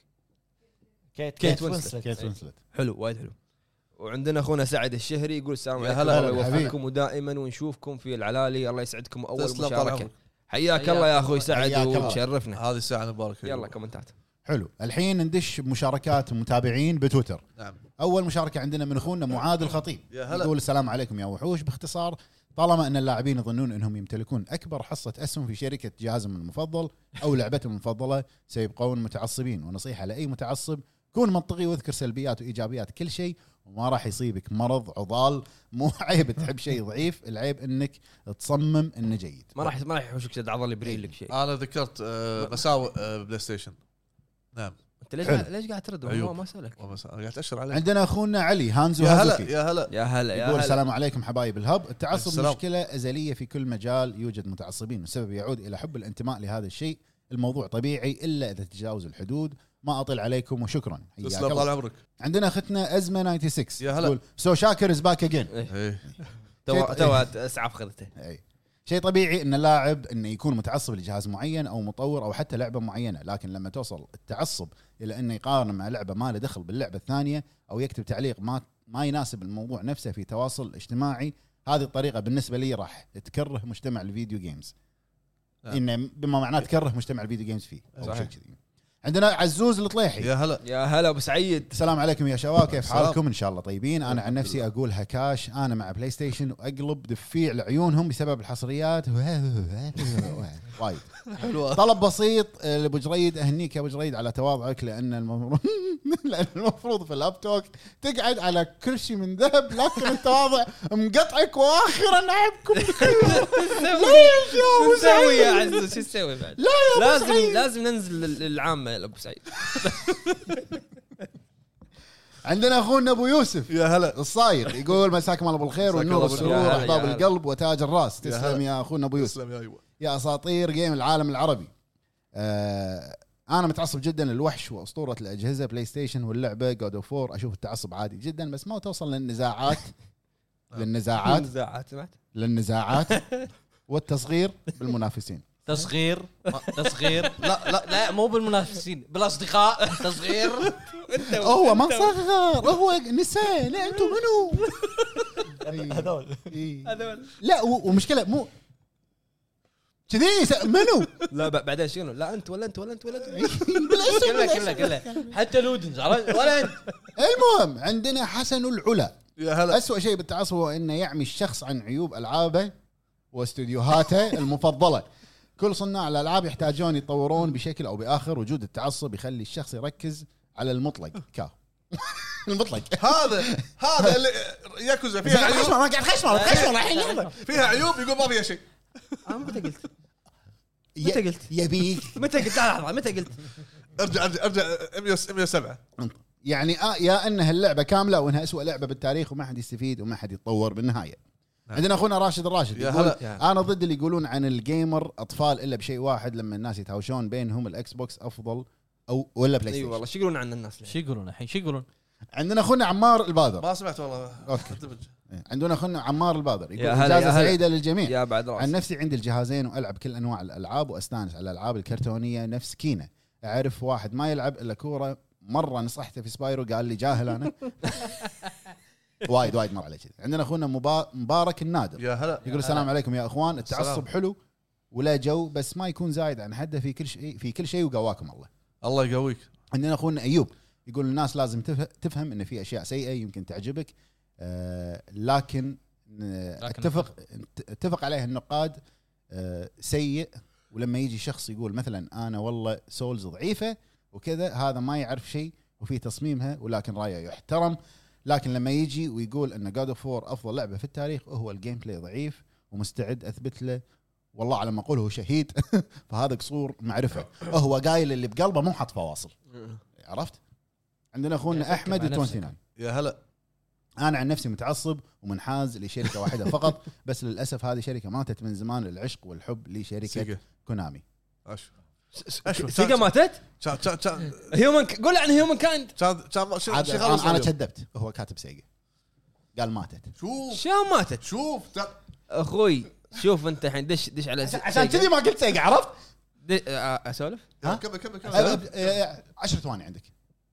كيت كيت كيت وينسلت. وينسلت. كيت وينسلت. حلو وايد حلو. وعندنا اخونا سعد الشهري يقول السلام يا عليكم هلا، الله هلا يوفقكم حبيبي. ودائما ونشوفكم في العلالي. الله يسعدكم. اول تسلم طال مشاركه. عمرك. حياك حياك الله يا الله. اخوي سعد حياك الله. وتشرفنا. هذه الساعه المباركه. يلا كومنتات. حلو الحين ندش بمشاركات متابعين بتويتر. نعم. اول مشاركه عندنا من اخونا معاذ الخطيب يا هلا. يقول السلام عليكم يا وحوش. باختصار طالما ان اللاعبين يظنون انهم يمتلكون اكبر حصه اسهم في شركه جهازهم المفضل او لعبتهم المفضله سيبقون متعصبين. ونصيحه لاي متعصب كون منطقي واذكر سلبيات وايجابيات كل شيء وما راح يصيبك مرض عضال. مو عيب تحب شيء ضعيف العيب انك تصمم انه جيد. ما راح ما راح يحوشك شد عضل يبرين لك شيء. انا ذكرت آه، مساوئ آه، بلاي ستيشن. نعم. انت ليش حلو. قاعد- ليش قاعد ترد عيوب. هو ما سالك؟ ومساء. انا قاعد اشر عليك. عندنا اخونا علي هانزو يا هلا هازوكي يا هلا. يا هلا يا يقول هلا. السلام عليكم حبايب الهب. التعصب السلام. مشكلة أزلية في كل مجال يوجد متعصبين والسبب يعود إلى حب الانتماء لهذا الشيء. الموضوع طبيعي إلا إذا تجاوز الحدود. ما أطل عليكم وشكرا. حياك تسلم طال الله. عمرك. عندنا أختنا أزمة ستة وتسعين يا هلا. تقول سو شاكر از باك اجين. ايه تو تو اسعف خذته. أي شيء طبيعي ان اللاعب انه يكون متعصب لجهاز معين او مطور او حتى لعبه معينه. لكن لما توصل التعصب الى انه يقارن مع لعبه ما له دخل باللعبه الثانيه او يكتب تعليق ما ما يناسب الموضوع نفسه في تواصل اجتماعي، هذه الطريقه بالنسبه لي راح تكره مجتمع الفيديو جيمز. نعم. انه بما معناه تكره مجتمع الفيديو جيمز فيه او صحيح. شيء كذي. عندنا عزوز الطليحي. يا هلا. يا هلا ابو سعيد. السلام عليكم يا شباب كيف السلام. حالكم؟ ان شاء الله طيبين. انا عن نفسي اقول هكاش انا مع بلاي ستيشن واقلب دفيع لعيونهم بسبب الحصريات وايد. حلوه. طلب بسيط لابو جريد، اهنيك يا ابو جريد على تواضعك لان المفروض لان المفروض في اللاب توك تقعد على كرسي من ذهب، لكن التواضع مقطعك واخيرا احبكم. ليش يا ابو شو نسوي يا سعيد؟ عزوز شو نسوي بعد؟ لا يا ابو لازم سعيد. لازم ننزل لل- للعامه يا ابو سعيد. عندنا اخونا ابو يوسف يا هلا. الصايغ يقول مساكم الله بالخير مساك والنور الله والسرور بالخير. يا هلا، واحباب يا هلا. القلب وتاج الراس. يا تسلم هلا. يا اخونا ابو يوسف تسلم يا ايوه. يا اساطير جيم العالم العربي. آه انا متعصب جدا للوحش واسطوره الاجهزه بلاي ستيشن واللعبه جود اوف وور. اشوف التعصب عادي جدا بس ما توصل للنزاعات للنزاعات نزاعات سمعت؟ للنزاعات والتصغير بالمنافسين. تصغير تصغير لا لا لا مو بالمنافسين بالاصدقاء تصغير. هو ما صغر هو نسى. لا انتم منو هذول إيه. هذول لا و- ومشكله مو كذي س- منو لا ب- بعدين شنو؟ لا انت ولا انت ولا انت ولا انت. كله كله كله حتى لودنز عرفت ولا انت. المهم عندنا حسن العلا. يا هلا. أسوأ شيء بالتعصب هو انه يعمي الشخص عن عيوب العابه واستديوهاته المفضله. كل صناع الالعاب يحتاجون يطورون بشكل او باخر. وجود التعصب يخلي الشخص يركز على المطلق كا المطلق هذا هذا اللي ياكوزا فيها عيوب ما قاعد خشمه خشمه الحين فيها عيوب يقول ما فيها شيء. انا متى قلت متى قلت يبيك متى قلت لحظه متى قلت ارجع ارجع ارجع مية وسبعة يعني آه يا انها اللعبه كامله وانها أسوأ لعبه بالتاريخ وما حد يستفيد وما حد يتطور بالنهايه. عندنا اخونا راشد الراشد يا يقول هلا. انا ضد اللي يقولون عن الجيمر اطفال الا بشيء واحد، لما الناس يتهاوشون بينهم الاكس بوكس افضل او ولا بلاي اي ستيشن. والله شو يقولون عن الناس شو يقولون الحين شو يقولون؟ عندنا اخونا عمار البادر. ما سمعت والله. اوكي عندنا اخونا عمار البادر يقول يا هلا، اجازه يا هلا. سعيده للجميع. يا بعد عن راس نفسي عندي الجهازين والعب كل انواع الالعاب واستانس على الالعاب الكرتونيه نفس كينا. اعرف واحد ما يلعب الا كوره، مره نصحته في سبايرو قال لي جاهل انا. وايد وايد مر علي كذا. عندنا اخونا مبا- مبارك النادر يا هلا. يقول السلام عليكم يا اخوان، التعصب السلام. حلو ولا جو بس ما يكون زايد عن حده في كل شيء في كل شيء وقواكم الله. الله يقويك. عندنا اخونا ايوب يقول الناس لازم تف- تفهم ان في اشياء سيئه يمكن تعجبك آه لكن آه، لكن اتفق اتفق عليها النقاد آه سيء. ولما يجي شخص يقول مثلا انا والله سولز ضعيفه وكذا، هذا ما يعرف شيء وفي تصميمها ولكن رايه يحترم. لكن لما يجي ويقول ان جاد اوف وور افضل لعبه في التاريخ وهو الجيم بلاي ضعيف ومستعد اثبت له والله على ما اقول هو شهيد. فهذا قصور معرفه. هو قايل اللي بقلبه مو حاط فواصل. عرفت؟ عندنا اخونا يفكر احمد مع نفسه. تسعة وعشرين. يا هلا. انا عن نفسي متعصب ومنحاز لشركه واحده فقط، بس للاسف هذه شركه ماتت من زمان. العشق والحب لشركه سيجا. كونامي. أش. سيجا ماتت كان كان كان هيومن قول عن هيومن كايند كان كان شو عاد شو خلص انا أنا اليوم. كذبت، هو كاتب سيجا قال ماتت. شوف شو ماتت شوف تا- اخوي شوف انت الحين دش دش على عشان سيجا. كذي ما قلت سيجا. عرفت؟ د- آه، اسولف ها؟ كمل كمل أه، كمل. أه، عشر ثواني عندك.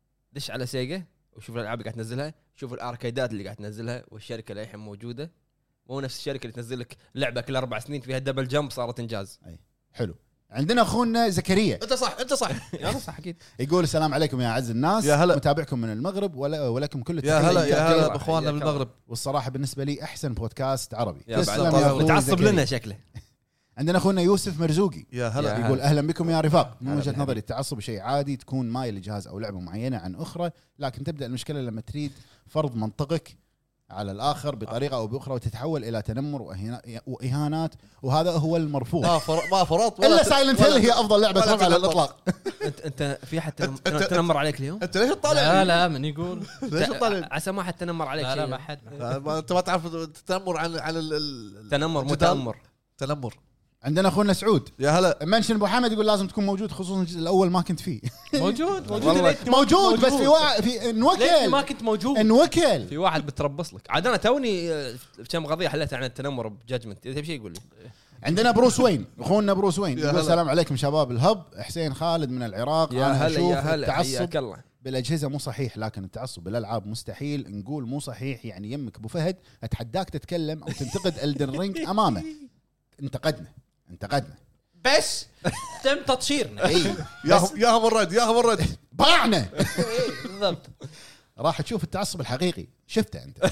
دش على سيجا وشوف الالعاب اللي قاعد تنزلها، شوف الاركيدات اللي قاعد تنزلها والشركه اللي الحين موجوده مو نفس الشركه اللي تنزل لك لعبه كل اربع سنين فيها دبل جمب صارت انجاز. حلو. عندنا اخونا زكريا انت صح انت صح. انا صح اكيد. يقول السلام عليكم يا اعز الناس، يا هلا. متابعكم من المغرب ولا ولكم كل يا التحية. هلا يا هلا حياك باخواننا الله. بالمغرب. والصراحه بالنسبه لي احسن بودكاست عربي. يا تسلم بعد يا أخوي متعصب زكريا. لنا شكله. عندنا اخونا يوسف مرزوقي يا هلا. يا يقول اهلا بكم يا رفاق. من هلا وجهه بالحبيب. نظري التعصب شيء عادي، تكون مايل لجهاز او لعبه معينه عن اخرى، لكن تبدا المشكله لما تريد فرض منطقك على الاخر بطريقه او باخرى وتتحول الى تنمر وإهنا- واهانات، وهذا هو المرفوض. ما فر... ما فرط الا سايلنت هيل هي افضل لعبه ولا رعب على تنمر. الاطلاق. انت انت في حد تنم- أنت- أنت- تنمر عليك اليوم؟ انت ليش تطالع؟ لا لا من يقول ليش تطالع؟ عسى ما حد تنمر عليك لا لا شيء. ما حد ما- انت ما تعرف التنمر عن عن ال- ال- تنمر مو الجدال. تنمر. تنمر. عندنا اخونا سعود يا هلا. منشن ابو حمد يقول لازم تكون موجود، خصوصا الجزء الاول ما كنت فيه. موجود موجود والله. ليتني موجود بس في وا... في ليتني ما انوكل كنت موجود. انوكل. في واحد بتربص لك. عاد انا توني آه، في كم قضيه حليت عن التنمر بجاجمنت. اذا تبي شيء يقول لي. عندنا بروس وين اخونا بروس وين يا يقول هلا. السلام عليكم شباب الهب. حسين خالد من العراق. يا انا هلا اشوف يا هلا التعصب حياك الله. بالاجهزه مو صحيح، لكن التعصب بالالعاب مستحيل. نقول مو صحيح يعني يمك ابو فهد اتحداك تتكلم او تنتقد الدن رينج امامه. انتقدنا انتقدنا بس تم تطشيرنا. اي ياهم ياهم الرد ياهم الرد. باعنا. بالضبط. راح تشوف التعصب الحقيقي شفته انت.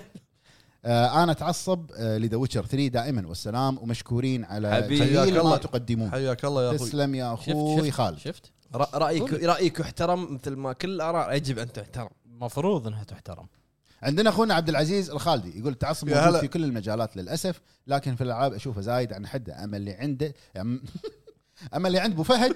آه انا اتعصب آه لذا ويتشر ثري دائما، والسلام ومشكورين على حبيبي. جميل حياك ما الله. تقدمون. حياك الله يا اخوي. تسلم يا شفت اخوي شفت خالد. شفت رأ- رايك رايك يحترم مثل ما كل الاراء يجب ان تحترم. المفروض انها تحترم. عندنا اخونا عبد العزيز الخالدي يقول التعصب يا موجود هلا. في كل المجالات للاسف، لكن في الالعاب اشوفه زايد عن حده. اما اللي عنده اما اللي عند ابو فهد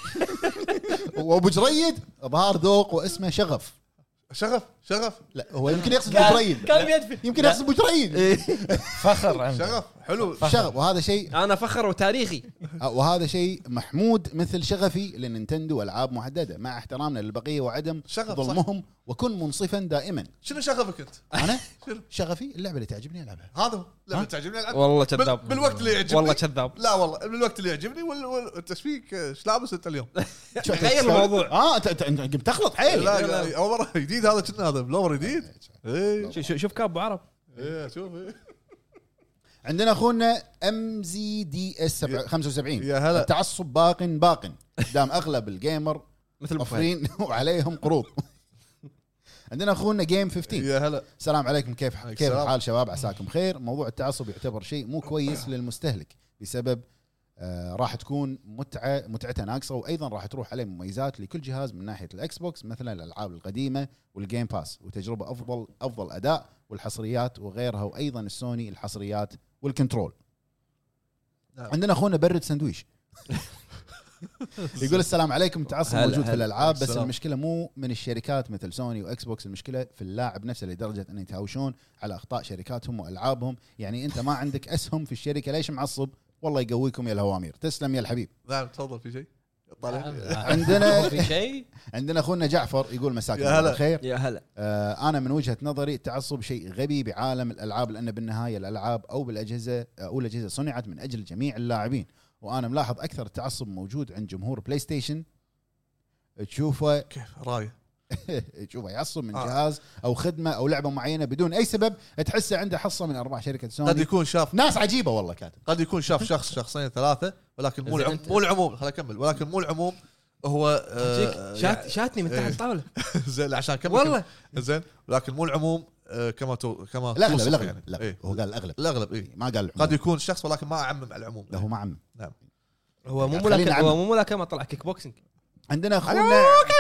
وابو جريد ظهار ذوق واسمه شغف. شغف شغف لا هو يمكن يقصد ابو جريد، كان بيدفن. يمكن يقصد ابو جريد. فخر عنده. شغف حلو. شغف، وهذا شيء انا فخر وتاريخي. وهذا شيء محمود مثل شغفي للنينتندو والعاب محدده، مع احترامنا للبقيه وعدم شغف، صح. ظلمهم، وكن منصفا دائما. شنو شغفك انت؟ انا شنو؟ شغفي اللعبه اللي تعجبني العبها. هذا هو لما ها؟ تعجبني العب. والله بال- كذاب. بالوقت اللي يعجبني. والله كذاب. لا والله بالوقت اللي يعجبني وال... وال... انت ايش فيك؟ ايش لابس انت اليوم؟ غير الموضوع. اه انت انت أنت بتخلط حيل. لا لا اول مره جديد هذا كنا هذا بلور جديد. ايه شوف شوف كاب ابو عرب. ايه شوف إيه. عندنا اخونا ام زي دي اس خمسة وسبعين يا هلا. التعصب باق باق دام اغلب الجيمر مثل ابو فهد. مفرين وعليهم قروض. عندنا اخونا جيم خمسة عشر. يا هلا. السلام عليكم، كيف عليك كيف السلام. الحال شباب؟ عساكم بخير. موضوع التعصب يعتبر شيء مو كويس للمستهلك بسبب آه راح تكون متعه متعته ناقصه، وايضا راح تروح عليه مميزات لكل جهاز من ناحيه الاكس بوكس، مثلا الالعاب القديمه والجيم باس وتجربه افضل افضل اداء والحصريات وغيرها، وايضا السوني الحصريات والكنترول. نعم. عندنا اخونا برد سندويش يقول السلام عليكم. التعصب هلا موجود في هلا. الالعاب، بس السلام. المشكله مو من الشركات مثل سوني واكس بوكس، المشكله في اللاعب نفسه لدرجه ان يتهاوشون على اخطاء شركاتهم والعابهم. يعني انت ما عندك اسهم في الشركه، ليش معصب؟ والله يقويكم يا الهوامير. تسلم يا الحبيب. نعم تفضل. في شيء طالع. عندنا في شيء عندنا اخونا جعفر يقول مساكم يا الله هلا. بالخير. يا هلا. آه انا من وجهه نظري التعصب شيء غبي بعالم الالعاب، لان بالنهايه الالعاب او بالاجهزه او الاجهزه صنعت من اجل جميع اللاعبين، وانا ملاحظ اكثر التعصب موجود عند جمهور بلاي ستيشن. تشوفه كيف رايه. تشوفه يعصب من آه. جهاز او خدمه او لعبه معينه بدون اي سبب، تحسه عنده حصه من ارباح شركه قد سوني. يكون شاف ناس عجيبه والله كاتب. قد يكون شاف شخص شخصين ثلاثه، ولكن مو زين العم... أنت- مو العموم. خليني اكمل. ولكن مو العموم هو آه، شات شاتني من تحت إيه. الطاوله زين عشان كمل. والله. زين ولكن مو العموم آه، كما تو... كما الاغلب توصف الاغلب يعني. لا إيه. هو قال الاغلب، الاغلب اي ما قال قد العموم. يكون شخص، ولكن ما اعمم على العموم. لا هو ما عم. هو مو خلينا ملاكمه، نعمم. هو مو ملاكمه، طلع كيك بوكسينج. عندنا اخونا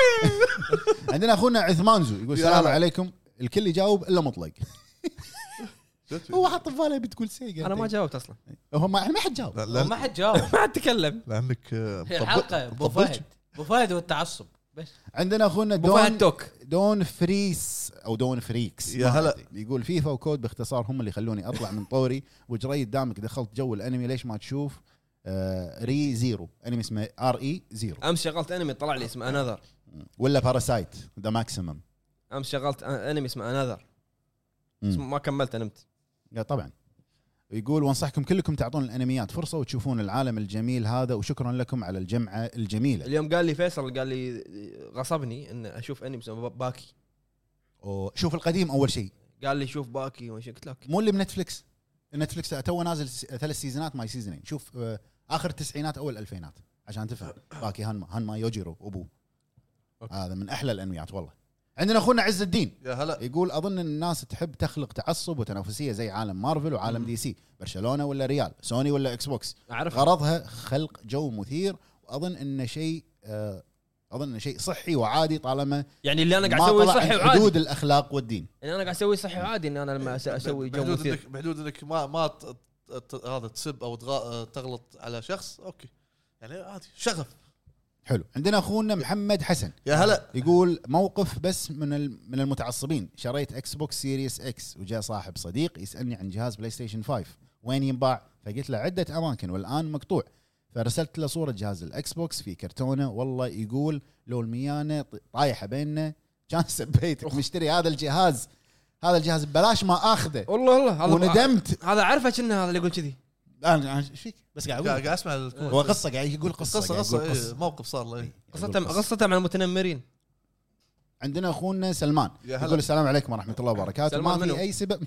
عندنا اخونا عثمانزو يقول يا السلام هلا. عليكم. الكل يجاوب الا مطلق. شفت؟ هو حط في باله بتقول سيجا. انا ما جاوبت اصلا، هو ما ما حد جاوب. لا- ما لا- حد جاوب. ما حد تكلم. لانك آه، هي مطبل- الحلقه ابو مطبلش. فهد ابو فهد والتعصب بس. عندنا اخونا ابو فهد دون توك. دون فريس او دون فريكس. يا ما هلا. أدري. يقول فيفا وكود باختصار هم اللي يخلوني اطلع من طوري. وجريد دامك دخلت جو الانمي، ليش ما تشوف آه ري زيرو؟ انمي اسمه ار اي زيرو، امس شغلت انمي طلع لي اسمه انذر. ولا باراسايت ذا ماكسيمم. امس شغلت انمي اسمه انذر، ما كملت، نمت. طبعا. يقول وانصحكم كلكم تعطون الانميات فرصه وتشوفون العالم الجميل هذا، وشكرا لكم على الجمعه الجميله. اليوم قال لي فيصل، قال لي غصبني ان اشوف انمي اسمه باكي. شوف القديم اول شيء، قال لي شوف باكي وش قلت لك. مو اللي بنتفلكس. نتفلكس تو نازل س- ثلاث سيزونات ماي سيزونين. شوف آه، اخر التسعينات اول الالفينات عشان تفهم. باكي هانما هانما يوجيرو ابو. هذا من احلى الانميات والله. عندنا اخونا عز الدين يا هلا. يقول اظن ان الناس تحب تخلق تعصب وتنافسيه زي عالم مارفل وعالم دي سي، برشلونه ولا ريال، سوني ولا اكس بوكس. اعرف غرضها خلق جو مثير، واظن انه شيء آه، اظن انه شيء صحي وعادي طالما يعني اللي انا قاعد ما اسوي طلع صحي عن وعادي. حدود الاخلاق والدين. يعني انا قاعد اسوي صحي وعادي ان انا لما أس- اسوي جو بحدود مثير. انك بحدود انك ما ما ت- ت- هذا تسب او تغا- تغلط على شخص. اوكي يعني عادي شغف. حلو. عندنا اخونا محمد حسن يا هلا. يقول موقف بس من ال- من المتعصبين. شريت اكس بوكس سيريس اكس وجاء صاحب صديق يسالني عن جهاز بلاي ستيشن خمسة وين ينباع، فقلت له عده اماكن والان مقطوع. فرسلت له صوره جهاز الاكس بوكس في كرتونه، والله يقول لو الميانه ط- طايحه بيننا كان سبيتك مشتري هذا الجهاز. هذا الجهاز ببلاش ما اخذه والله والله هذا وندمت. هذا عارفه كنا هذا اللي يقول كذي. انا ايش فيك بس قاعد قاعد اقول قاعد اسمع الكومنت. هو قصه قاعد يقول قصه قصه قاعد قصه يقول إيه، موقف صار له. إيه. قصته قصته مع المتنمرين. عندنا اخونا سلمان يا هلا. يقول السلام عليكم ورحمه الله وبركاته. سلمان ما منو؟ في اي سبب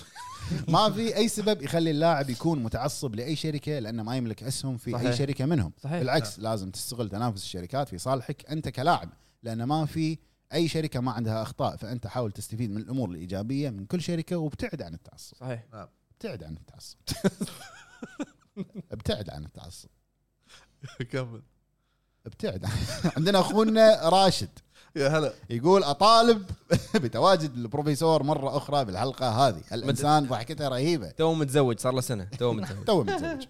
ما في اي سبب يخلي اللاعب يكون متعصب لاي شركه لانه ما يملك اسهم في صحيح. اي شركه منهم. صحيح. بالعكس لازم تستغل تنافس الشركات في صالحك انت كلاعب، لان ما في اي شركه ما عندها اخطاء، فانت حاول تستفيد من الامور الايجابيه من كل شركه وابتعد عن التعصب. صحيح. ابتعد عن التعصب ابتعد عن التعصب كمل. ابتعد. عندنا اخونا راشد يا هلا. يقول اطالب بتواجد البروفيسور مره اخرى بالحلقه هذه. الانسان ضحكته رهيبه. تو متزوج صار له سنه تو متزوج. تو متزوج.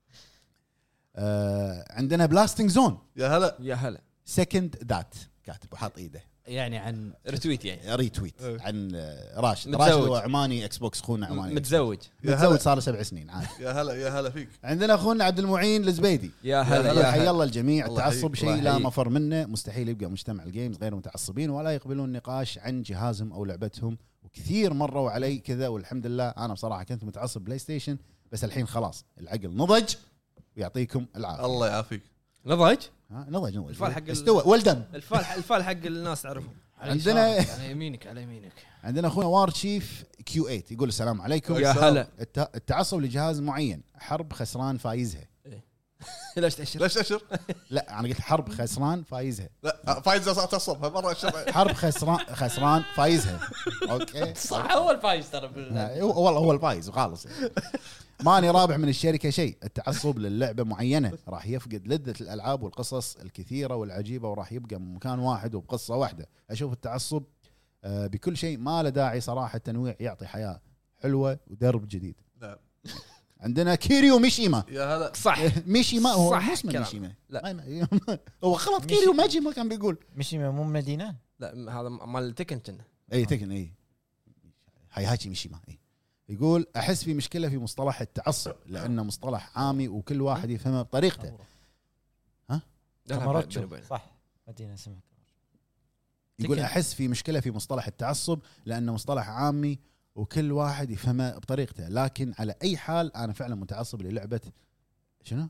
آه عندنا بلاستنج زون يا هلا. يا هلا. سكند دات كاتب وحاط ايده يعني عن رتويت يعني ريتويت إيه. عن آه، راشد. متزوج. راشد هو عماني اكس بوكس، اخونا عماني متزوج. يا متزوج هلا. صار له سبع سنين عادي. يا هلا. يا هلا فيك. عندنا اخونا عبد المعين الزبيدي يا هلا يقول يا حي هلا. الله الجميع. الله التعصب يحييك. شيء الله لا يحييك. مفر منه، مستحيل يبقى مجتمع الجيمز غير متعصبين ولا يقبلون نقاش عن جهازهم او لعبتهم، وكثير مروا علي كذا والحمد لله. انا بصراحه كنت متعصب بلاي ستيشن، بس الحين خلاص العقل نضج ويعطيكم العافيه. الله يعافيك. نضج. ها نضج نضج الفال حق ال- استوى ولدم. الفال الفال حق الناس تعرفهم. على عندنا- يسارك، على يمينك على يمينك. عندنا اخونا وار تشيف كيو ثمانية يقول السلام عليكم. يا هلا. الت- التعصب لجهاز معين حرب خسران فايزها. إيه. ليش تاشر؟ ليش اشر؟ لا انا قلت حرب خسران فايزها. لا فايز تصبها مره اشر. حرب خسران خسران فايزها. اوكي صح هو الفايز ترى بال- لا، هو والله هو الفايز وخالص. ماني رابح من الشركه شيء، التعصب للعبه معينه راح يفقد لذه الالعاب والقصص الكثيره والعجيبه، وراح يبقى من مكان واحد وبقصه واحده. اشوف التعصب آه، بكل شيء ما له داعي صراحه. التنويع يعطي حياه حلوه ودرب جديد. نعم. عندنا كيريو ميشيما. يا هلا. صح ميشيما هو صح مو اسمه كلام. ميشيما. لا. ما- هو غلط. كيريو ماجيما كان بيقول مشي مو مدينه. لا هذا مال تكن كنا. اي تكن اي هايهاكي ميشيما اي. يقول احس في مشكله في مصطلح التعصب لانه مصطلح عامي وكل واحد يفهمه بطريقته. لا، لا، كاماروتشو. بيني وبينك. صح مدينه اسمها يقول تكن. احس في مشكله في مصطلح التعصب لانه مصطلح عامي وكل واحد يفهمه بطريقته، لكن على اي حال انا فعلا متعصب للعبه شنو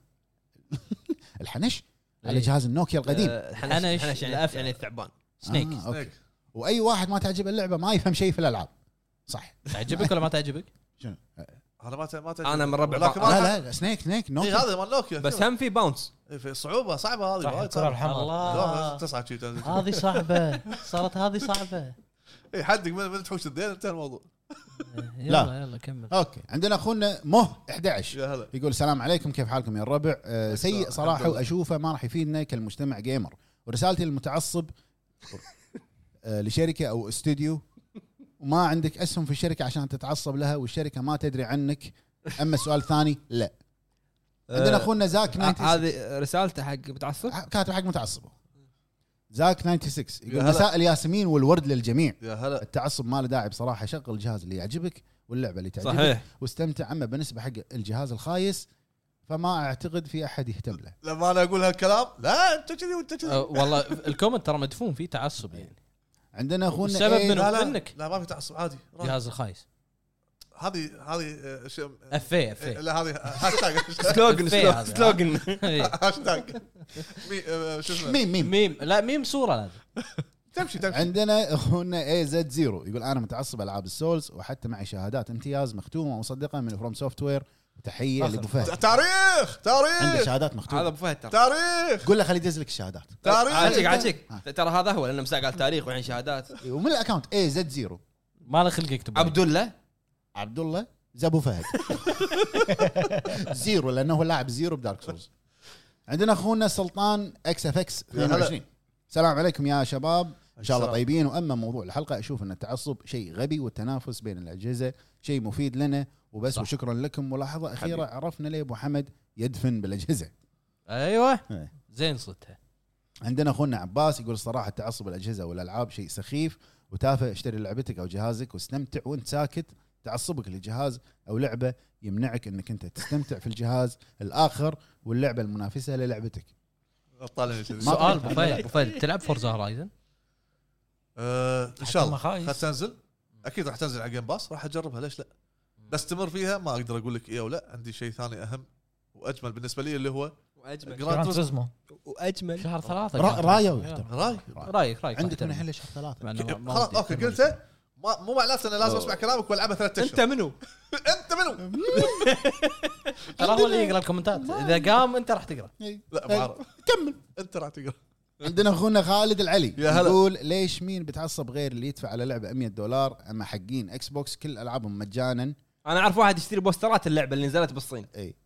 الحنش على إيه. جهاز النوكيا القديم. آه، حنش، حنش حنش يعني الأفعى. يعني الثعبان. سنيك. آه، أوكي. سنيك. واي واحد ما تعجب اللعبه ما يفهم شيء في الالعاب. صح. تعجبك ولا ما تعجبك؟ شنو انا ما ت- ما تعجبني. أنا من ربع ولكن بعض. ما لا لا سنيك سنيك اي نوكيا. هذا مال نوكيا. بس هم في باونس. إيه، في صعوبه صعبه هذه صح وايد الكره صعبه. الحمراء. الله تصعد شي تنزل. هذه صعبه، صارت هذه صعبه. اي حدك من من تحوش الدين انتهى الموضوع. يلا يلا كمل. اوكي عندنا اخونا مه احد عشر يا هلا. يقول السلام عليكم كيف حالكم يا الربع. آه سيء الحمد صراحه لله. واشوفه ما راح يفيدنا كالمجتمع جيمر. ورسالتي للمتعصب آه لشركه او استوديو وما عندك اسهم في الشركه عشان تتعصب لها والشركه ما تدري عنك. اما السؤال الثاني لا. عندنا اخونا زاك آه، ستة وتسعين هذه رسالته حق متعصب. كاتب حق متعصبه. زاك ستة وتسعين يا يقول هلا. مساء الياسمين والورد للجميع. يا هلا. التعصب ما له داعي بصراحه. شغل الجهاز اللي يعجبك واللعبه اللي تعجبك صحيح. واستمتع. اما بالنسبه حق الجهاز الخايس فما اعتقد في احد يهتم له. لما انا اقول هالكلام لا انت كذي وانت أه، كذي. والله الكومنت ترى مدفون فيه تعصب يعني. عندنا اخونا والسبب إيه منه؟ لا لا منك. لا ما في تعصب عادي. جهاز الخايس هذه هذه آه، شو- افي افي لا هذه هاشتاج سلوجن في هذا. سلوجن. هاشتاج مي- آه، شو اسمه ميم ميم. ميم لا ميم صوره لازم. تمشي تمشي. عندنا اخونا اي زد زيرو يقول انا متعصب العاب السولز وحتى معي شهادات امتياز مختومه ومصدقه من فروم سوفت وير. وتحيه لابو فهد. تاريخ عنده تاريخ شهادات هذا مختومه. ابو فهد ترى. تاريخ قول له خليه يدز لك الشهادات. تاريخ. عاجيك عاجيك ها. ترى هذا هو لانه مساق قال تاريخ وعين شهادات. ومن الاكونت اي زد زيرو ما له خلق يكتب عبد الله عبد الله زبو فهد. زيرو لانه هو لاعب زيرو بدارك سولز. عندنا اخونا سلطان اكس اف اكس اثنين وعشرين. السلام عليكم يا شباب ان شاء الله السلام. طيبين. واما موضوع الحلقه اشوف ان التعصب شيء غبي والتنافس بين الاجهزه شيء مفيد لنا وبس. صح. وشكرا لكم. ملاحظه اخيره حبيبي. عرفنا ليه ابو حمد يدفن بالاجهزه. ايوه إيه. زين صدتها. عندنا اخونا عباس يقول الصراحه التعصب الاجهزه والالعاب شيء سخيف وتافه. اشتري لعبتك او جهازك واستمتع وانت ساكت. تعصبك لجهاز او لعبه يمنعك انك انت تستمتع في الجهاز الاخر واللعبه المنافسه للعبتك. طالع كذي. ما سؤال في- ابو فهد ابو فهد تلعب فورزا هورايزن؟ آه، ان شاء الله خايس. راح تنزل اكيد راح تنزل على جيم باس راح اجربها ليش لا. بستمر فيها ما اقدر اقول لك ايه او لا. عندي شيء ثاني اهم واجمل بالنسبه لي اللي هو واجمل جراند جراند توريزمو. توريزمو. واجمل شهر ثلاثة را- كان. رايه ويحترم. راي رايك رايك عندك محترم. من الحين شهر ثلاثه. مع إنه ما- ما خلاص ودي اوكي أكمل. قلته ما مو معناته انه لازم اسمع كلامك والعبها ثلاث اشهر. انت منو؟ انت منو؟ ترى هو اللي يقرا الكومنتات اذا قام انت راح تقرا. لا ما اعرف. كمل. انت راح تقرا. عندنا اخونا خالد العلي يا هلا. يقول ليش مين بتعصب غير اللي يدفع على لعبه مية دولار اما حقين اكس بوكس كل العابهم مجانا. انا اعرف واحد يشتري بوسترات اللعبه اللي نزلت بالصين. اي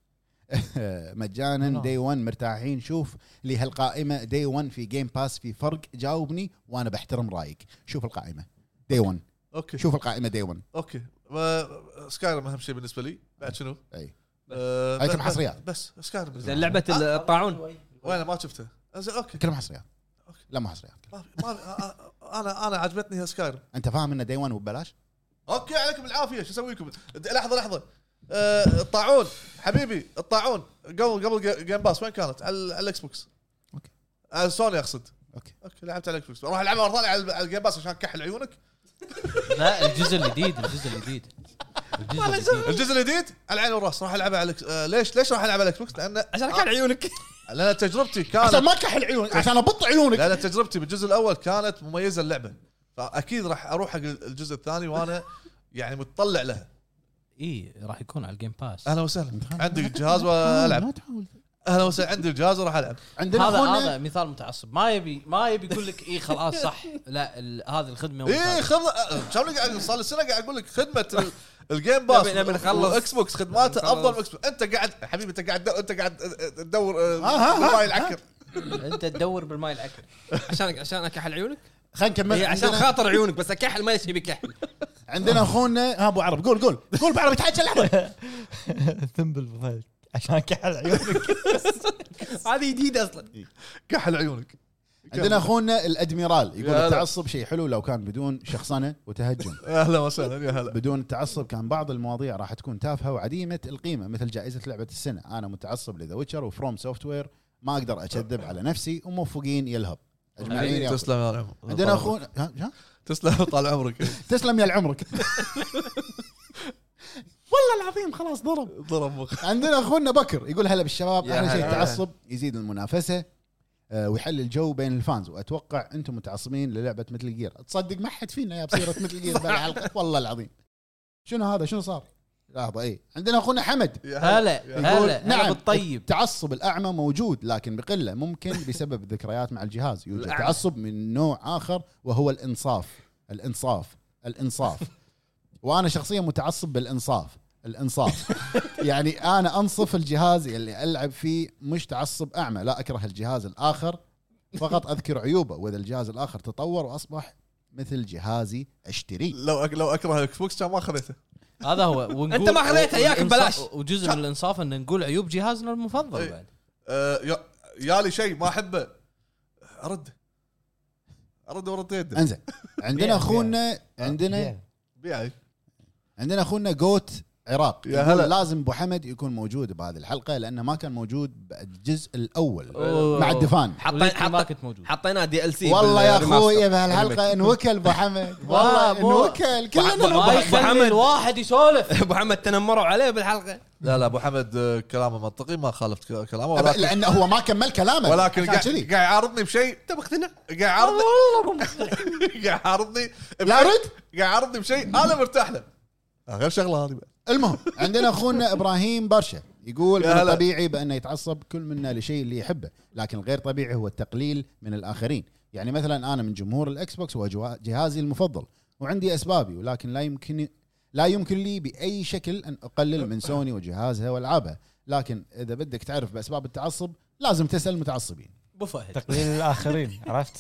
مجانا دي واحد مرتاحين. شوف لي هالقائمه دي واحد في جيم باس في فرق. جاوبني وانا بحترم رايك. شوف القائمه دي واحد. اوكي شوف القائمه دي واحد. اوكي سكايرم اهم شيء بالنسبه لي. بعد شنو؟ اي آه، هاي كم بس- حصريات؟ بس سكايرم زين لعبه الطاعون وين ما شفته. زين اوكي كلهم حصريات. لا مو حصريات. ما في- ما في- آه، آه، انا انا عجبتني هالسكايرم. انت فاهم ان دي واحد ببلاش؟ اوكي عليكم العافيه شو اسوي لكم. لحظه لحظه آه، الطاعون حبيبي الطاعون قبل قبل جيم باس وين كانت؟ على على الاكس بوكس. أوكي. على سوني اقصد. اوكي اوكي لعبت على الاكس بوكس اروح العبها مره ثانيه على على الجيم باس عشان كحل عيونك. لا الجزء الجديد الجزء الجديد الجزء الجديد الجزء الجديد على العين والراس راح العبها على الإكس- آه، ليش ليش راح العبها على الاكس بوكس؟ لان عشان كان عيونك. لان تجربتي عشان كانت ما كحل عيونك عشان ابط عيونك. لان تجربتي بالجزء الاول كانت مميزه اللعبه فاكيد راح اروح حق الجزء الثاني وانا يعني متطلع لها. اي راح يكون على الجيم باس. اهلا وسهلا عندي الجهاز والعب. لا تحاول. انا وسع عندي الجهاز وراح العب. عندنا هذا اخونا هذا مثال متعصب، ما يبي ما يبي يقول لك اي خلاص صح، لا ال- هذه الخدمه ايه ممتازة. خدمه شلون قاعد صار لي سنه قاعد اقول لك خدمه ال- الجيم باس نبي- نبي نخلص. اكس بوكس خدماته نخلص. افضل من اكس بوكس. انت قاعد حبيبي انت قاعد انت قاعد تدور آه، ها، ها، بالماي العكر. انت تدور بالماء العكر. عشان عشان اكحل عيونك. خلينا نكمل. هي عشان عندنا, خاطر عيونك بس اكحل ما يبي كحل. عندنا اخونا ها ابو عرب، قول قول قول ابو عرب يتحكى لحظه. ثنبل بفهد عشان كحل عيونك. هذه جديده اصلا. كحل عيونك. عندنا اخونا الادميرال يقول يا هلا. التعصب شيء حلو لو كان بدون شخصنه وتهجم. اهلا وسهلا يا هلا. بدون التعصب كان بعض المواضيع راح تكون تافهه وعديمه القيمه، مثل جائزه لعبه السنه. انا متعصب لذا ويتشر وفروم سوفت وير، ما اقدر اكذب على نفسي، وموفقين يلهب اجمعين يا تسلم يا عمر. عندنا اخونا ها؟ ها؟ تسلم طال عمرك. تسلم يا العمرك. والله العظيم خلاص ضرب. ضرب مخ. عندنا اخونا بكر يقول هلا بالشباب، يا احلى شيء هلا. التعصب يزيد المنافسه آه، ويحل الجو بين الفانز، واتوقع انتم متعصبين للعبه مثل جير. تصدق ما حد فينا يا بصيره مثل جير بالحلقه والله العظيم. شنو هذا شنو صار؟ لحظه ايه عندنا اخونا حمد يا هلا يا يقول هلا نعم نعم بالطيب. التعصب الاعمى موجود لكن بقله، ممكن بسبب ذكريات مع الجهاز. يوجد الأعمى. تعصب من نوع اخر وهو الانصاف الانصاف الانصاف وانا شخصيا متعصب بالانصاف الانصاف. يعني انا انصف الجهاز اللي العب فيه، مش تعصب اعمى. لا اكره الجهاز الاخر، فقط اذكر عيوبه، واذا الجهاز الاخر تطور واصبح مثل جهازي اشتريه. لو أك... لو اكره الاكس بوكس كان ما خذيته. هذا هو ونقول أنت ما خذيتها، ياك والإنصاف- ببلاش. وجزء من الانصاف ان نقول عيوب جهازنا المفضل إيه. بعد. آه، يا يالي شيء ما احبه ارد ارد ورد يده. انزين عندنا بيع- اخونا عندنا بيعي. عندنا اخونا جوت عراق يا يقول هلا. لازم ابو حمد يكون موجود بهذه الحلقه لانه ما كان موجود بالجزء الاول أوه. مع الدفان. حطينا ولكن ما حط كنت موجود. حطينا دي ال سي. والله يا اخوي بهالحلقه انوكل ابو حمد، والله بابا. انوكل كلنا أبو ما حمد. يخلي الواحد يسولف. ابو حمد تنمروا عليه بالحلقه. لا لا ابو حمد آه، كلامه منطقي ما خالفت ك- كلامه أب- ولكن لانه هو ما كمل كلامه ولكن عشان قاعد كذي. قاعد يعارضني بشيء. انت مقتنع؟ قاعد يعارضني قاعد يعارضني لا رد. قاعد يعارضني بشيء انا مرتاح له. آه، غير شغله هذه بقى. المهم عندنا اخونا ابراهيم برشا يقول يا من هلا. الطبيعي بانه يتعصب كل منا لشيء اللي يحبه، لكن الغير طبيعي هو التقليل من الاخرين. يعني مثلا انا من جمهور الاكس بوكس وجهازي المفضل وعندي اسبابي، ولكن لا يمكن لا يمكن لي باي شكل ان اقلل من سوني وجهازها والعابها. لكن اذا بدك تعرف باسباب التعصب لازم تسال المتعصبين. ابو فهد تقليل الاخرين عرفت.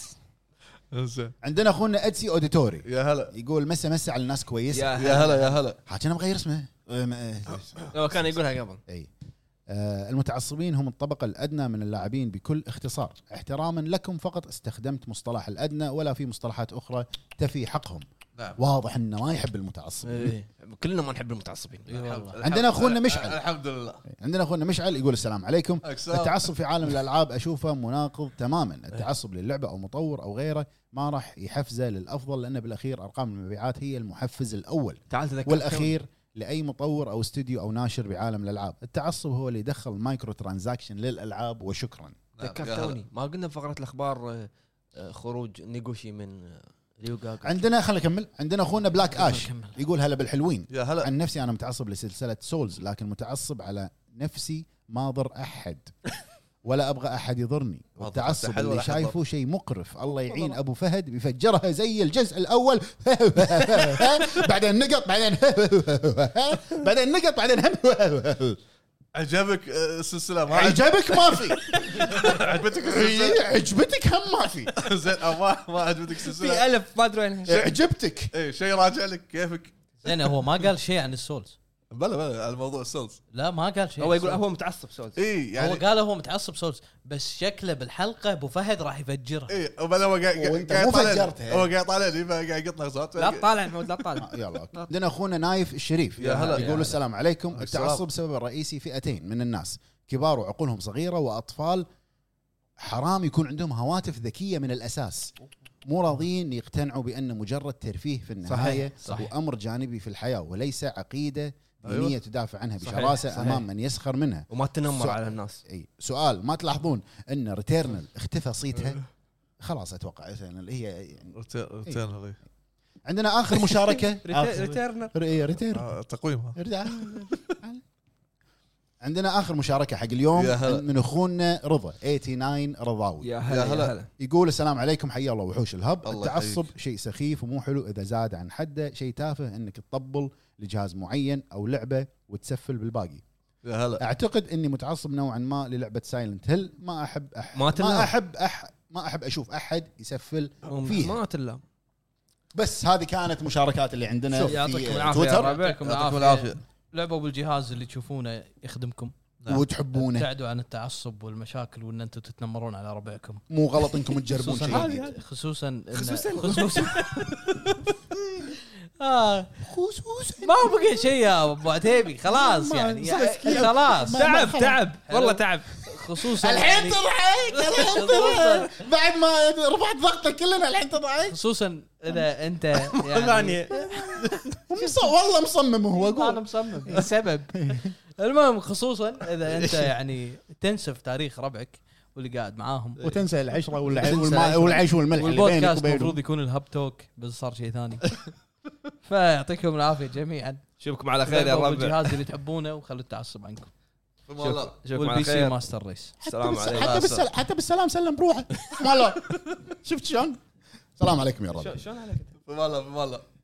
زين. عندنا اخونا ادسي اوديتوري يا هلا يقول مسا مسا على الناس كويسه. يا هلا يا هلا. حاجنا مغير اسمه أه، ما- هو كان يقولها قبل. اي آه، المتعصبين هم الطبقة الأدنى من اللاعبين بكل اختصار. احتراما لكم فقط استخدمت مصطلح الأدنى، ولا في مصطلحات أخرى تفي حقهم. نعم. واضح إنه ما يحب المتعصب. إيه. كلنا ما نحب المتعصبين. اي والله. عندنا أخونا مشعل. الحمد لله. عندنا أخونا مشعل يقول السلام عليكم. أكسام. التعصب في عالم الألعاب أشوفه مناقض تماما. التعصب للعبة أو مطور أو غيره ما راح يحفزه للأفضل، لأن بالأخير أرقام المبيعات هي المحفز الأول تعال تذكر والأخير لأي مطور أو استوديو أو ناشر بعالم الألعاب. التعصب هو اللي يدخل مايكرو ترانزاكشن للألعاب. وشكرا. نعم. ذكرت يا هلا. توني ما قلنا بفقره الاخبار آه، آه، خروج نيغوشي من آه، ريوغا. عندنا خلينا نكمل. عندنا اخونا بلاك اش نكمل. يقول هلا بالحلوين. يا هلا. عن نفسي انا متعصب لسلسله سولز، لكن متعصب على نفسي ما ضر احد ولا ابغى احد يضرني. ما والتعصب ضرت أحد ولا اللي أحد شايفه شيء مقرف. الله يعين ابو فهد بيفجرها زي الجزء الاول. بعدين نقط بعدين بعدين نقط بعدين هم. عجبك آه، السلسله ما عجبك ما في. عجبتك السلسله. عجبتك هم ما في. زين أو ما ما عجبتك السلسله. في الف ما ادري وين. عجبتك. اي شيء راجع لك كيفك. زين هو ما قال شيء عن السولز. بلا بلا على موضوع السولز. لا ما قال شيء هو عن يقول السولز. هو متعصب سولز. اي يعني هو قال هو متعصب سولز، بس شكله بالحلقه ابو فهد راح يفجرها. اي وبعدين هو قاعد وأنت قاعد مو يطالعني. فجرتها. هو قاعد يطالعني قاعد يقط نغزات. لا تطالع محمود لا تطالع. يلا أوكي. عندنا اخونا نايف الشريف يا هلا. يقول السلام عليكم. السلام. التعصب سبب الرئيسي فئتين من الناس، كبار وعقولهم صغيره واطفال حرام يكون عندهم هواتف ذكيه من الاساس، مو راضين يقتنعوا بان مجرد ترفيه في النهايه صحيح. وامر جانبي في الحياه وليس عقيده أيوة. دينيه تدافع عنها صحيح. بشراسه صحيح. امام من يسخر منها. وما تنمر سؤال. على الناس. اي سؤال، ما تلاحظون ان ريتيرنال اختفى صيتها؟ خلاص اتوقع اللي هي يعني ريتيرنال. عندنا اخر مشاركه. ريتيرنر. ريتيرنال تقويمها. عندنا اخر مشاركه حق اليوم يا هلا. من اخونا رضا ثمانية وثمانين رضاوي. يا يا هلا هلا. يا هلا. يقول السلام عليكم، حيا الله وحوش الهب. الله التعصب يحييك. شيء سخيف ومو حلو اذا زاد عن حده، شيء تافه انك تطبل لجهاز معين او لعبه وتسفل بالباقي. يا هلا. اعتقد اني متعصب نوعا ما للعبه سايلنت هيل، ما احب أح... ما ما تلام. احب أح... ما احب اشوف احد يسفل فيها. ما تلام. بس هذه كانت مشاركات اللي عندنا شوف، في يعطيكم العافية يا تويتر ربع. يعطيكم يعطيكم العافيه. العافيه. لعبوا بالجهاز اللي تشوفونه يخدمكم، نعم. وتحبونه. ابتعدوا عن التعصب والمشاكل وان انتم تتنمرون على ربعكم، مو غلط انكم تجربون خصوصا شيء جديد. هذه- خصوصا إن- خصوصاً. خصوصا آه خصوصا ما بقى شيء يا ابو عتيبي، خلاص ما- يعني, ما- يعني خلاص ما- تعب خلاص. تعب والله تعب. خصوصا الحين يعني تضحك الحين تضحك بعد ما رفعت ضغطك كلنا الحين تضحك. خصوصا اذا انت يعني ومص- والله مصمم هو انا اقول مصمم السبب. المهم خصوصا اذا انت يعني تنسف تاريخ ربعك واللي قاعد معاهم، وتنسى العشره والع- وتنسى والماء العشرة. والعيش والملح اللي بينك والبودكاست وبينهم. المفروض يكون الهب توك بس صار شيء ثاني. فيعطيكم العافيه جميعا، نشوفكم على خير يا لعبوا ربع. بالجهاز اللي تحبونه وخلوا التعصب عنكم. والله. نشوفكم على والبي سي خير. ماستر ريس. السلام حتى, عليكم. حتى, بالسلام حتى بالسلام سلم بروحه. والله شفت شلون؟ السلام عليكم يا رب. شلون عليك؟ والله والله.